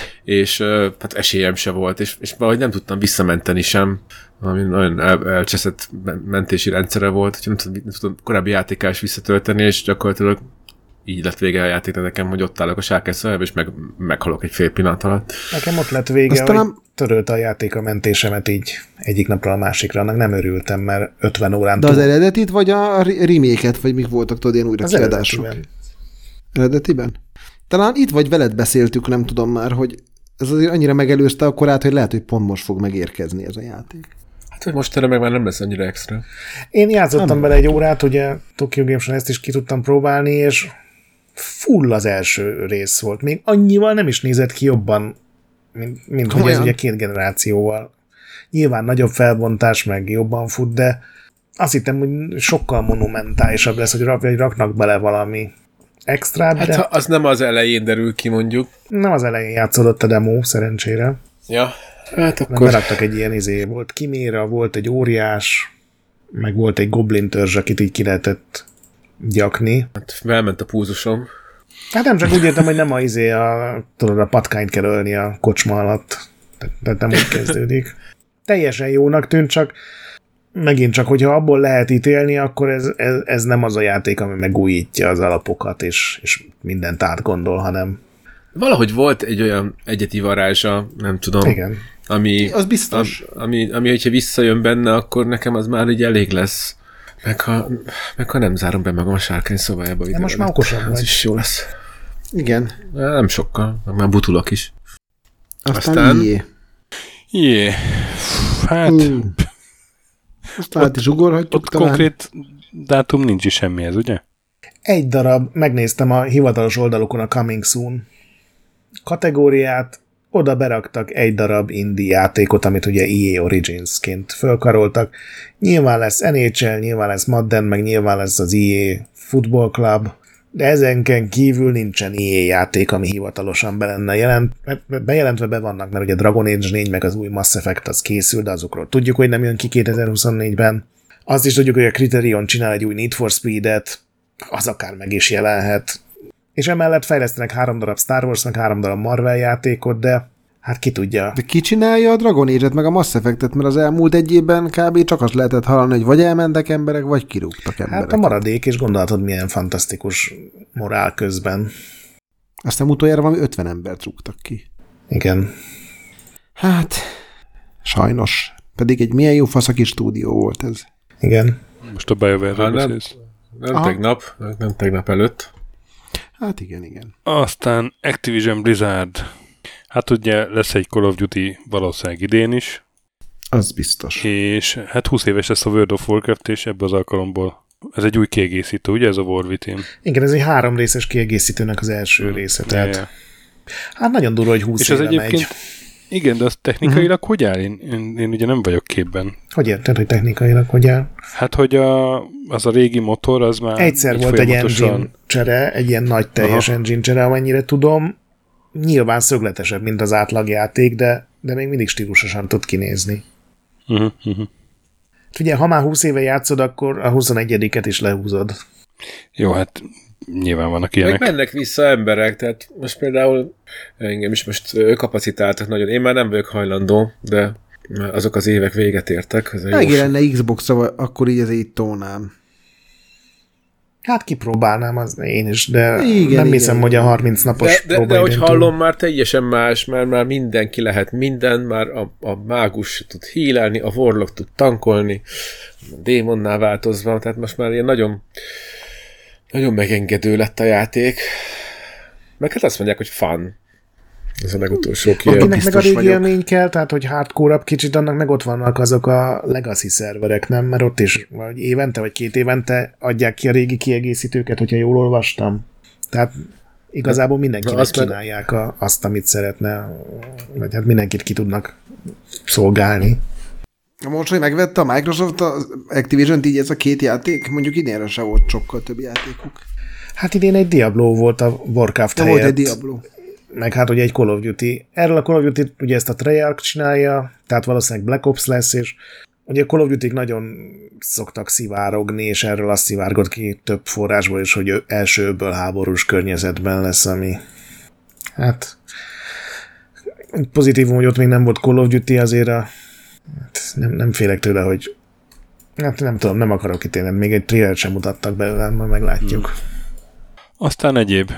és hát esélyem se volt, és, és valahogy nem tudtam visszamenteni sem, ami nagyon el, elcseszett mentési rendszere volt, úgyhogy nem tudom, nem tudom korábbi játékás visszatölteni, és gyakorlatilag így lett vége a játéknak nekem, hogy ott állok a sárkány szemben, és meg, meghalok egy fél pillanat alatt. Nekem ott lett vége, aztán hogy nem... törölte a játék a mentésemet így egyik napra a másikra, annak nem örültem, mert ötven órán de túl... az eredetit, vagy a remake-et, vagy mik voltak, tudod, ilyen újra az kiadások? Eredetiben. Eredetiben? Talán itt vagy veled beszéltük, nem tudom már, hogy ez azért annyira megelőzte a korát, hogy lehet, hogy pont most fog megérkezni ez a játék. Hát, hogy most erre meg már nem lesz annyira extra. Én játszottam nem bele egy órát, ugye Tokyo Game Show ezt is ki tudtam próbálni, és full az első rész volt. Még annyival nem is nézett ki jobban, mint, mint hogy ez ugye két generációval. Nyilván nagyobb felbontás, meg jobban fut, de azt hittem, hogy sokkal monumentálisabb lesz, hogy raknak bele valami extrát. Hát de az nem az elején derül ki, mondjuk. Nem az elején játszódott a demo, szerencsére. Ja, hát akkor... Nem beraktak egy ilyen izé, volt Kiméra, volt egy óriás, meg volt egy goblin törzs, akit így ki lehetett gyakni. Hát felment a púzusom. Hát nem csak úgy értem, hogy nem a izé a, tudod, a patkányt kell ölni a kocsma alatt. Tehát nem úgy kezdődik. Teljesen jónak tűnt, csak megint csak, hogyha abból lehet ítélni, akkor ez, ez, ez nem az a játék, ami megújítja az alapokat, és, és mindent átgondol, hanem... Valahogy volt egy olyan egyeti varázsa, nem tudom. Igen. Ami, az biztos. Ami, ami, ami, hogyha visszajön benne, akkor nekem az már így elég lesz. Meg ha, meg ha nem zárom be magam a sárkány szobájába. De most már okosabb vagy. Az is jó lesz. Igen. Nem sokkal, meg már butulok is. Aztán, Aztán... jé. Jé. Hát... Uh. Aztán hát is ugorhatjuk ott talán. Konkrét dátum nincs is semmihez, ugye? Egy darab, megnéztem a hivatalos oldalukon a Coming Soon kategóriát, oda beraktak egy darab indie játékot, amit ugye é á Origins-ként fölkaroltak. Nyilván lesz en há el, nyilván lesz Madden, meg nyilván lesz az é á Football Club, de ezenken kívül nincsen é á játék, ami hivatalosan be lenne jelent, bejelentve be vannak, mert ugye Dragon Age négy, meg az új Mass Effect az készül, de azokról tudjuk, hogy nem jön ki kétezer-huszonnégyben. Azt is tudjuk, hogy a Criterion csinál egy új Need for Speed-et, az akár meg is jelenhet. És emellett fejlesztenek három darab Star Wars, meg három darab Marvel játékot, de hát ki tudja. De ki csinálja a Dragon Age-et, meg a Mass Effect-et, mert az elmúlt egy évben kb. Csak azt lehetett hallani, hogy vagy elmentek emberek, vagy kirúgtak emberek. Hát a maradék, és gondolhatod, milyen fantasztikus morál közben. Aztán utoljára valami ötven embert rúgtak ki. Igen. Hát, sajnos. Pedig egy milyen jó faszaki stúdió volt ez. Igen. Most a BioWare-ről beszélsz. Nem, nem tegnap, nem tegnap előtt. Hát igen, igen. Aztán Activision Blizzard. Hát ugye lesz egy Call of Duty valószínűleg idén is. Az biztos. És hát húsz éves lesz a World of Warcraft, és ebből az alkalomból ez egy új kiegészítő, ugye ez a War Within? Igen, ez egy három részes kiegészítőnek az első hmm. része, tehát ja, ja. Hát nagyon durva, hogy húsz és éve ez egyébként, megy. Igen, de az technikailag uh-huh. hogy áll? Én, én, én ugye nem vagyok képben. Hogy érted, hogy technikailag hogy áll? Hát, hogy a, az a régi motor, az már... Egyszer volt egy engine csere, egy ilyen nagy teljes Aha. engine csere, amennyire tudom. nyilván szögletesebb, mint az átlagjáték, de, de még mindig stílusosan tud kinézni. Uh-huh, uh-huh. Ugye, ha már húsz éve játszod, akkor a huszonegyediket is lehúzod. Jó, hát nyilván vannak ilyenek. Meg mennek vissza emberek, tehát most például engem is most kapacitáltak nagyon. Én már nem vagyok hajlandó, de azok az évek véget értek. Megjelenne Xbox-ra, akkor így azért így tónám. Hát kipróbálnám az én is, de igen, nem igen, hiszem, igen. hogy a harminc napos De, de, de hogy hallom, már teljesen más, mert már mindenki lehet minden, már a, a mágus tud hílelni, a warlock tud tankolni, a démonná változva, tehát most már ilyen nagyon nagyon megengedő lett a játék. Meg hát azt mondják, hogy fun. Ez a legutolsó ki. Akinek meg a régi élmény kell, tehát hogy hardcore-abb kicsit, annak meg ott vannak azok a legacy szerverek, nem? Mert ott is vagy évente, vagy két évente adják ki a régi kiegészítőket, hogyha jól olvastam. Tehát igazából mindenkinek azt csinálják a, azt, amit szeretne, vagy hát mindenkit ki tudnak szolgálni. Most, hogy megvette a Microsoft az Activision-t, így ez a két játék, mondjuk idénre se volt sokkal több játékuk. Hát idén egy Diablo volt a Warcraft De helyett. volt egy Diablo. Meg hát ugye egy Call of Duty. Erről a Call of Duty ugye ezt a Treyarch csinálja, tehát valószínűleg Black Ops lesz, és ugye a Call of Duty-k nagyon szoktak szivárogni, és erről azt szivárgott ki több forrásból is, hogy elsőből háborús környezetben lesz, ami hát pozitívum, hogy ott még nem volt Call of Duty, azért a, hát nem, nem félek tőle, hogy hát nem tudom, nem akarok ítélni, még egy trailert sem mutattak belőle, majd meglátjuk. Hmm. Aztán egyéb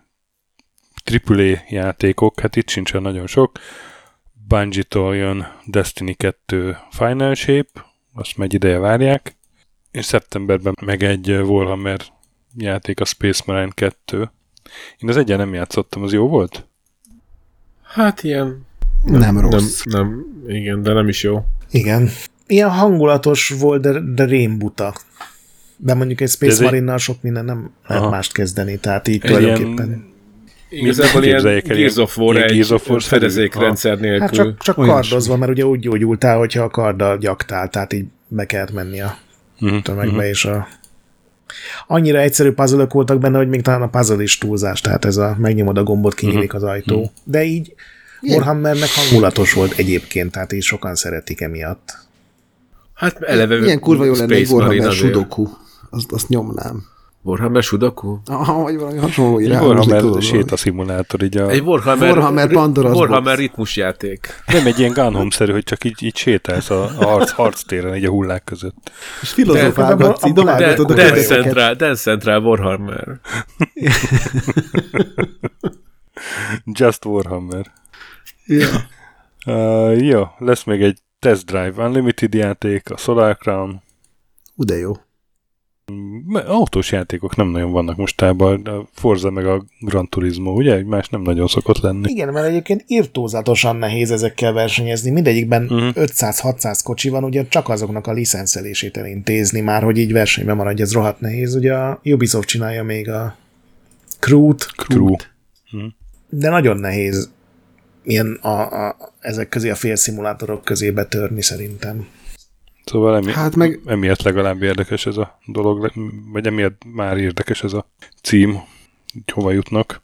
á á á játékok, hát itt sincsen nagyon sok. Bungie-tól jön Destiny kettő Final Shape, azt megy ideje várják, és szeptemberben meg egy Warhammer játék, a Space Marine kettő. Én az egyen nem játszottam, az jó volt? Hát ilyen... Nem, nem rossz. Nem, nem, igen, de nem is jó. Igen. Ilyen hangulatos volt, de, de rémbuta. De mondjuk egy Space Marine-nal sok minden nem lehet Aha. mást kezdeni, tehát így tulajdonképpen... Igazából ilyen Gears of War egy fedezékrendszer nélkül. Hát csak, csak kardozva, mert ugye úgy gyógyultál, hogyha a karddal gyaktál, tehát így be kellett menni a uh-huh, tömegbe, uh-huh. és a... Annyira egyszerű puzzle-ök voltak benne, hogy még talán a puzzle is túlzás, tehát ez a megnyomod a gombot, kinyílik uh-huh. az ajtó. Uh-huh. De így Warhammernek hangulatos volt egyébként, tehát így sokan szeretik emiatt. Hát eleve... Milyen kurva jó lenne egy Warhammer Sudoku. Azt, azt nyomnám. Warhammer Sudoku? Aha, vagy valami hasonló. Egy Warhammer sétaszimulátor, így a... Egy Warhammer, Warhammer Pandora's Warhammer ritmusjáték. Nem egy ilyen Gun Home-szerű, hogy csak így, így sétálsz a, a harc, harctéren, így a hullák között. És filozofálgatsz, így dobálgatod a Dance Central, Dance Central Warhammer. Just Warhammer. Ja. Uh, jó, lesz még egy Test Drive Unlimited játék, a Solar Crown. Ú, de jó. Autós játékok nem nagyon vannak mostában, a Forza meg a Gran Turismo, ugye? Más nem nagyon szokott lenni. Igen, mert egyébként irtózatosan nehéz ezekkel versenyezni. Mindegyikben uh-huh. ötszáz-hatszáz kocsi van, ugye csak azoknak a licenszelését elintézni már, hogy így versenyben maradj, ez rohadt nehéz. Ugye a Ubisoft csinálja még a Crew-t. Crew. Uh-huh. De nagyon nehéz ilyen a, a, ezek közé a félszimulátorok közé betörni szerintem. Szóval emi- hát meg... emiatt legalább érdekes ez a dolog, vagy emiatt már érdekes ez a cím, hogy hova jutnak.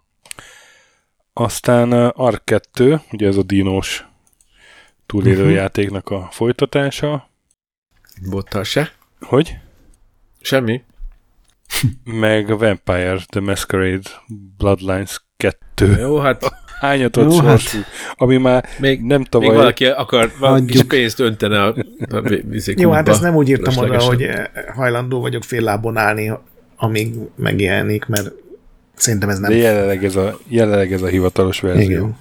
Aztán Ark kettő, ugye ez a dinós túlélő uh-huh. játéknak a folytatása. Bottal se? Hogy? Semmi. Meg a Vampire The Masquerade Bloodlines kettő. Jó, hát... Hányatott sorsú, hát, ami már még, nem tavaly... Még valaki akar, valaki kis pénzt öntene a, a vizékunkba. Jó, hát ezt nem úgy írtam oda, hogy hajlandó vagyok fél lábon állni, amíg megjelenik, mert szerintem ez nem... De jelenleg ez a, jelenleg ez a hivatalos verzió. Igen.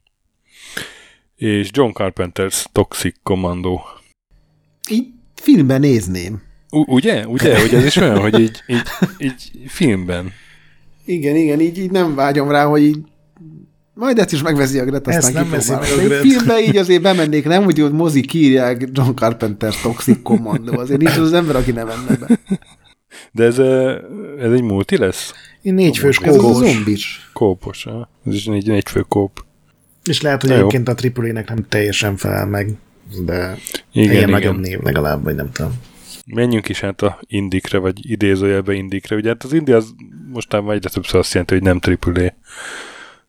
És John Carpenter's Toxic Commando. Így filmben nézném. U- ugye? Ugye? Hogy ez is olyan, hogy így, így, így filmben. Igen, igen, így, így nem vágyom rá, hogy így majd ezt is megveszi a Gret, aztán kipróbálom. De filmben így azért bemennék, nem, hogy mozi kírják John Carpenter's Toxic Commando. Azért nincs az ember, aki ne menne be. De ez, ez egy multi lesz? Négy fős kópos. Ez a zombis. Kópos, ez is egy négy fő kóp. És lehet, hogy egyébként a á á á-nek nem teljesen felel meg, de igen, ilyen nagyobb név legalább, vagy nem tudom. Menjünk is hát a indikre, vagy idézőjelbe indikre. Ugye hát az indi az mostában egyre többször azt jelenti, hogy nem á á á.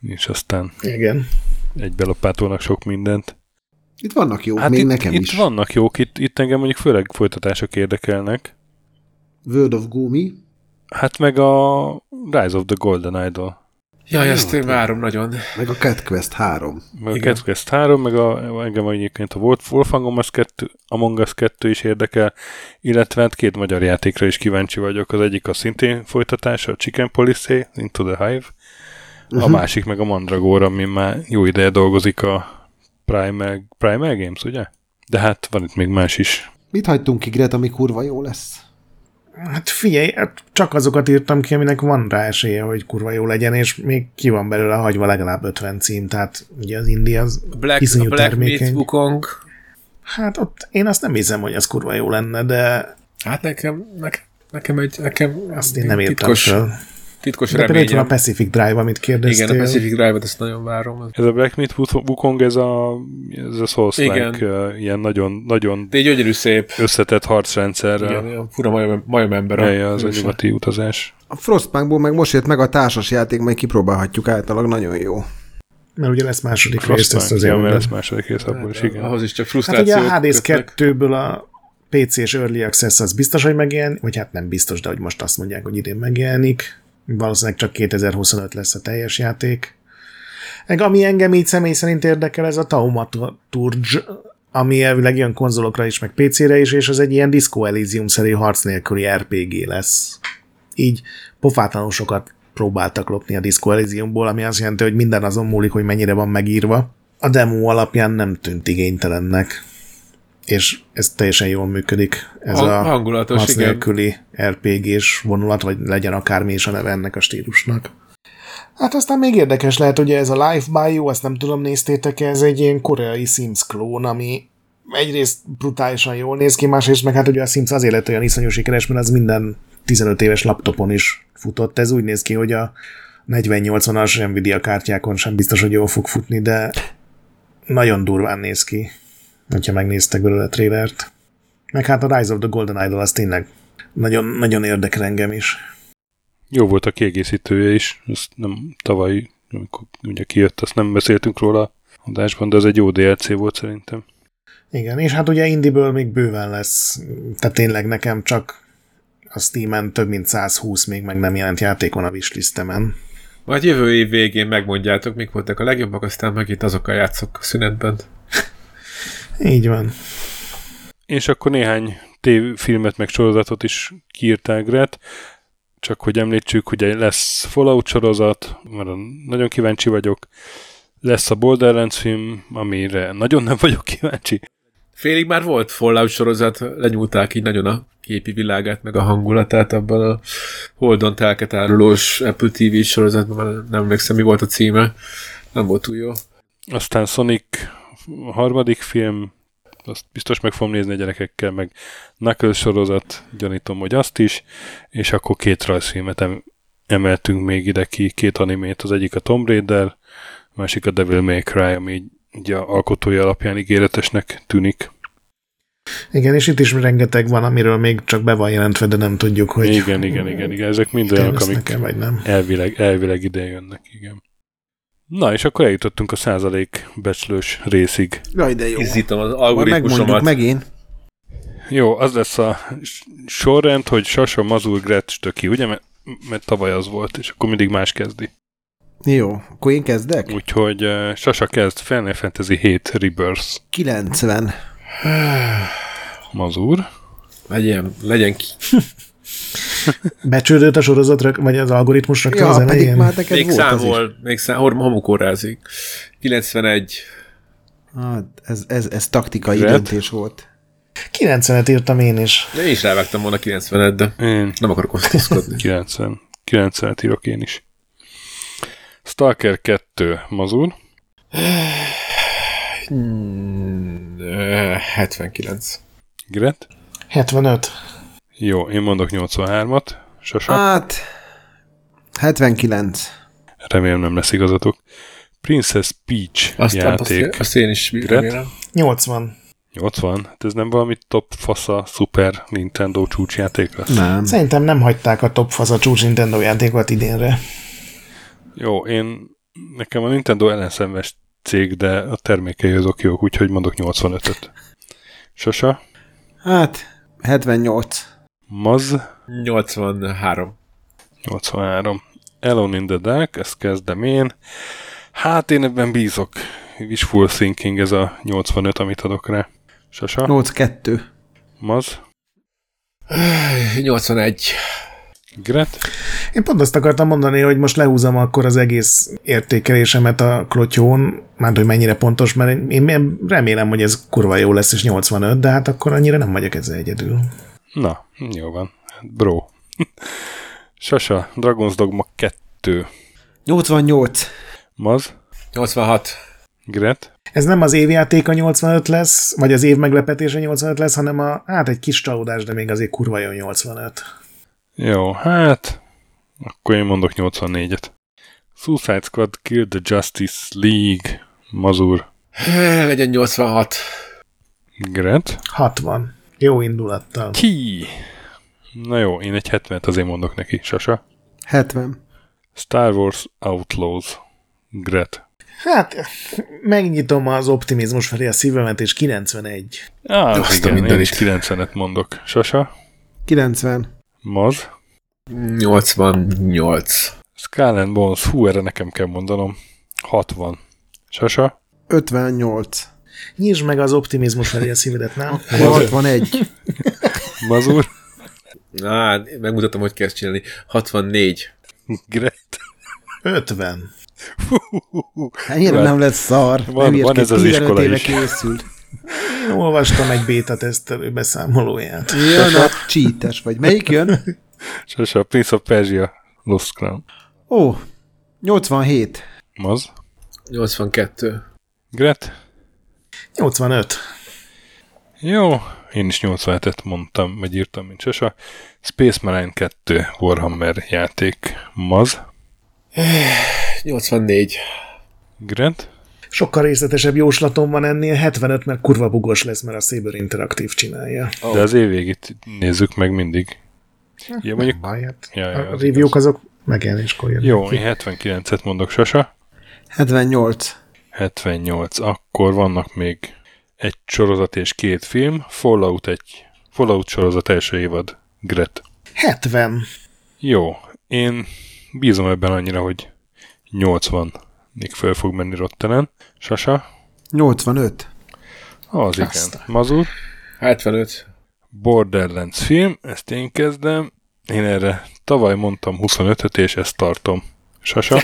és aztán igen. egybelopátolnak sok mindent. Itt vannak jók, hát még itt, nekem itt is. Itt vannak jók, itt, itt engem mondjuk főleg folytatások érdekelnek. World of Gumi. Hát meg a Rise of the Golden Idol. Jaj, ezt én várom nagyon. Meg a Cat Quest három. Meg a Cat Quest három, meg a, engem egyébként a Wolfgang Among Us kettő is érdekel, illetve hát két magyar játékra is kíváncsi vagyok. Az egyik a szintén folytatása, a Chicken Police, Into the Hive, uh-huh. a másik meg a Mandragora, ami már jó ideje dolgozik a Primal, Primal Games, ugye? De hát van itt még más is. Mit hagytunk ki, Gret, ami kurva jó lesz? Hát figyelj, csak azokat írtam ki, aminek van rá esélye, hogy kurva jó legyen, és még ki van belőle hagyva legalább ötven cím, tehát ugye az indie az Black, iszonyú Black termékeny. Myth Wukong. Hát ott én azt nem hiszem, hogy az kurva jó lenne, de... Hát nekem, nekem, nekem egy... Nekem azt én nem írtam titkos, fel. Titkos de reményem. például a Pacific Drive, amit kérdeztél. Igen, a Pacific Drive-ot ezt nagyon várom. Ez a Black Myth Wukong, ez a, ez a Souls-like, uh, ilyen nagyon, nagyon de gyönyörű szép. összetett harcrendszerrel. Igen, olyan fura majom, majom ember. Ja, az a nyugati utazás. A Frostpunkból meg most jött meg a társas játék, majd kipróbálhatjuk általában, nagyon jó. Mert ugye lesz második Frostpunk, rész, ezt azért ja, mondom. lesz második rész abból is, igen. Ahhoz is csak frusztráció. Hát ugye a Hades kettőből a pé cés Early Access az biztos, hogy megjelenik, vagy hát nem biztos, de hogy most azt mondják, hogy idén megjelenik. Valószínűleg csak kétezer-huszonöt lesz a teljes játék. Meg ami engem így személy szerint érdekel, ez a Thaumaturge, ami elvileg jön konzolokra is, meg pé cére is, és az egy ilyen Disco Elysium-szerű harc nélküli er pé gé lesz. Így pofátlanul sokat próbáltak lopni a Disco Elysiumból, ami azt jelenti, hogy minden azon múlik, hogy mennyire van megírva. A demo alapján nem tűnt igénytelennek, és ez teljesen jól működik. Ez a, a harc nélküli er pé gés vonulat, vagy legyen akármi is a neve ennek a stílusnak. Hát aztán még érdekes lehet, ugye ez a Life by You, azt nem tudom, néztétek, ez egy ilyen koreai Sims klón, ami egyrészt brutálisan jól néz ki, másrészt meg hát ugye a Sims azért lett olyan iszonyú sikeres, mert az minden tizenöt éves laptopon is futott. Ez úgy néz ki, hogy a negyven nyolcvanas Nvidia kártyákon sem biztos, hogy jól fog futni, de nagyon durván néz ki, hogyha megnéztek belőle a trailert. Meg hát a Rise of the Golden Idol az tényleg nagyon, nagyon érdekel engem is. Jó volt a kiegészítője is, ezt nem tavaly, amikor ugye kijött, azt nem beszéltünk róla a adásban, de ez egy jó dé el cé volt szerintem. Igen, és hát ugye Indie-ből még bőven lesz, tehát tényleg nekem csak a Steam-en több mint száz húsz még meg nem jelent játék van a wishlistemen. Majd jövő év végén megmondjátok, mik voltak a legjobbak, aztán meg itt azokkal játszok a szünetben. Így van. És akkor néhány tévéfilmet meg sorozatot is kiírtál, Gret, csak hogy említsük, hogy lesz Fallout sorozat, mert nagyon kíváncsi vagyok, lesz a Borderlands film, amire nagyon nem vagyok kíváncsi. Félig már volt Fallout sorozat, lenyúlták így nagyon a képi világát, meg a hangulatát abban a Holdon telket árulós Apple té vé sorozatban, nem emlékszem, mi volt a címe, nem volt túl jó. Aztán Sonic a harmadik film, azt biztos meg fogom nézni a gyerekekkel, meg Knuckles sorozat, gyanítom, hogy azt is, és akkor két rajzfilmet em- emeltünk még ide ki, két animét, az egyik a Tomb Raider, a másik a Devil May Cry, ami így, így a alkotója alapján ígéretesnek tűnik. Igen, és itt is rengeteg van, amiről még csak be van jelentve, de nem tudjuk, hogy... Igen, igen, igen, igen. Ezek mind olyanok, amik vagy nem. Elvileg, elvileg ide jönnek, igen. Na, és akkor eljutottunk a százalék becslős részig. Jaj, de jó. Izzítom az algoritmusomat. Megint. Jó, az lesz a sorrend, hogy Sasa, Mazur, Gret, Stöki, ugye? Mert, mert tavaly az volt, és akkor mindig más kezdi. Jó, akkor én kezdek? Úgyhogy uh, Sasa kezd, Final Fantasy hét Rebirth. kilencven. Mazur. Legyen, legyen ki. Becsődött a sorozatra, vagy az algoritmusra ja, az pedig elején? már neked még volt számol, az is. még számol, hamukorázik. kilencvenegy. Ah, ez, ez, ez taktikai Red. döntés volt. kilencvenet írtam én is. Én is rávágtam volna kilencvenet, de Én nem akarok osztozkodni. kilencven. kilencvenet írok én is. Stalker kettő, Mazur. Hmm, hetvenkilenc. Gret. hetvenöt. Jó, én mondok nyolcvanhármat. Sasa. Hát, hetvenkilenc. Remélem nem lesz igazatok. Princess Peach Azt, játék. azt, azt én is remélem. nyolcvan. nyolcvan? Hát ez nem valami top fasza Super Nintendo csúcsjáték lesz? Nem. Szerintem nem hagyták a top fasz a csúcs Nintendo játékot idénre. Jó, én Nekem a Nintendo ellenszenves cég, de a termékei azok jók, úgyhogy mondok nyolcvanötöt. Sasa? Hát, hetvennyolc. Maz? nyolcvanhárom. nyolcvanhárom. Alone in the Dark, ezt kezdem én. Hát én ebben bízok. Wishful thinking ez a nyolcvanöt, amit adok rá. Sasa? nyolcvankettő. Maz? nyolcvanegy. Gret? Én pont azt akartam mondani, hogy most lehúzom akkor az egész értékelésemet a klotyón, már hogy mennyire pontos, mert én remélem, hogy ez kurva jó lesz, és nyolcvanöt, de hát akkor annyira nem vagyok ezzel egyedül. Na, jó van. Bro. Sasa, Dragon's Dogma kettő. nyolcvannyolc. Maz? nyolcvanhat. Gret? Ez nem az évjáték a nyolcvanöt lesz, vagy az év meglepetése nyolcvanöt lesz, hanem a, hát egy kis csalódás, de még azért kurva jó nyolcvanöt. Jó, hát akkor én mondok nyolcvannégyet. Suicide Squad Kill the Justice League. Mazur. Legyen nyolcvanhat. Gret? hatvan. Jó indulattal. Ki? Na jó, én egy hetvenet azért mondok neki. Sasa? hetven. Star Wars Outlaws. Gret? Hát, megnyitom az optimizmus felé a szívemet, és kilencvenegy. Á, Azt igen, a én mindenit. is kilencvenet mondok. Sasa? kilencven. Maz? nyolcvannyolc. Skull and Bones, hú, erre nekem kell mondanom. hatvan. Sasa? ötvennyolc. Nyisd meg az optimizmus felé a szívedet, nem? hatvanegy. Mazur? Á, megmutatom, hogy kell ezt csinálni. hatvannégy. Gret? ötven. Ennyire nem lesz szar. Van- Nem van ez az tizenöt iskola éve is. készült. Én olvastam egy beta tesztelő beszámolóját. Jön a cheates vagy. Melyik jön? Sasa, Prince of Persia Lost Crown. Ó, nyolcvanhét. Maz? nyolcvankettő. Gret? nyolcvanöt. Jó, én is nyolcvanhetet mondtam, vagy írtam, mint Sasa. Space Marine kettő Warhammer játék. Maz? nyolcvannégy. Gret? Sokkal részletesebb jóslatom van ennél, hetvenöt, mert kurva bugos lesz, mert a Saber Interactive csinálja. Oh. De az év végét nézzük meg mindig. Ja, mondjuk, Baj, hát Ja, ja, a az review-k azok megjelenéskor jönnek. jó, én hetvenkilencet mondok, Sasa. hetvennyolc. hetvennyolc. Akkor vannak még egy sorozat és két film. Fallout egy Fallout sorozat első évad. Gret. hetven. Jó, én bízom ebben annyira, hogy nyolcvanig föl fog menni rottenen. Sasa? nyolcvanöt. Az igen. Aztán. Mazur? hetvenöt. Borderlands film, ezt én kezdem. Én erre tavaly mondtam huszonötöt, és ezt tartom. Sasa?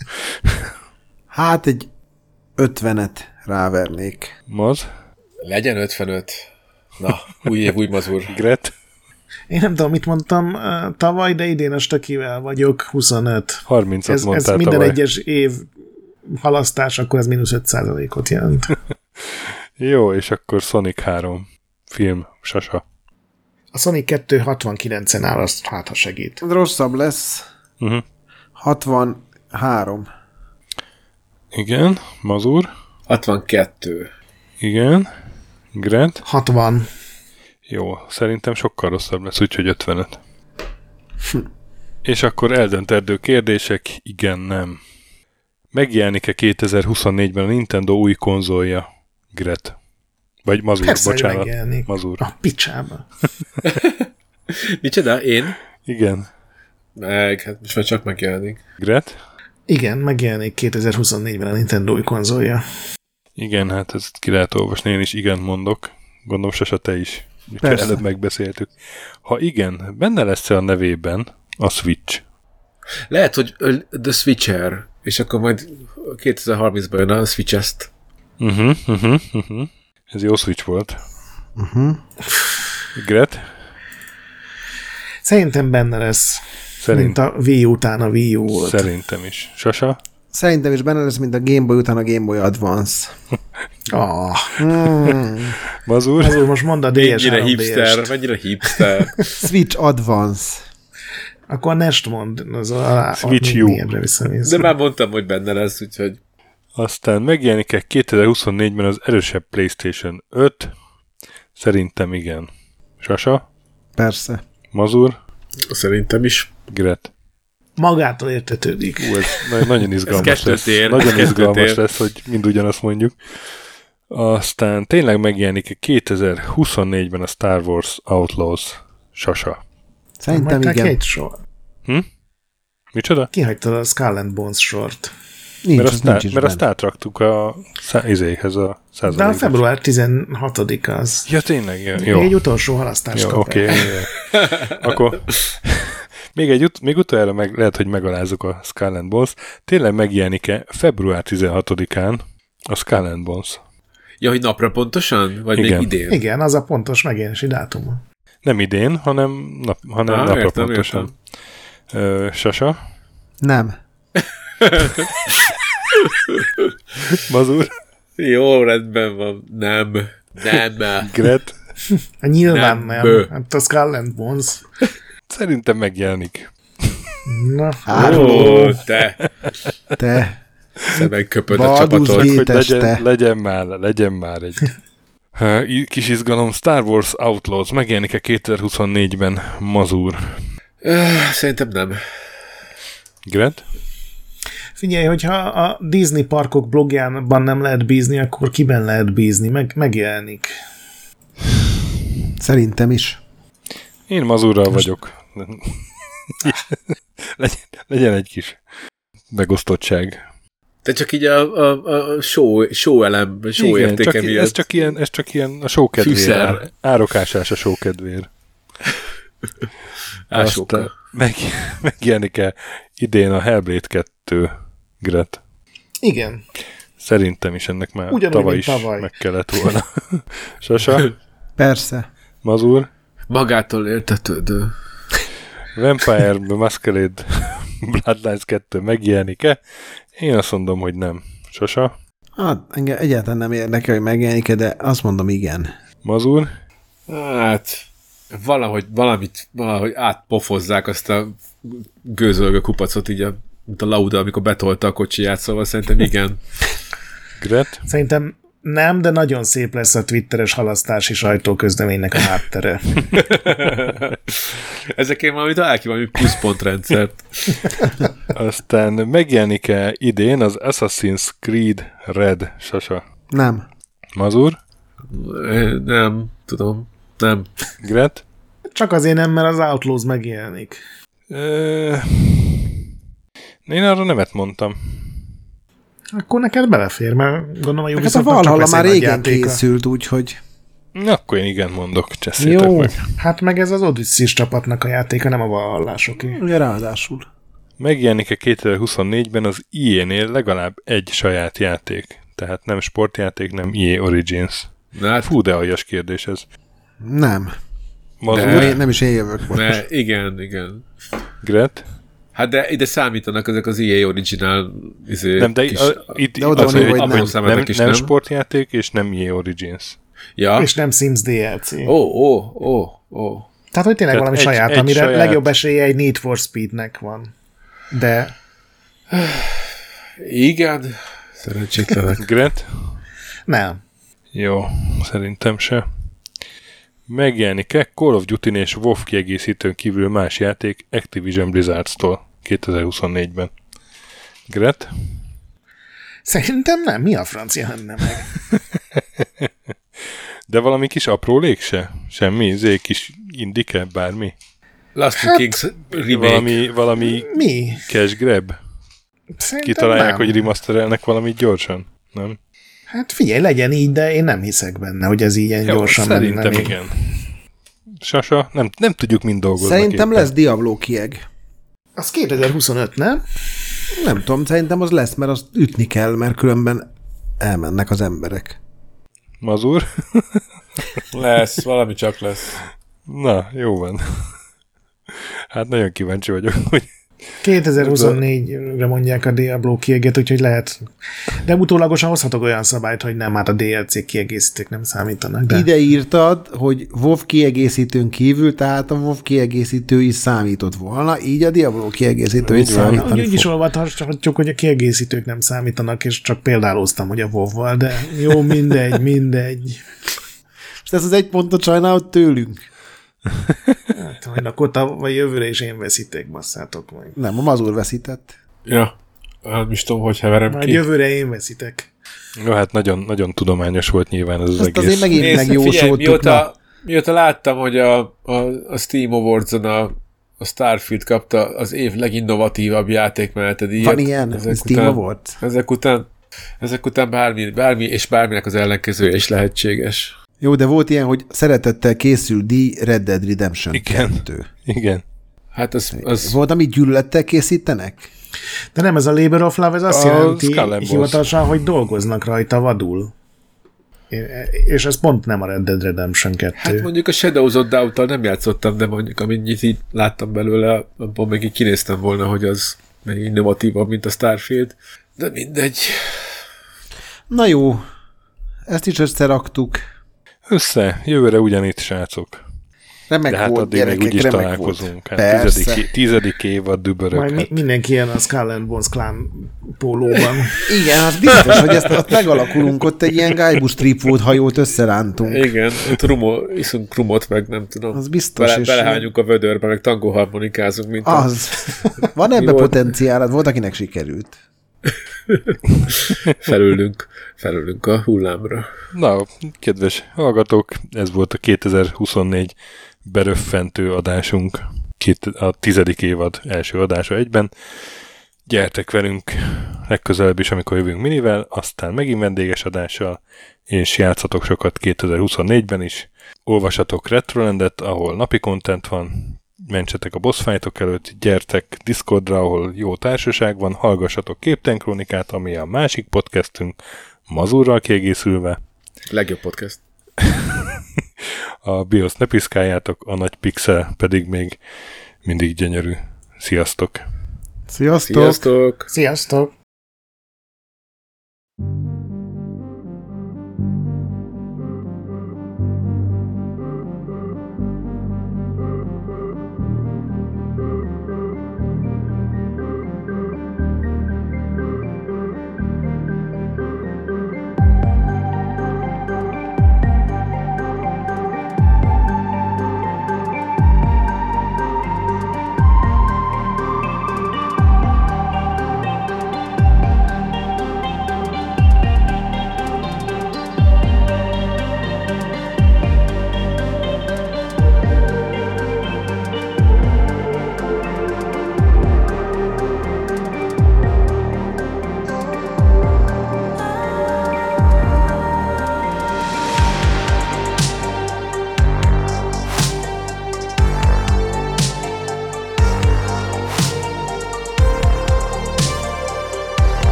Hát egy ötvenet rávernék. Maz? Legyen ötvenöt. Na, új év, új mazur. Gret? Én nem tudom, mit mondtam uh, tavaly, de idén a stökivel vagyok, huszonöt. harmincat Ez, ez mondtál minden tavaly. egyes év halasztás, akkor ez mínusz öt százalékot jelent. Jó, és akkor Sonic három film. Sasa? A Sonic kettő hatvankilencen áll, azt hát ha segít. Ez rosszabb lesz. Uh-huh. hatvanhárom. Igen. Mazur? hatvankettő. Igen. Gret? hatvan. Jó, szerintem sokkal rosszabb lesz, úgyhogy ötvenöt. És akkor eldöntendő kérdések, igen, nem. Megjelenik-e kétezer-huszonnégyben a Nintendo új konzolja? Gret. Vagy Mazur, Persze, hogy bocsánat. megjelenik. Mazur. A picsába. Micsoda? Én? Igen. Meg, hát most már csak megjelenik. Gret? Igen, megjelenik kétezer-huszonnégyben a Nintendo új konzolja. Igen, hát ezt ki lehet olvasni, én is igen mondok. Gondolom, Sasa, te is. Persze. Előbb megbeszéltük. Ha igen, benne lesz-e a nevében a Switch? Lehet, hogy The Switcher, és akkor majd kétezer-harmincban jön a Switch-est. Uh-huh, uh-huh, uh-huh. Ez jó Switch volt. Uh-huh. Gret? Szerintem benne lesz. Szerint, Mint a Wii után a Wii U volt. Szerintem is. Sasa? Szerintem is benne lesz, mint a Game Boy után a Game Boy Advance. Ah, Mm. Mazur? azul most mondd a dé es Mennyire három hipster, dé est. mennyire hipster. Switch Advance. Akkor a Nest mond, az a, a Switch a, U. mélyebbre visszamész. De már mondtam, hogy benne lesz, úgyhogy Aztán megjelenik-e kétezer-huszonnégyben az erősebb PlayStation öt? Szerintem igen. Sasa? Persze. Mazur? szerintem is. Gret? magától értetődik. Ú, ez nagyon izgalmas lesz. Tér, nagyon izgalmas tér. lesz, hogy mind ugyanazt mondjuk. Aztán tényleg megjelenik kétezer-huszonnégyben a Star Wars Outlaws. Sasa. Szerintem igen. Két sor. Hm? Micsoda? Kihagytad a Skull and Bones sort. Nincs, mert az azt, nincs tá- is mert azt benne. átraktuk a szá- izéhez a De a százalékos. február tizenhatodika az. Ja, tényleg? Ja, Még jó. egy utolsó halasztás Jó, kap oké. el. Akkor még, egy ut- még utoljára meg, lehet, hogy megalázzuk a Skull and Bones. Tényleg megjelenik-e február tizenhatodikán a Skull and Bones? Ja, hogy napra pontosan? Vagy Igen. még idén? Igen, az a pontos megjelenési dátum. Nem idén, hanem, nap, hanem Á, napra értem, pontosan. Ö, Sasa? Nem. Mazur? Jó, rendben van. Nem. Nem. Gret? Nyilván Nem, nem. bő. Hát a Skull and Bones. Szerintem megjelenik. Na, Ó, te. Te. Szemben köpöd a Baldur's csapatot. Gate. Hogy legyen, Téteste. legyen már, legyen már egy Ö, kis izgalom. Star Wars Outlaws megjelenik-e kétezer-huszonnégyben? Mazur? Öh, Szerintem nem. Gret? figyelj, hogyha a Disney parkok blogjában nem lehet bízni, akkor kiben lehet bízni? Meg, megjelenik. Szerintem is. Én Mazurral vagyok. legyen, legyen egy kis megosztottság. Te csak így a, a, a show, show elem, show Igen, értéke csak, miatt. ez csak ilyen, ez csak ilyen a show kedvér. Fűszer. Ár, árokásás a show kedvér. Ásóka. Aztán meg, megjelenik-e idén a Hellblade kettő, Gret? Igen. Szerintem is ennek már Ugyanúgy, tavaly mint is tavaly. meg kellett volna. Sasa? Persze. Mazur? Magától értetődő. Vampire The Masquerade Bloodlines kettő megjelenik-e? Én azt mondom, hogy nem. Sasa? Hát engem egyáltalán nem érdekel, hogy megjelenik, de azt mondom igen. Mazur? Hát, valahogy, valamit, valahogy átpofozzák azt a gőzölgő kupacot, így a, mint a Lauda, amikor betolta a kocsiját, szóval szerintem igen. Gret? Szerintem nem, de nagyon szép lesz a twitteres halasztási sajtóközleménynek a háttere. Ezekért valami talál ki valami pluszpontrendszert. Aztán megjelenik-e idén az Assassin's Creed Red? Sasa? Nem. Mazur? Nem, tudom. Nem. Gret? Csak azért nem, mert az Outlaws megjelenik. Ö... Én arra nemet mondtam. Akkor neked belefér, mert gondolom a Hát a Ubisoftnak csak Valhalla lesz már egy nagy régen játéka. készült, úgyhogy Na, akkor én igen mondok, cseszétek Jó, meg. hát meg ez az Odyssey csapatnak a játéka, nem a Valhallásoké. ugye ráadásul. Megjelenik-e kétezer-huszonnégyben az í á-nél legalább egy saját játék? Tehát nem sportjáték, nem í á Origins. Na, hát, Fú, de aljas kérdés ez. Nem. Mazur? De- Én nem is én jövök most. ne, igen, igen. Gret? Hát de ide számítanak ezek az í á Original izé, Nem, de, kis, a, itt, de oda az, van, hogy hogy nem, nem. nem, számítanak nem, is, nem nem? sportjáték, és nem í á Origins. Ja? És nem Sims dé el cé. Ó, ó, ó, ó. Tehát, hogy tényleg Tehát valami egy- saját, egy amire saját- legjobb esélye egy Need for Speednek van. De Igen, szerencsétlenek. Gret? nem. Jó, szerintem se. Megjelenik-e Call of Duty és WoW kiegészítőn kívül más játék Activision Blizzardtól kétezer-huszonnégyben? Gret? Szerintem nem. Mi a francia lenne meg? De valami kis aprólék se? Semmi? Zé kis indike? Bármi? Last of Kings remake. Valami, valami Mi? cash grab? Szerintem Kitalálják, nem. hogy remasterelnek valamit gyorsan? Nem? Hát figyelj, legyen így, de én nem hiszek benne, hogy ez ilyen Jó, gyorsan szerintem menne. igen. Sasa, nem, nem tudjuk mind dolgozni. Szerintem lesz Diablo kieg. Az kétezer-huszonöt, nem? Nem tudom, szerintem az lesz, mert azt ütni kell, mert különben elmennek az emberek. Mazur? Lesz, valami csak lesz. Na, jó van. Hát nagyon kíváncsi vagyok, hogy kétezer-huszonnégyre mondják a Diablo kieget, úgyhogy lehet. De utólagosan hozhatok olyan szabályt, hogy nem, hát a dé el cé kiegészítők nem számítanak. De... Ide írtad, hogy WoW kiegészítőn kívül, tehát a WoW kiegészítő is számított volna, így a Diablo kiegészítő is Így van. számítani Úgy is fog. olvashatjuk, hogy a kiegészítők nem számítanak, és csak példálóztam, hogy a WoW-val, de jó, mindegy, mindegy. És ezt az egy pontot sajnálod tőlünk? Hát, majd akkor vagy jövőre is én veszítek, basszátok meg. Nem, a Mazur veszített. Ja, nem is tudom, hogy heverem majd ki. Jövőre én veszítek. Jó, hát nagyon, nagyon tudományos volt nyilván ez az Azt egész. azért megint Nézd, megjósoltuk. mióta, mióta láttam, hogy a, a, a Steam Awards-on a, a Starfield kapta az év leginnovatívabb játékmenete díjat. Van ilyen? Ezek Steam után, Awards? Ezek után, ezek után bármi, bármi, és bárminek az ellenkezője is lehetséges. Jó, de volt ilyen, hogy szeretettel készül díj Red Dead Redemption Igen. kettő. Igen. Hát az, az... Volt, amit gyűlölettel készítenek? De nem, ez a Labor of Love, ez azt A jelenti Skull and hivatalosan, hogy dolgoznak rajta vadul. És ez pont nem a Red Dead Redemption kettő. Hát mondjuk a Shadows of Doubt-tal nem játszottam, de mondjuk amennyit így láttam belőle, abban meg így kinéztem volna, hogy az még innovatívabb, mint a Starfield. De mindegy. Na jó, ezt is összeraktuk. Össze, jövőre ugyanitt, srácok. Remek De hát volt, addig meg gyerekek, úgyis remek találkozunk. volt. Hát Persze. tizedik, tizedik évad dübörög. Majd mi, Hát. mindenki ilyen a Skull and Bones Clan pólóban. Igen, az biztos, hogy ezt ott megalakulunk, ott egy ilyen Guybrush Threepwood hajót összerántunk. Igen, ott rumo, iszunk rumot, meg nem tudom. Az biztos. Bele, és belehányunk a vödörbe, meg tangóharmonikázunk, mint a... az. Van ebbe volt? potenciálad, volt, akinek sikerült. felülünk, felülünk a hullámra. Na, kedves hallgatók, ez volt a kétezer-huszonnégy beröffentő adásunk. Két, a tizedik évad első adása egyben. Gyertek velünk legközelebb is, amikor jövünk minivel, aztán megint vendéges adással, és játszatok sokat kétezer-huszonnégyben is. Olvassatok Retrolandet, ahol napi content van, mentsetek a boss fightok előtt, gyertek Discordra, ahol jó társaság van, hallgassatok Képten Krónikát, ami a másik podcastünk, Mazurral kiegészülve. Legjobb podcast. A BIOS ne piszkáljátok, a nagy pixel pedig még mindig gyönyörű. Sziasztok! Sziasztok! Sziasztok! Sziasztok!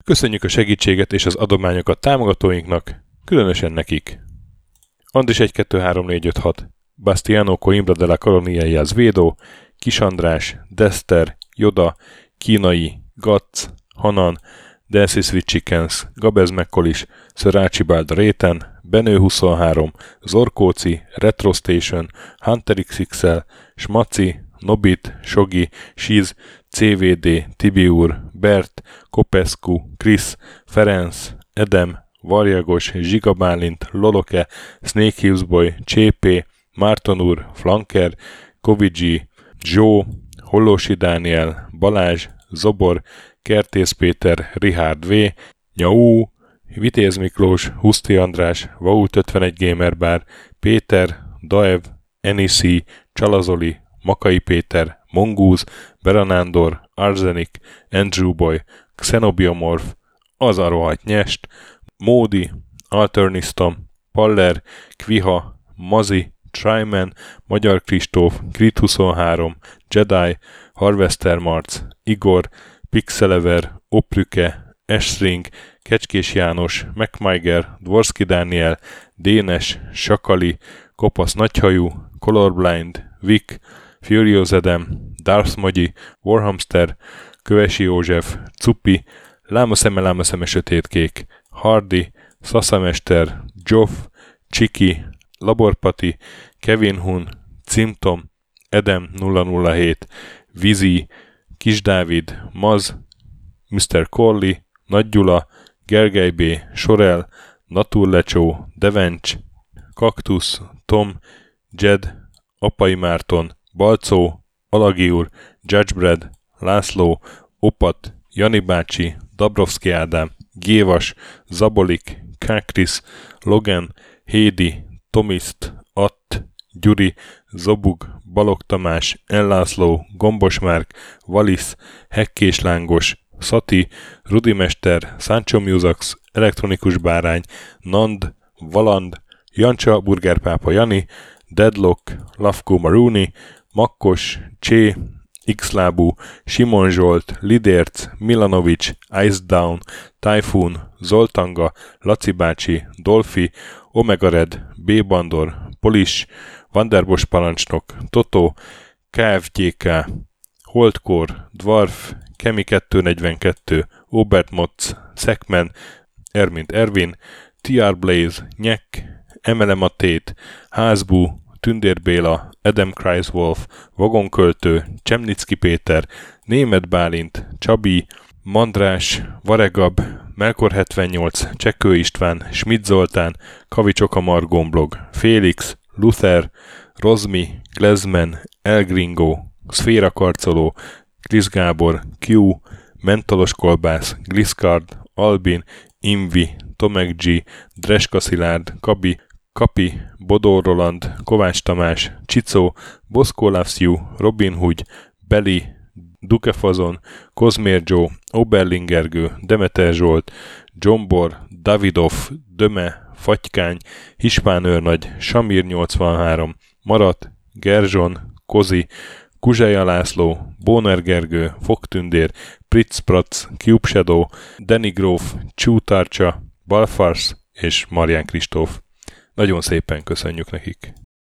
Köszönjük a segítséget és az adományokat támogatóinknak, különösen nekik. Andris egy kettő három négy öt hat, Bastiano Coimbra de la Colonia y Azvédó, Kis András, Dester, Joda, Kínai, Gatz, Hanan, Dancy Sweet Chickens, Gabez Mekkolis, Sir Archibald Réten, Benő huszonhárom, Zorkóci, Retro Station, Hunter iksz iksz el, Smaci, Nobit, Sogi, Siz, cé vé dé, Tibiur, Bert, Kopescu, Krisz, Ferenc, Edem, Varjagos, Zsigabálint, Loloke, Snake Hills Boy, Csépé, Márton úr, Flanker, Kovicsi, Zsó, Hollósi Dániel, Balázs, Zobor, Kertész Péter, Richard V, Nyau, Vitéz Miklós, Huszti András, Vault ötvenegy Gamerbar, Péter, Daev, Enisi, Csalazoli, Makai Péter, Mongúz, Beranándor, Arzenik, Andrew Boy, Xenobiomorph, Az a rohadt nyest, Módi, Alternisztom, Paller, Kviha, Mazi, Tryman, Magyar Kristóf, Krit huszonhárom, Jedi, Harvester Marc, Igor, Pixelever, Oprüke, Esring, Kecskés János, MacMiger, Dvorski Dániel, Dénes, Sakali, Kopasz Nagyhajú, Colorblind, Vic, Furious Edem, Darth Magyi, Warhamster, Kövesi József, Cupi, Lámaszeme, Lámaszeme Sötétkék, Hardy, Szaszamester, Joff, Csiki, Laborpati, Kevin Hun, Cimtom, Edem nulla nulla hét, Vizi, Kis Dávid, Maz, miszter Corley, Nagy Gyula, Gergely B., Sorel, Naturlecsó, Devencs, Kaktusz, Tom, Jed, Apai Márton, Balcó, Alagi úr, Judgebred, László, Opat, Jani bácsi, Dabrowski Ádám, Gévas, Zabolik, Kákris, Logan, Hédi, Tomiszt, Att, Gyuri, Zobug, Balog Tamás, Ellászló, Gombos Márk, Valisz, Hekkés Lángos, Szati, Rudimester, Sancho Musax, Elektronikus Bárány, Nand, Valand, Jancsa, Burgerpápa Jani, Deadlock, Lavko Maruni, Makkos, Csé, Xlábú, Simon Zsolt, Lidérc, Milanovic, Ice Down, Typhoon, Zoltanga, Laci bácsi, Dolfi, Omega Red, B. Bandor, Polis, Vanderbos parancsnok, Toto, ká ef gé ká, Holdkor, Dwarf, Kemi kettőszáznegyvenkettő, Obert Motz, Szekmen, Ermint Ervin, té er Blaze, Nyek, Emelem a Tét, Házbú, Tündér Béla, Adam Kreiswolf, Vagonköltő, Csemnicki Péter, Németh Bálint, Csabi, Mandrás, Varegab, Melkor hetvennyolc, Csekkő István, Schmidt Zoltán, Kavicsok a Margomblog, Félix, Luther, Rozmi, Glezman, El Gringo, Szféra Karcoló, Krisz Gábor, Q, Mentolos Kolbász, Gliscard, Albin, Invi, Tomek G, Dreska Szilárd, Kabi, Kapi, Bodor Roland, Kovács Tamás, Csicó, Boszkó Loves You, Robin Hood, Beli, Dukefazon, Kozmér Joe, Oberlingergő, Demeter Zsolt, Zsombor, Davidov, Döme, Fatykány, Hispán őrnagy, Samir nyolcvanhárom, Marat, Gerzson, Kozi, Kuzseja László, Bóner Gergő, Fogtündér, Pritz Prac, Cube Shadow, Danny Gróf, Csútárcsa, Balfars és Marján Kristóf. Nagyon szépen köszönjük nekik.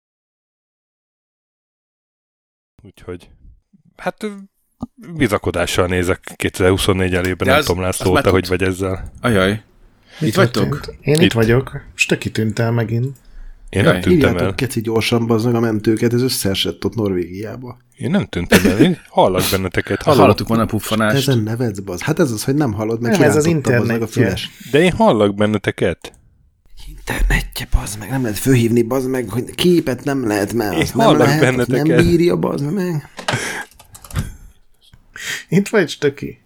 Úgyhogy, hát bizakodással nézek kétezer-huszonnégy elében, nem tudom, László, te hogy vagy ezzel? Ajaj. Itt, itt vagytok? Én itt, itt vagyok. És te kitűnt el megint. Én Jaj, nem tűntem el. Hívjátok keci gyorsan, bazdmeg a mentőket, ez összeesett ott Norvégiába. Én nem tűntem el, én hallak benneteket. Hallottuk volna a puffanást. Ezen nevetsz, bazd. Hát ez az, hogy nem hallod, meg nem, ez az internet a füles. De én hallak benneteket. Internetje, bazd meg, nem lehet fölhívni, bazd meg, hogy képet nem lehet, mert az nem lehet, benneteket. Nem bírja, bazd meg. Itt vagy, Stöki?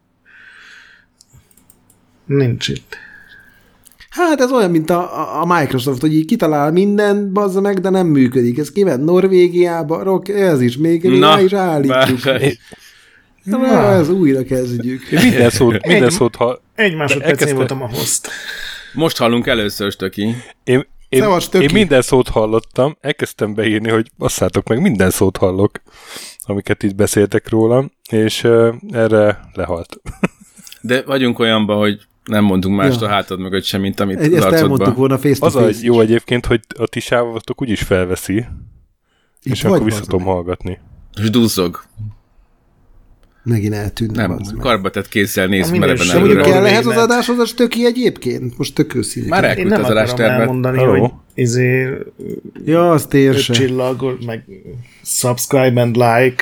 Nincs itt. Hát ez olyan, mint a, a Microsoft, hogy így kitalál mindent, bazd meg, de nem működik. Ez kiment Norvégiába, rock, ez is, még rá is állítjuk. Na, ez újra kezdjük. Minden szót, minden szót ha... Egy másodperc, én voltam a host. Most hallunk először, Stöki. Én, én, én minden szót hallottam, elkezdtem beírni, hogy basszátok meg, minden szót hallok, amiket itt beszéltek rólam, és uh, erre lehalt. De vagyunk olyanban, hogy nem mondunk mást ja. a hátad mögött sem, mint amit egy, az arcodban. Ezt elmondtuk volna face to az face a jó egyébként, hogy a ti sávotok úgyis felveszi, itt és akkor vissza tudom hallgatni. És duzzog. Megint eltűnt. Nem, karbatett kézzel néz mereven előre. Mondjuk kell ehhez az adáshoz, az töki egyébként? Most tök őszintén. Már elküldte az adástervet. Én nem akarom elmondani, oh. hogy izé... Ja, azt érse. öt csillag, meg subscribe and like.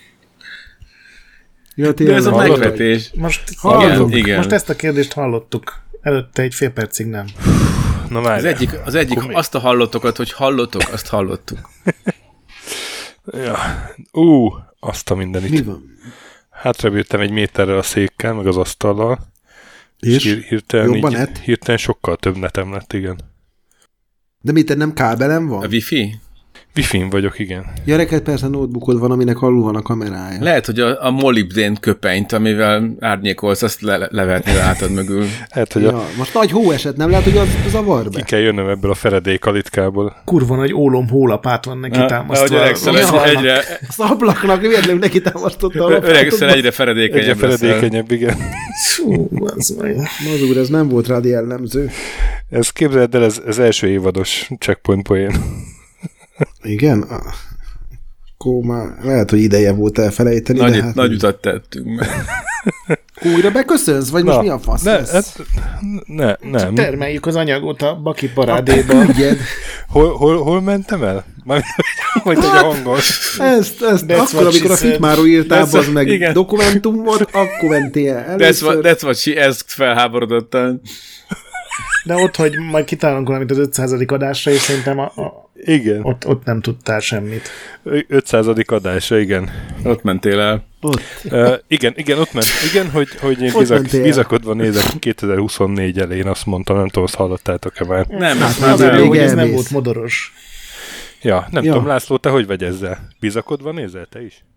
Ja, de ez a megvetés. Most, igen, igen. most ezt a kérdést hallottuk. Előtte egy fél percig nem. Na már az egyik, az egyik azt a hallottakat, hogy hallottok, azt hallottuk. Ja. Ú, uh, azt a mindenit. Mi van? Hátrabírtam egy méterrel a székkel, meg az asztallal. És? Hír, hirtelen, Jobban így, net? hirtelen sokkal több netem lett, igen. De mit, nem kábelem van? A wifi? Wi-Fi-n vagyok, igen. Ja, neked persze notebookod van, aminek alul van a kamerája. Lehet, hogy a, a molibdén köpenyt, amivel árnyékolsz, azt le, levetni látod mögül. Lehet, hogy ja, a... most nagy hó esett, nem lehet, hogy az zavar be? Ki kell jönnöm ebből a feredékalitkából. Kurva nagy ólom hólapát van neki Na, támasztva. Öregszel egyre... egyre... Az ablaknak véletlenül neki támasztotta a lapátot. Öregszel egyre feredékenyebb Egyre feredékenyebb, igen. Szú, az majd. Az úr, ez nem volt rád jellemző. Ez képzeld el, ez, ez első évados checkpoint poén. Igen? Akkor már lehet, hogy ideje volt elfelejteni. Nagy, de hát nagy utat tettünk meg. Újra beköszönsz? Vagy most Na, mi a fasz ne, lesz? ez, ne, nem. Termeljük az anyagot a Baki parádéba. hol, hol, hol mentem el? Majd, hogy egy a hangol. Ezt, ezt akkor, amikor a Fitmáról írtál, az meg igen. Dokumentumot, akkor mentél el. That's what, that's what she asked felháborodottan. De ott, hogy majd kitálunk valamit az ötszázadik adásra, és szerintem a, a, igen. Ott, ott nem tudtál semmit. ötszázadik adásra, igen. Ott mentél el. Ott. Uh, igen, igen, ott ment. Igen, hogy, hogy én bizak, bizakodva nézek kétezer-huszonnégy elején, azt mondtam, nem tudom, azt hallottátok-e már. Nem, hát, ezt már nem. nem. Hogy ez nem volt modoros. Ja, nem ja. tudom, László, te hogy vagy ezzel? Bizakodva nézel te is?